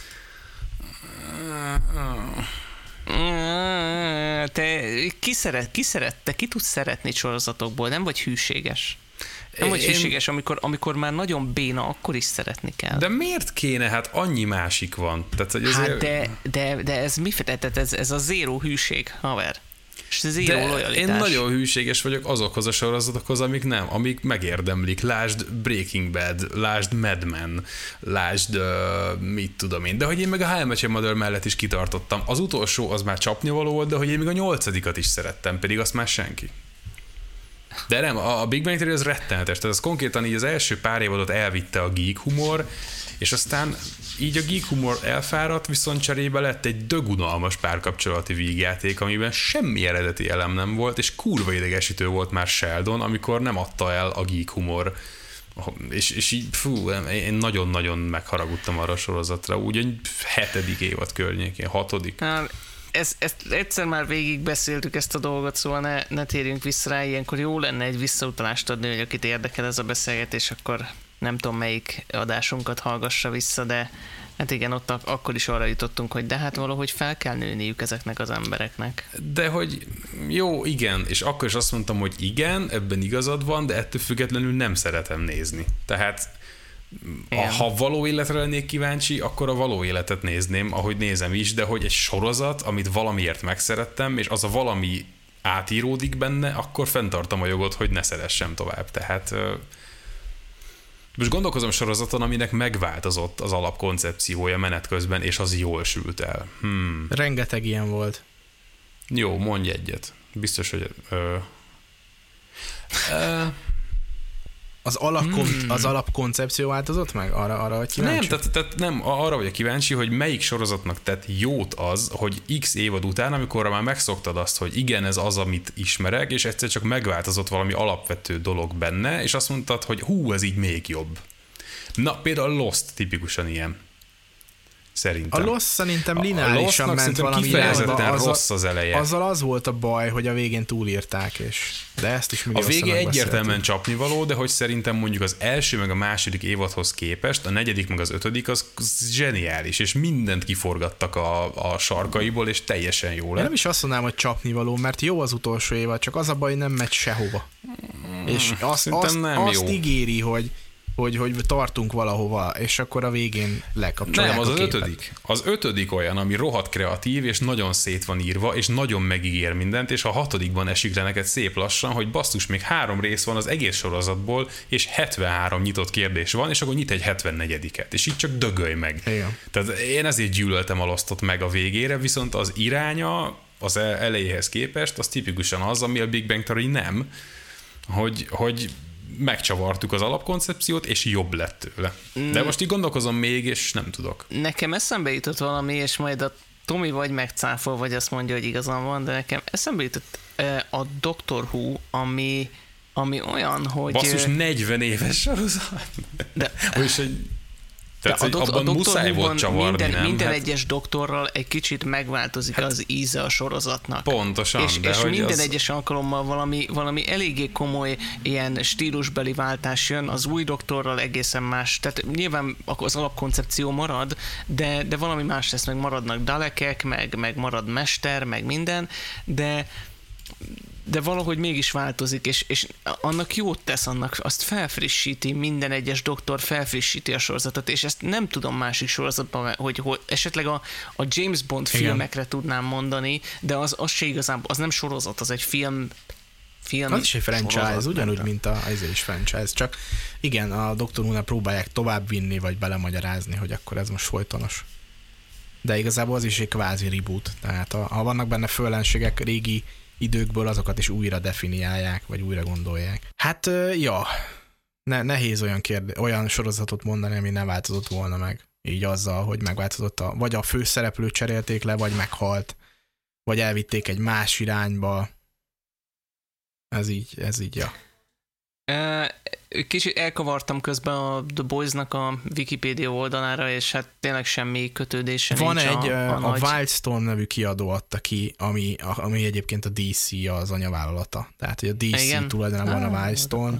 Te ki, szeret, ki szerette, ki tudsz szeretni sorozatokból, nem vagy hűséges. Nem vagy Én... hűséges, amikor, amikor már nagyon béna, akkor is szeretni kell. De miért kéne? Hát annyi másik van. Tehát, hogy hát de, de, de ez mi? Tehát ez, ez a zéró hűség, haver. És zéró lojalitás. Én nagyon hűséges vagyok azokhoz a sorozatokhoz, amik nem, amik megérdemlik. Lásd Breaking Bad, lásd Mad Men, lásd uh, mit tudom én. De hogy én meg a How I Met Your Mother mellett is kitartottam. Az utolsó az már csapnivaló volt, de hogy én még a nyolcadikat is szerettem, pedig azt már senki. De nem, a Big Bang Theory az rettenetes, tehát az konkrétan így az első pár évadot elvitte a geek humor, és aztán így a geek humor elfáradt, viszont cserébe lett egy dögunalmas párkapcsolati vígjáték, amiben semmi eredeti elem nem volt, és kurva idegesítő volt már Sheldon, amikor nem adta el a geek humor És, és így, fú, én nagyon-nagyon megharagudtam arra a sorozatra, úgy hetedik évad környékén, hatodik. Ezt, ezt egyszer már végig beszéltük ezt a dolgot, szóval ne, ne térjünk vissza rá, ilyenkor jó lenne egy visszautalást adni, hogy akit érdekel ez a beszélgetés, akkor nem tudom melyik adásunkat hallgassa vissza, de hát igen, ott ak- akkor is arra jutottunk, hogy de hát valahogy fel kell nőniük ezeknek az embereknek. De hogy jó, igen, és akkor is azt mondtam, hogy igen, ebben igazad van, de ettől függetlenül nem szeretem nézni. Tehát a, ha való életre lennék kíváncsi, akkor a való életet nézném, ahogy nézem is, de hogy egy sorozat, amit valamiért megszerettem, és az a valami átíródik benne, akkor fenntartom a jogot, hogy ne szeressem tovább. Tehát most gondolkozom sorozaton, aminek megváltozott az alapkoncepciója menet közben, és az jól sült el. Hmm. Rengeteg ilyen volt. Jó, mondj egyet. Biztos, hogy... Ö, ö, az, alapkon, hmm. az alapkoncepció változott meg? Arra, arra vagy kíváncsi? Nem, tehát, tehát nem, arra vagyok kíváncsi, hogy melyik sorozatnak tett jót az, hogy x évad után, amikor már megszoktad azt, hogy igen, ez az, amit ismerek, és egyszer csak megváltozott valami alapvető dolog benne, és azt mondtad, hogy hú, ez így még jobb. Na, például a Lost tipikusan ilyen. Szerintem. A Lost szerintem lineárisan ment valami kifejezetten rossz az eleje. Azzal az volt a baj, hogy a végén túlírták, és de ezt is a vége egyértelműen csapnivaló, de hogy szerintem mondjuk az első meg a második évadhoz képest, a negyedik meg az ötödik az zseniális, és mindent kiforgattak a, a sarkaiból, és teljesen jó lett. Én nem is azt mondanám, hogy csapnivaló, mert jó az utolsó évad, csak az a baj, hogy nem megy sehova. Mm, és azt, azt, nem azt ígéri, hogy Hogy, hogy tartunk valahova, és akkor a végén lekapcsolják. Nem, az a az képet. ötödik. Az ötödik olyan, ami rohadt kreatív, és nagyon szét van írva, és nagyon megígér mindent, és a hatodikban esik le neked szép lassan, hogy basszus, még három rész van az egész sorozatból, és hetvenhárom nyitott kérdés van, és akkor nyit egy hetvennegyediket, és így csak dögölj meg. Igen. Tehát én ezért gyűlöltem a Lostot meg a végére, viszont az iránya az elejéhez képest, az tipikusan az, ami a Big Bang Theory nem, hogy, hogy megcsavartuk az alapkoncepciót, és jobb lett tőle. De most így gondolkozom még, és nem tudok. Nekem eszembe jutott valami, és majd a Tomi vagy megcáfol, vagy azt mondja, hogy igazam van, de nekem eszembe jutott a Doctor Who, ami, ami olyan, hogy... Basszus, negyven éves sorozat. De... Vagyis, hogy... Tehát, a, do- abban a muszáj volt csavarni, minden, nem? minden hát... egyes doktorral egy kicsit megváltozik hát... az íze a sorozatnak. Pontosan. És, de és hogy minden az... egyes alkalommal valami, valami eléggé komoly ilyen stílusbeli váltás jön, az új doktorral egészen más. Tehát nyilván az alapkoncepció marad, de, de valami más lesz, meg maradnak dalekek, meg, meg marad mester, meg minden, de de valahogy mégis változik, és, és annak jót tesz, annak azt felfrissíti, minden egyes doktor felfrissíti a sorozatot, és ezt nem tudom másik sorozatban, hogy, hogy esetleg a, a James Bond igen. filmekre tudnám mondani, de az, az se igazán, az nem sorozat, az egy film, film az is egy franchise, sorozat, ugyanúgy, nem. mint a, ez is franchise, csak igen, a Doctor Who-nál próbálják tovább vinni, vagy belemagyarázni, hogy akkor ez most folytonos. De igazából az is egy kvázi reboot, tehát a, ha vannak benne föllenségek régi időkből, azokat is újra definiálják, vagy újra gondolják. Hát, ja, ne, nehéz olyan, kérdé- olyan sorozatot mondani, ami nem változott volna meg. Így azzal, hogy megváltozott a, vagy a főszereplőt cserélték le, vagy meghalt, vagy elvitték egy más irányba. Ez így, ez így, ja. Kicsit elkavartam közben a The Boys-nak a Wikipédia oldalára, és hát tényleg semmi kötődése van nincs egy, a, a, a nagy... Wildstorm nevű kiadó adta ki, ami, ami egyébként a dé cé az anyavállalata. Tehát, hogy a dé cé igen? tulajdonában van a Wildstorm.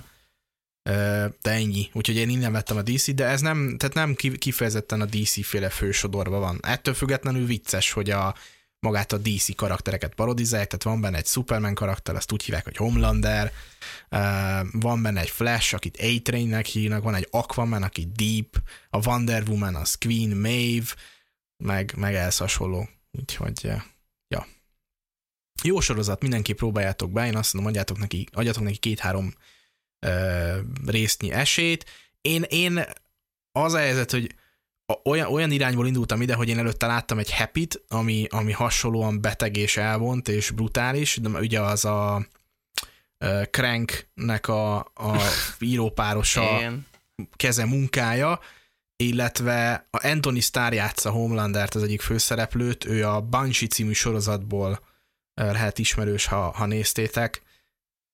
De ennyi. Úgyhogy én innen vettem a dé cé, de ez nem, tehát nem kifejezetten a dé cé féle fősodorban van. Ettől függetlenül vicces, hogy a magát a dé cé karaktereket parodizálják, tehát van benne egy Superman karakter, azt úgy hívják, hogy Homelander, uh, van benne egy Flash, akit A-Trainnek hívnak, van egy Aquaman, aki Deep, a Wonder Woman, az Queen Maeve, meg, meg ez hasonló. Úgyhogy, ja. Jó sorozat, mindenki próbáljátok be, én azt mondom, adjátok neki, adjátok neki két-három uh, résznyi esélyt. Én, én az a helyzet, hogy Olyan, olyan irányból indultam ide, hogy én előtte láttam egy Happy-t, ami, ami hasonlóan beteg és elvont és brutális, de ugye az a uh, Cranknek a, a írópárosa keze munkája, illetve a Anthony Starr játsza Homelandert, az egyik főszereplőt, ő a Banshee című sorozatból uh, lehet ismerős, ha, ha néztétek.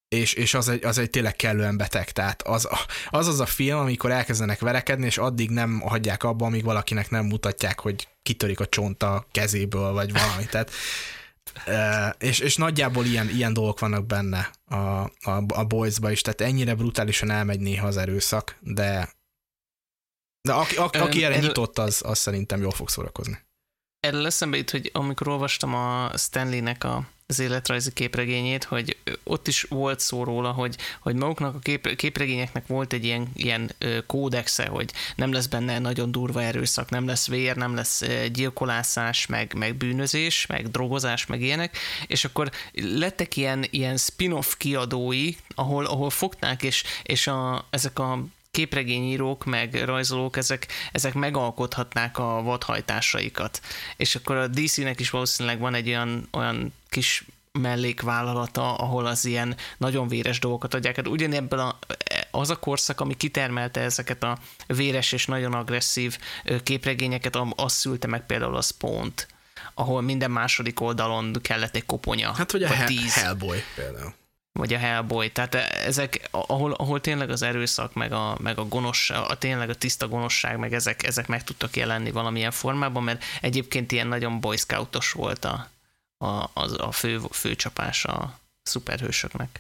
és, és az, egy, az egy tényleg kellően beteg. Tehát az, az az a film, amikor elkezdenek verekedni, és addig nem hagyják abba, amíg valakinek nem mutatják, hogy kitörik a csont a kezéből, vagy valami. Tehát, és, és nagyjából ilyen, ilyen dolgok vannak benne a, a, a Boys-ba is, tehát ennyire brutálisan elmegy néha az erőszak, de, de aki, aki, aki erre nyitott, az, az szerintem jól fog szórakozni. Erről eszembe jut, hogy amikor olvastam a Stanleynek a, az életrajzi képregényét, hogy ott is volt szó róla, hogy, hogy maguknak a kép, képregényeknek volt egy ilyen, ilyen kódexe, hogy nem lesz benne nagyon durva erőszak, nem lesz vér, nem lesz gyilkolászás, meg, meg bűnözés, meg drogozás, meg ilyenek, és akkor lettek ilyen, ilyen spin-off kiadói, ahol, ahol fogták, és, és a, ezek a képregényírók, meg rajzolók, ezek, ezek megalkothatnák a vadhajtásaikat. És akkor a dé cé-nek is valószínűleg van egy olyan, olyan kis mellékvállalata, ahol az ilyen nagyon véres dolgokat adják. Hát ugyanebből a, az a korszak, ami kitermelte ezeket a véres és nagyon agresszív képregényeket, az szülte meg például a Spawn-t, ahol minden második oldalon kellett egy koponya. Hát, hogy a Hell- Hellboy például. Vagy a Hellboy, tehát ezek, ahol, ahol tényleg az erőszak, meg a, meg a gonoszság, a tényleg a tiszta gonoszság, meg ezek, ezek meg tudtak jelenni valamilyen formában, mert egyébként ilyen nagyon boy scoutos volt a, a, a, a fő, főcsapás a szuperhősöknek.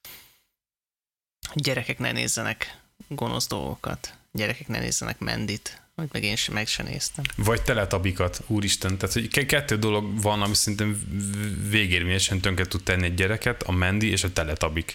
Gyerekek ne nézzenek gonosz dolgokat, gyerekek ne nézzenek Mandit, vagy meg én sem, meg sem néztem. Vagy teletabikat, úristen. Tehát, hogy kettő dolog van, ami szerintem végérvényesen tönkre tud tenni egy gyereket, a Mandy és a teletabik.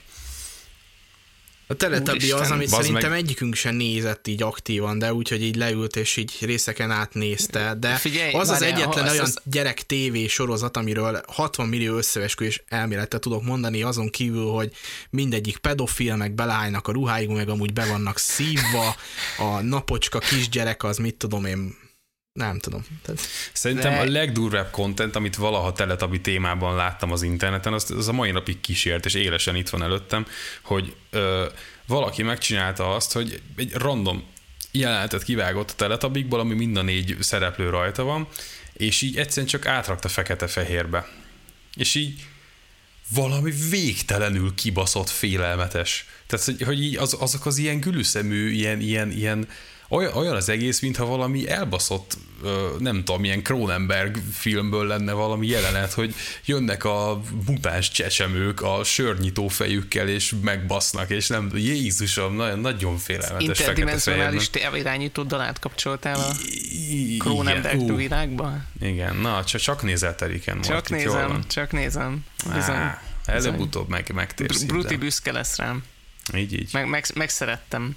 A Teletubby az, amit szerintem meg... egyikünk sem nézett így aktívan, de úgy, hogy így leült és így részeken átnézte, de Figyelj, az az egyetlen olyan az... gyerek tévé sorozat, amiről hatvan millió összeesküvés elméletet tudok mondani, azon kívül, hogy mindegyik pedofil, meg beleállnak a ruháikba, meg amúgy be vannak szívva, a napocska kisgyerek az mit tudom én, nem tudom. Szerintem de... a legdurvább content, amit valaha Teletubby témában láttam az interneten, az, az a mai napig kísért, és élesen itt van előttem, hogy ö, valaki megcsinálta azt, hogy egy random jelenetet kivágott a Teletubbyból, ami mind a négy szereplő rajta van, és így egyszerűen csak átrakta fekete-fehérbe. És így valami végtelenül kibaszott, félelmetes. Tehát, hogy, hogy így az, azok az ilyen gülüszemű, ilyen, ilyen, ilyen Olyan, olyan az egész, mintha valami elbaszott, nem tudom, ilyen Cronenberg filmből lenne valami jelenet, hogy jönnek a mutáns csecsemők a sörnyitó fejükkel, és megbasznak, és nem, Jézusom, nagyon, nagyon félelmetes interdimensionális távirányítóddal átkapcsoltál a Cronenberg világba? Igen, na, csak, csak nézel Teriken. Csak nézem, csak nézem. Á, előbb-utóbb meg, megtérsz. Bruti büszke lesz rám. Így, így. Meg, meg, megszerettem.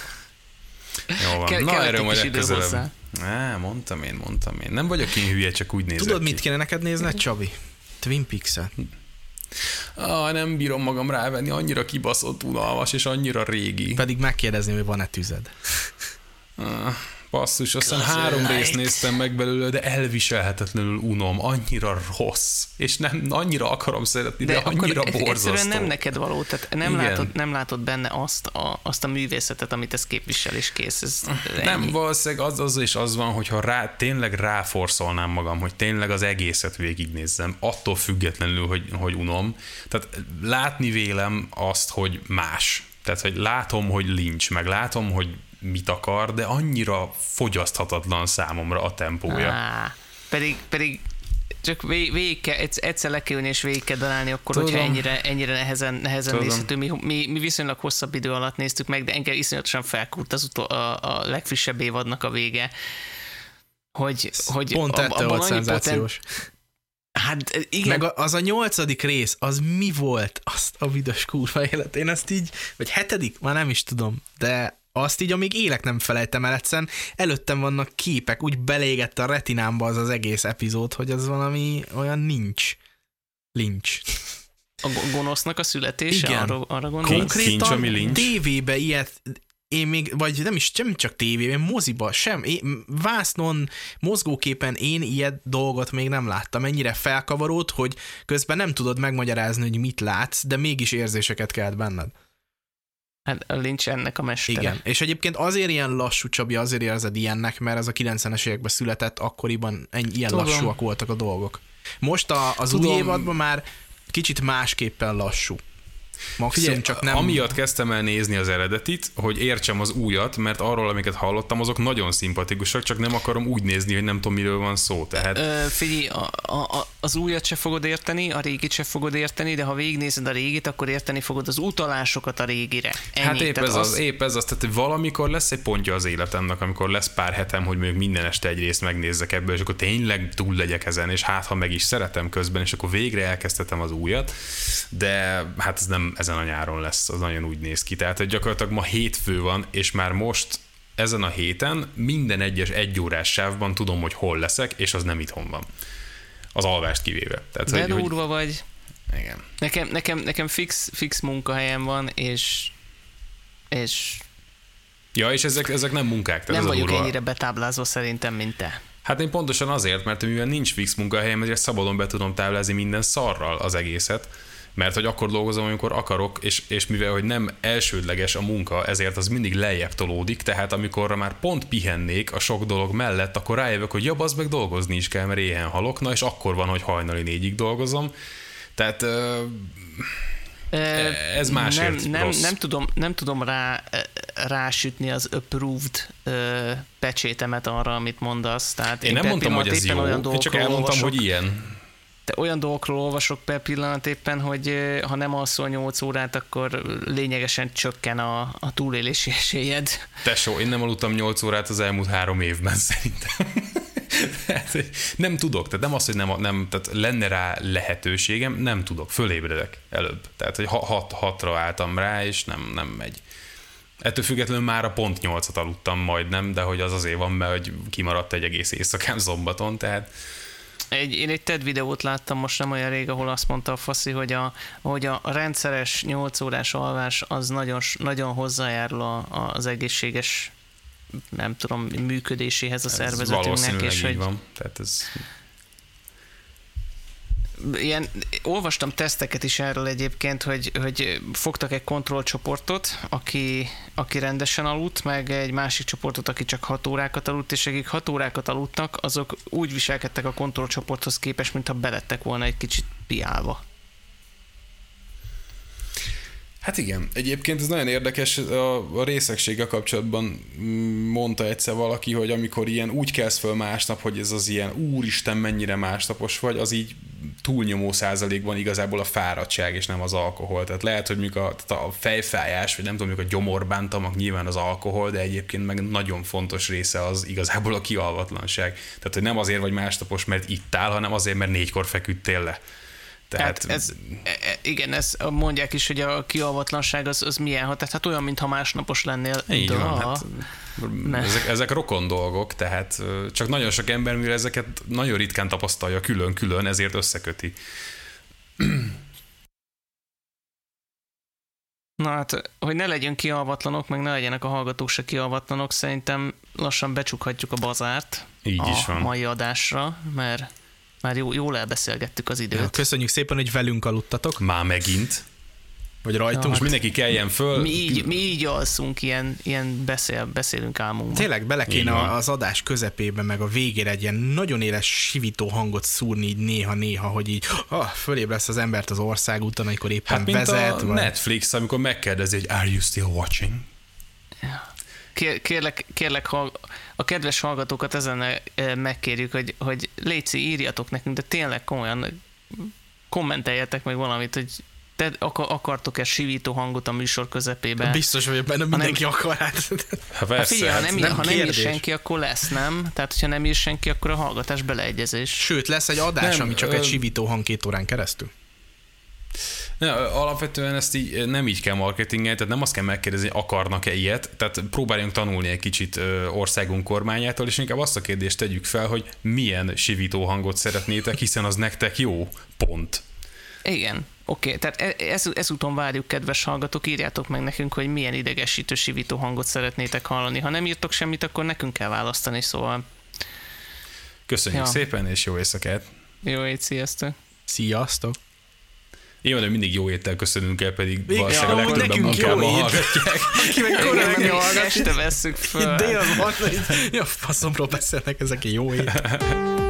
Jó van. Ke- Na, erről majd legközelebb. Á, mondtam én, mondtam én. Nem vagyok én hülye, csak úgy nézek. Tudod, ki. mit kéne neked nézned, Csabi? Twin Peaks-et. Ah, nem bírom magam rávenni, annyira kibaszott, unalmas, és annyira régi. Pedig megkérdezni, hogy van-e tüzed. Ah, basszus, aztán három részt néztem meg belőle, de elviselhetetlenül unom, annyira rossz, és nem annyira akarom szeretni, de, de annyira borzasztó. Egyszerűen nem neked való, tehát nem látod, nem látod benne azt a, azt a művészetet, amit ez képvisel, és kész. Ez nem, valószínűleg az, az és az van, hogyha rá, tényleg ráforszolnám magam, hogy tényleg az egészet végignézzem, attól függetlenül, hogy, hogy unom. Tehát látni vélem azt, hogy más. Tehát, hogy látom, hogy Lynch, meg látom, hogy mit akar, de annyira fogyaszthatatlan számomra a tempója. Á, pedig, pedig csak vég, végig kell, egyszer le kell ülni és végig kell dalálni, akkor, Tudom. hogyha ennyire, ennyire nehezen, nehezen nézhető. Mi, mi, mi viszonylag hosszabb idő alatt néztük meg, de engem iszonyatosan felkult az utol, a, a legfrissebb évadnak a vége. Hogy, hogy pont ettől volt szenzációs. Poten... Hát igen. Meg az a nyolcadik rész, az mi volt? Azt a büdös kurva élet. Én ezt így, vagy hetedik? Már nem is tudom, de azt így, amíg élek nem felejtem el, egyszerűen előttem vannak képek, úgy beleégett a retinámba az az egész epizód, hogy az valami olyan nincs. Lincs. A gonosznak a születése? Igen. Arra, arra gondolsz? Konkrétan tévébe ilyet, én még, vagy nem is, sem csak tévében, moziba, sem, én, vásznon, mozgóképen én ilyet dolgot még nem láttam. Ennyire felkavarót, hogy közben nem tudod megmagyarázni, hogy mit látsz, de mégis érzéseket kelt benned. Hát a Lynch ennek a mestere. Igen, és egyébként azért ilyen lassú, Csabi, azért érzed ilyennek, mert ez a kilencvenes években született, akkoriban ennyi, ilyen Tudom. lassúak voltak a dolgok. Most a, az Tudom. új évadban már kicsit másképpen lassú. Maximum Figyelj, csak nem... Amiatt kezdtem el nézni az eredetit, hogy értsem az újat, mert arról, amiket hallottam, azok nagyon szimpatikusak, csak nem akarom úgy nézni, hogy nem tudom, miről van szó. Tehát... Ö, figyelj, a, a, az újat se fogod érteni, a régit se fogod érteni, de ha végignézed a régit, akkor érteni fogod az utalásokat a régire. Ennyi. Hát épp tehát ez az, az, épp ez az, tehát valamikor lesz egy pontja az életemnek, amikor lesz pár hetem, hogy mondjuk minden este egy részt megnézzek ebből, és akkor tényleg túl legyek ezen, és hát ha meg is szeretem közben, és akkor végre elkezdhetem az újat, de hát ez nem ezen a nyáron lesz, az nagyon úgy néz ki. Tehát hogy gyakorlatilag ma hétfő van, és már most ezen a héten minden egyes egyórás sávban tudom, hogy hol leszek, és az nem itthon van. Az alvást kivéve. Tehát, de hogy, durva vagy. Igen. Nekem, nekem, nekem fix, fix munkahelyem van, és és ja, és ezek, ezek nem munkák. Nem ez vagyok durva. ennyire betáblázva szerintem, mint te. Hát én pontosan azért, mert mivel nincs fix munkahelyem, ezért szabadon be tudom táblázni minden szarral az egészet, mert hogy akkor dolgozom, amikor akarok, és, és mivel hogy nem elsődleges a munka, ezért az mindig lejjebb tolódik, tehát amikor már pont pihennék a sok dolog mellett, akkor rájövök, hogy jobb, az meg dolgozni is kell, mert éhen halok, na és akkor van, hogy hajnali négyig dolgozom. Tehát ez másért nem, nem, rossz. nem tudom, nem tudom rá, rásütni az approved pecsétemet arra, amit mondasz. Tehát én, én nem mondtam, hogy ez jó, én csak elmondtam, olvasok, hogy ilyen. Te olyan dolgokról olvasok per pillanat éppen, hogy ha nem alszol nyolc órát, akkor lényegesen csökken a, a túlélési esélyed. Tesó, én nem aludtam nyolc órát az elmúlt három évben szerintem. Nem tudok, tehát nem az, hogy nem, nem, tehát lenne rá lehetőségem, nem tudok, fölébredek előbb. Tehát, hogy hat, hatra álltam rá, és nem, nem megy. Ettől függetlenül már a pont nyolcat aludtam majdnem, de hogy az azért van, mert hogy kimaradt egy egész éjszakám szombaton, tehát... Egy, én egy TED videót láttam most nem olyan rég, ahol azt mondta a faszi, hogy a, hogy a rendszeres nyolc órás alvás az nagyon, nagyon hozzájárul a, az egészséges, nem tudom, működéséhez a ez szervezetünknek. És így hogy van. Tehát ez... Ilyen, olvastam teszteket is erről egyébként, hogy, hogy fogtak egy kontrollcsoportot, aki, aki rendesen aludt, meg egy másik csoportot, aki csak hat órákat aludt, és akik hat órákat aludtak, azok úgy viselkedtek a kontrollcsoporthoz képest, mintha belettek volna egy kicsit piálva. Hát igen, egyébként ez nagyon érdekes, a, a részegséggel kapcsolatban mondta egyszer valaki, hogy amikor ilyen úgy kelsz föl másnap, hogy ez az ilyen úristen mennyire másnapos vagy, az így túlnyomó százalékban igazából a fáradtság és nem az alkohol. Tehát lehet, hogy mondjuk a, a fejfájás, vagy nem tudom, mondjuk a gyomorbántalmak nyilván az alkohol, de egyébként meg nagyon fontos része az igazából a kialvatlanság. Tehát, hogy nem azért vagy másnapos, mert ittál, hanem azért, mert négykor feküdtél le. Tehát... Hát ez, igen, ez mondják is, hogy a kialvatlanság az, az milyen hat, tehát olyan, mintha másnapos lennél. Így de, van, hát, ezek, ezek rokon dolgok, tehát csak nagyon sok ember, mivel ezeket nagyon ritkán tapasztalja külön-külön, ezért összeköti. Na hát, hogy ne legyünk kialvatlanok, meg ne legyenek a hallgatók se kialvatlanok, szerintem lassan becsukhatjuk a bazárt Így a is van. mai adásra, mert már jó, jól elbeszélgettük az időt. Köszönjük szépen, hogy velünk aludtatok. Már megint. Vagy rajtunk. Ja, most mindenki keljen föl. Mi így, mi így alszunk, ilyen, ilyen beszél, beszélünk álmunkban. Tényleg bele kéne az adás közepébe, meg a végére egy ilyen nagyon éles sivító hangot szúrni így néha-néha, hogy így ah, fölébresz az embert az országúton, amikor éppen hát, mint vezet. a vagy... Netflix, amikor megkérdezi, hogy are you still watching? Kér, kérlek, kérlek, a kedves hallgatókat ezen megkérjük, hogy, hogy léci, írjatok nekünk, de tényleg komolyan kommenteljetek meg valamit, hogy te akartok-e sivító hangot a műsor közepébe? Biztos vagyok benne, mindenki nem, akar. Hát, ha persze, figyelj, hát ha nem, nem ha nem ír senki, akkor lesz, nem? Tehát, hogyha nem ír senki, akkor a hallgatás beleegyezés. Sőt, lesz egy adás, nem, ami csak ö... egy sivító hang két órán keresztül. Ne, alapvetően ezt így nem így kell marketingelni, tehát nem azt kell megkérdezni, akarnak-e ilyet, tehát próbáljunk tanulni egy kicsit országunk kormányától, és inkább azt a kérdést tegyük fel, hogy milyen sivító hangot szeretnétek, hiszen az nektek jó, pont. Igen, oké, okay. Tehát ez, ezúton várjuk, kedves hallgatók, írjátok meg nekünk, hogy milyen idegesítő sivító hangot szeretnétek hallani. Ha nem írtok semmit, akkor nekünk kell választani, szóval... Köszönjük ja. szépen, és jó éjszakát! Jó éjt, sziasztok! Sziasztok! Én van, hogy mindig jó éttel köszönünk el, pedig valószínűleg ja, a legtöbben munkában hallgatják. Ki meg korán hallgat. Este vesszük föl. Dél van, hogy ja, faszomról beszélnek ezek jó ét.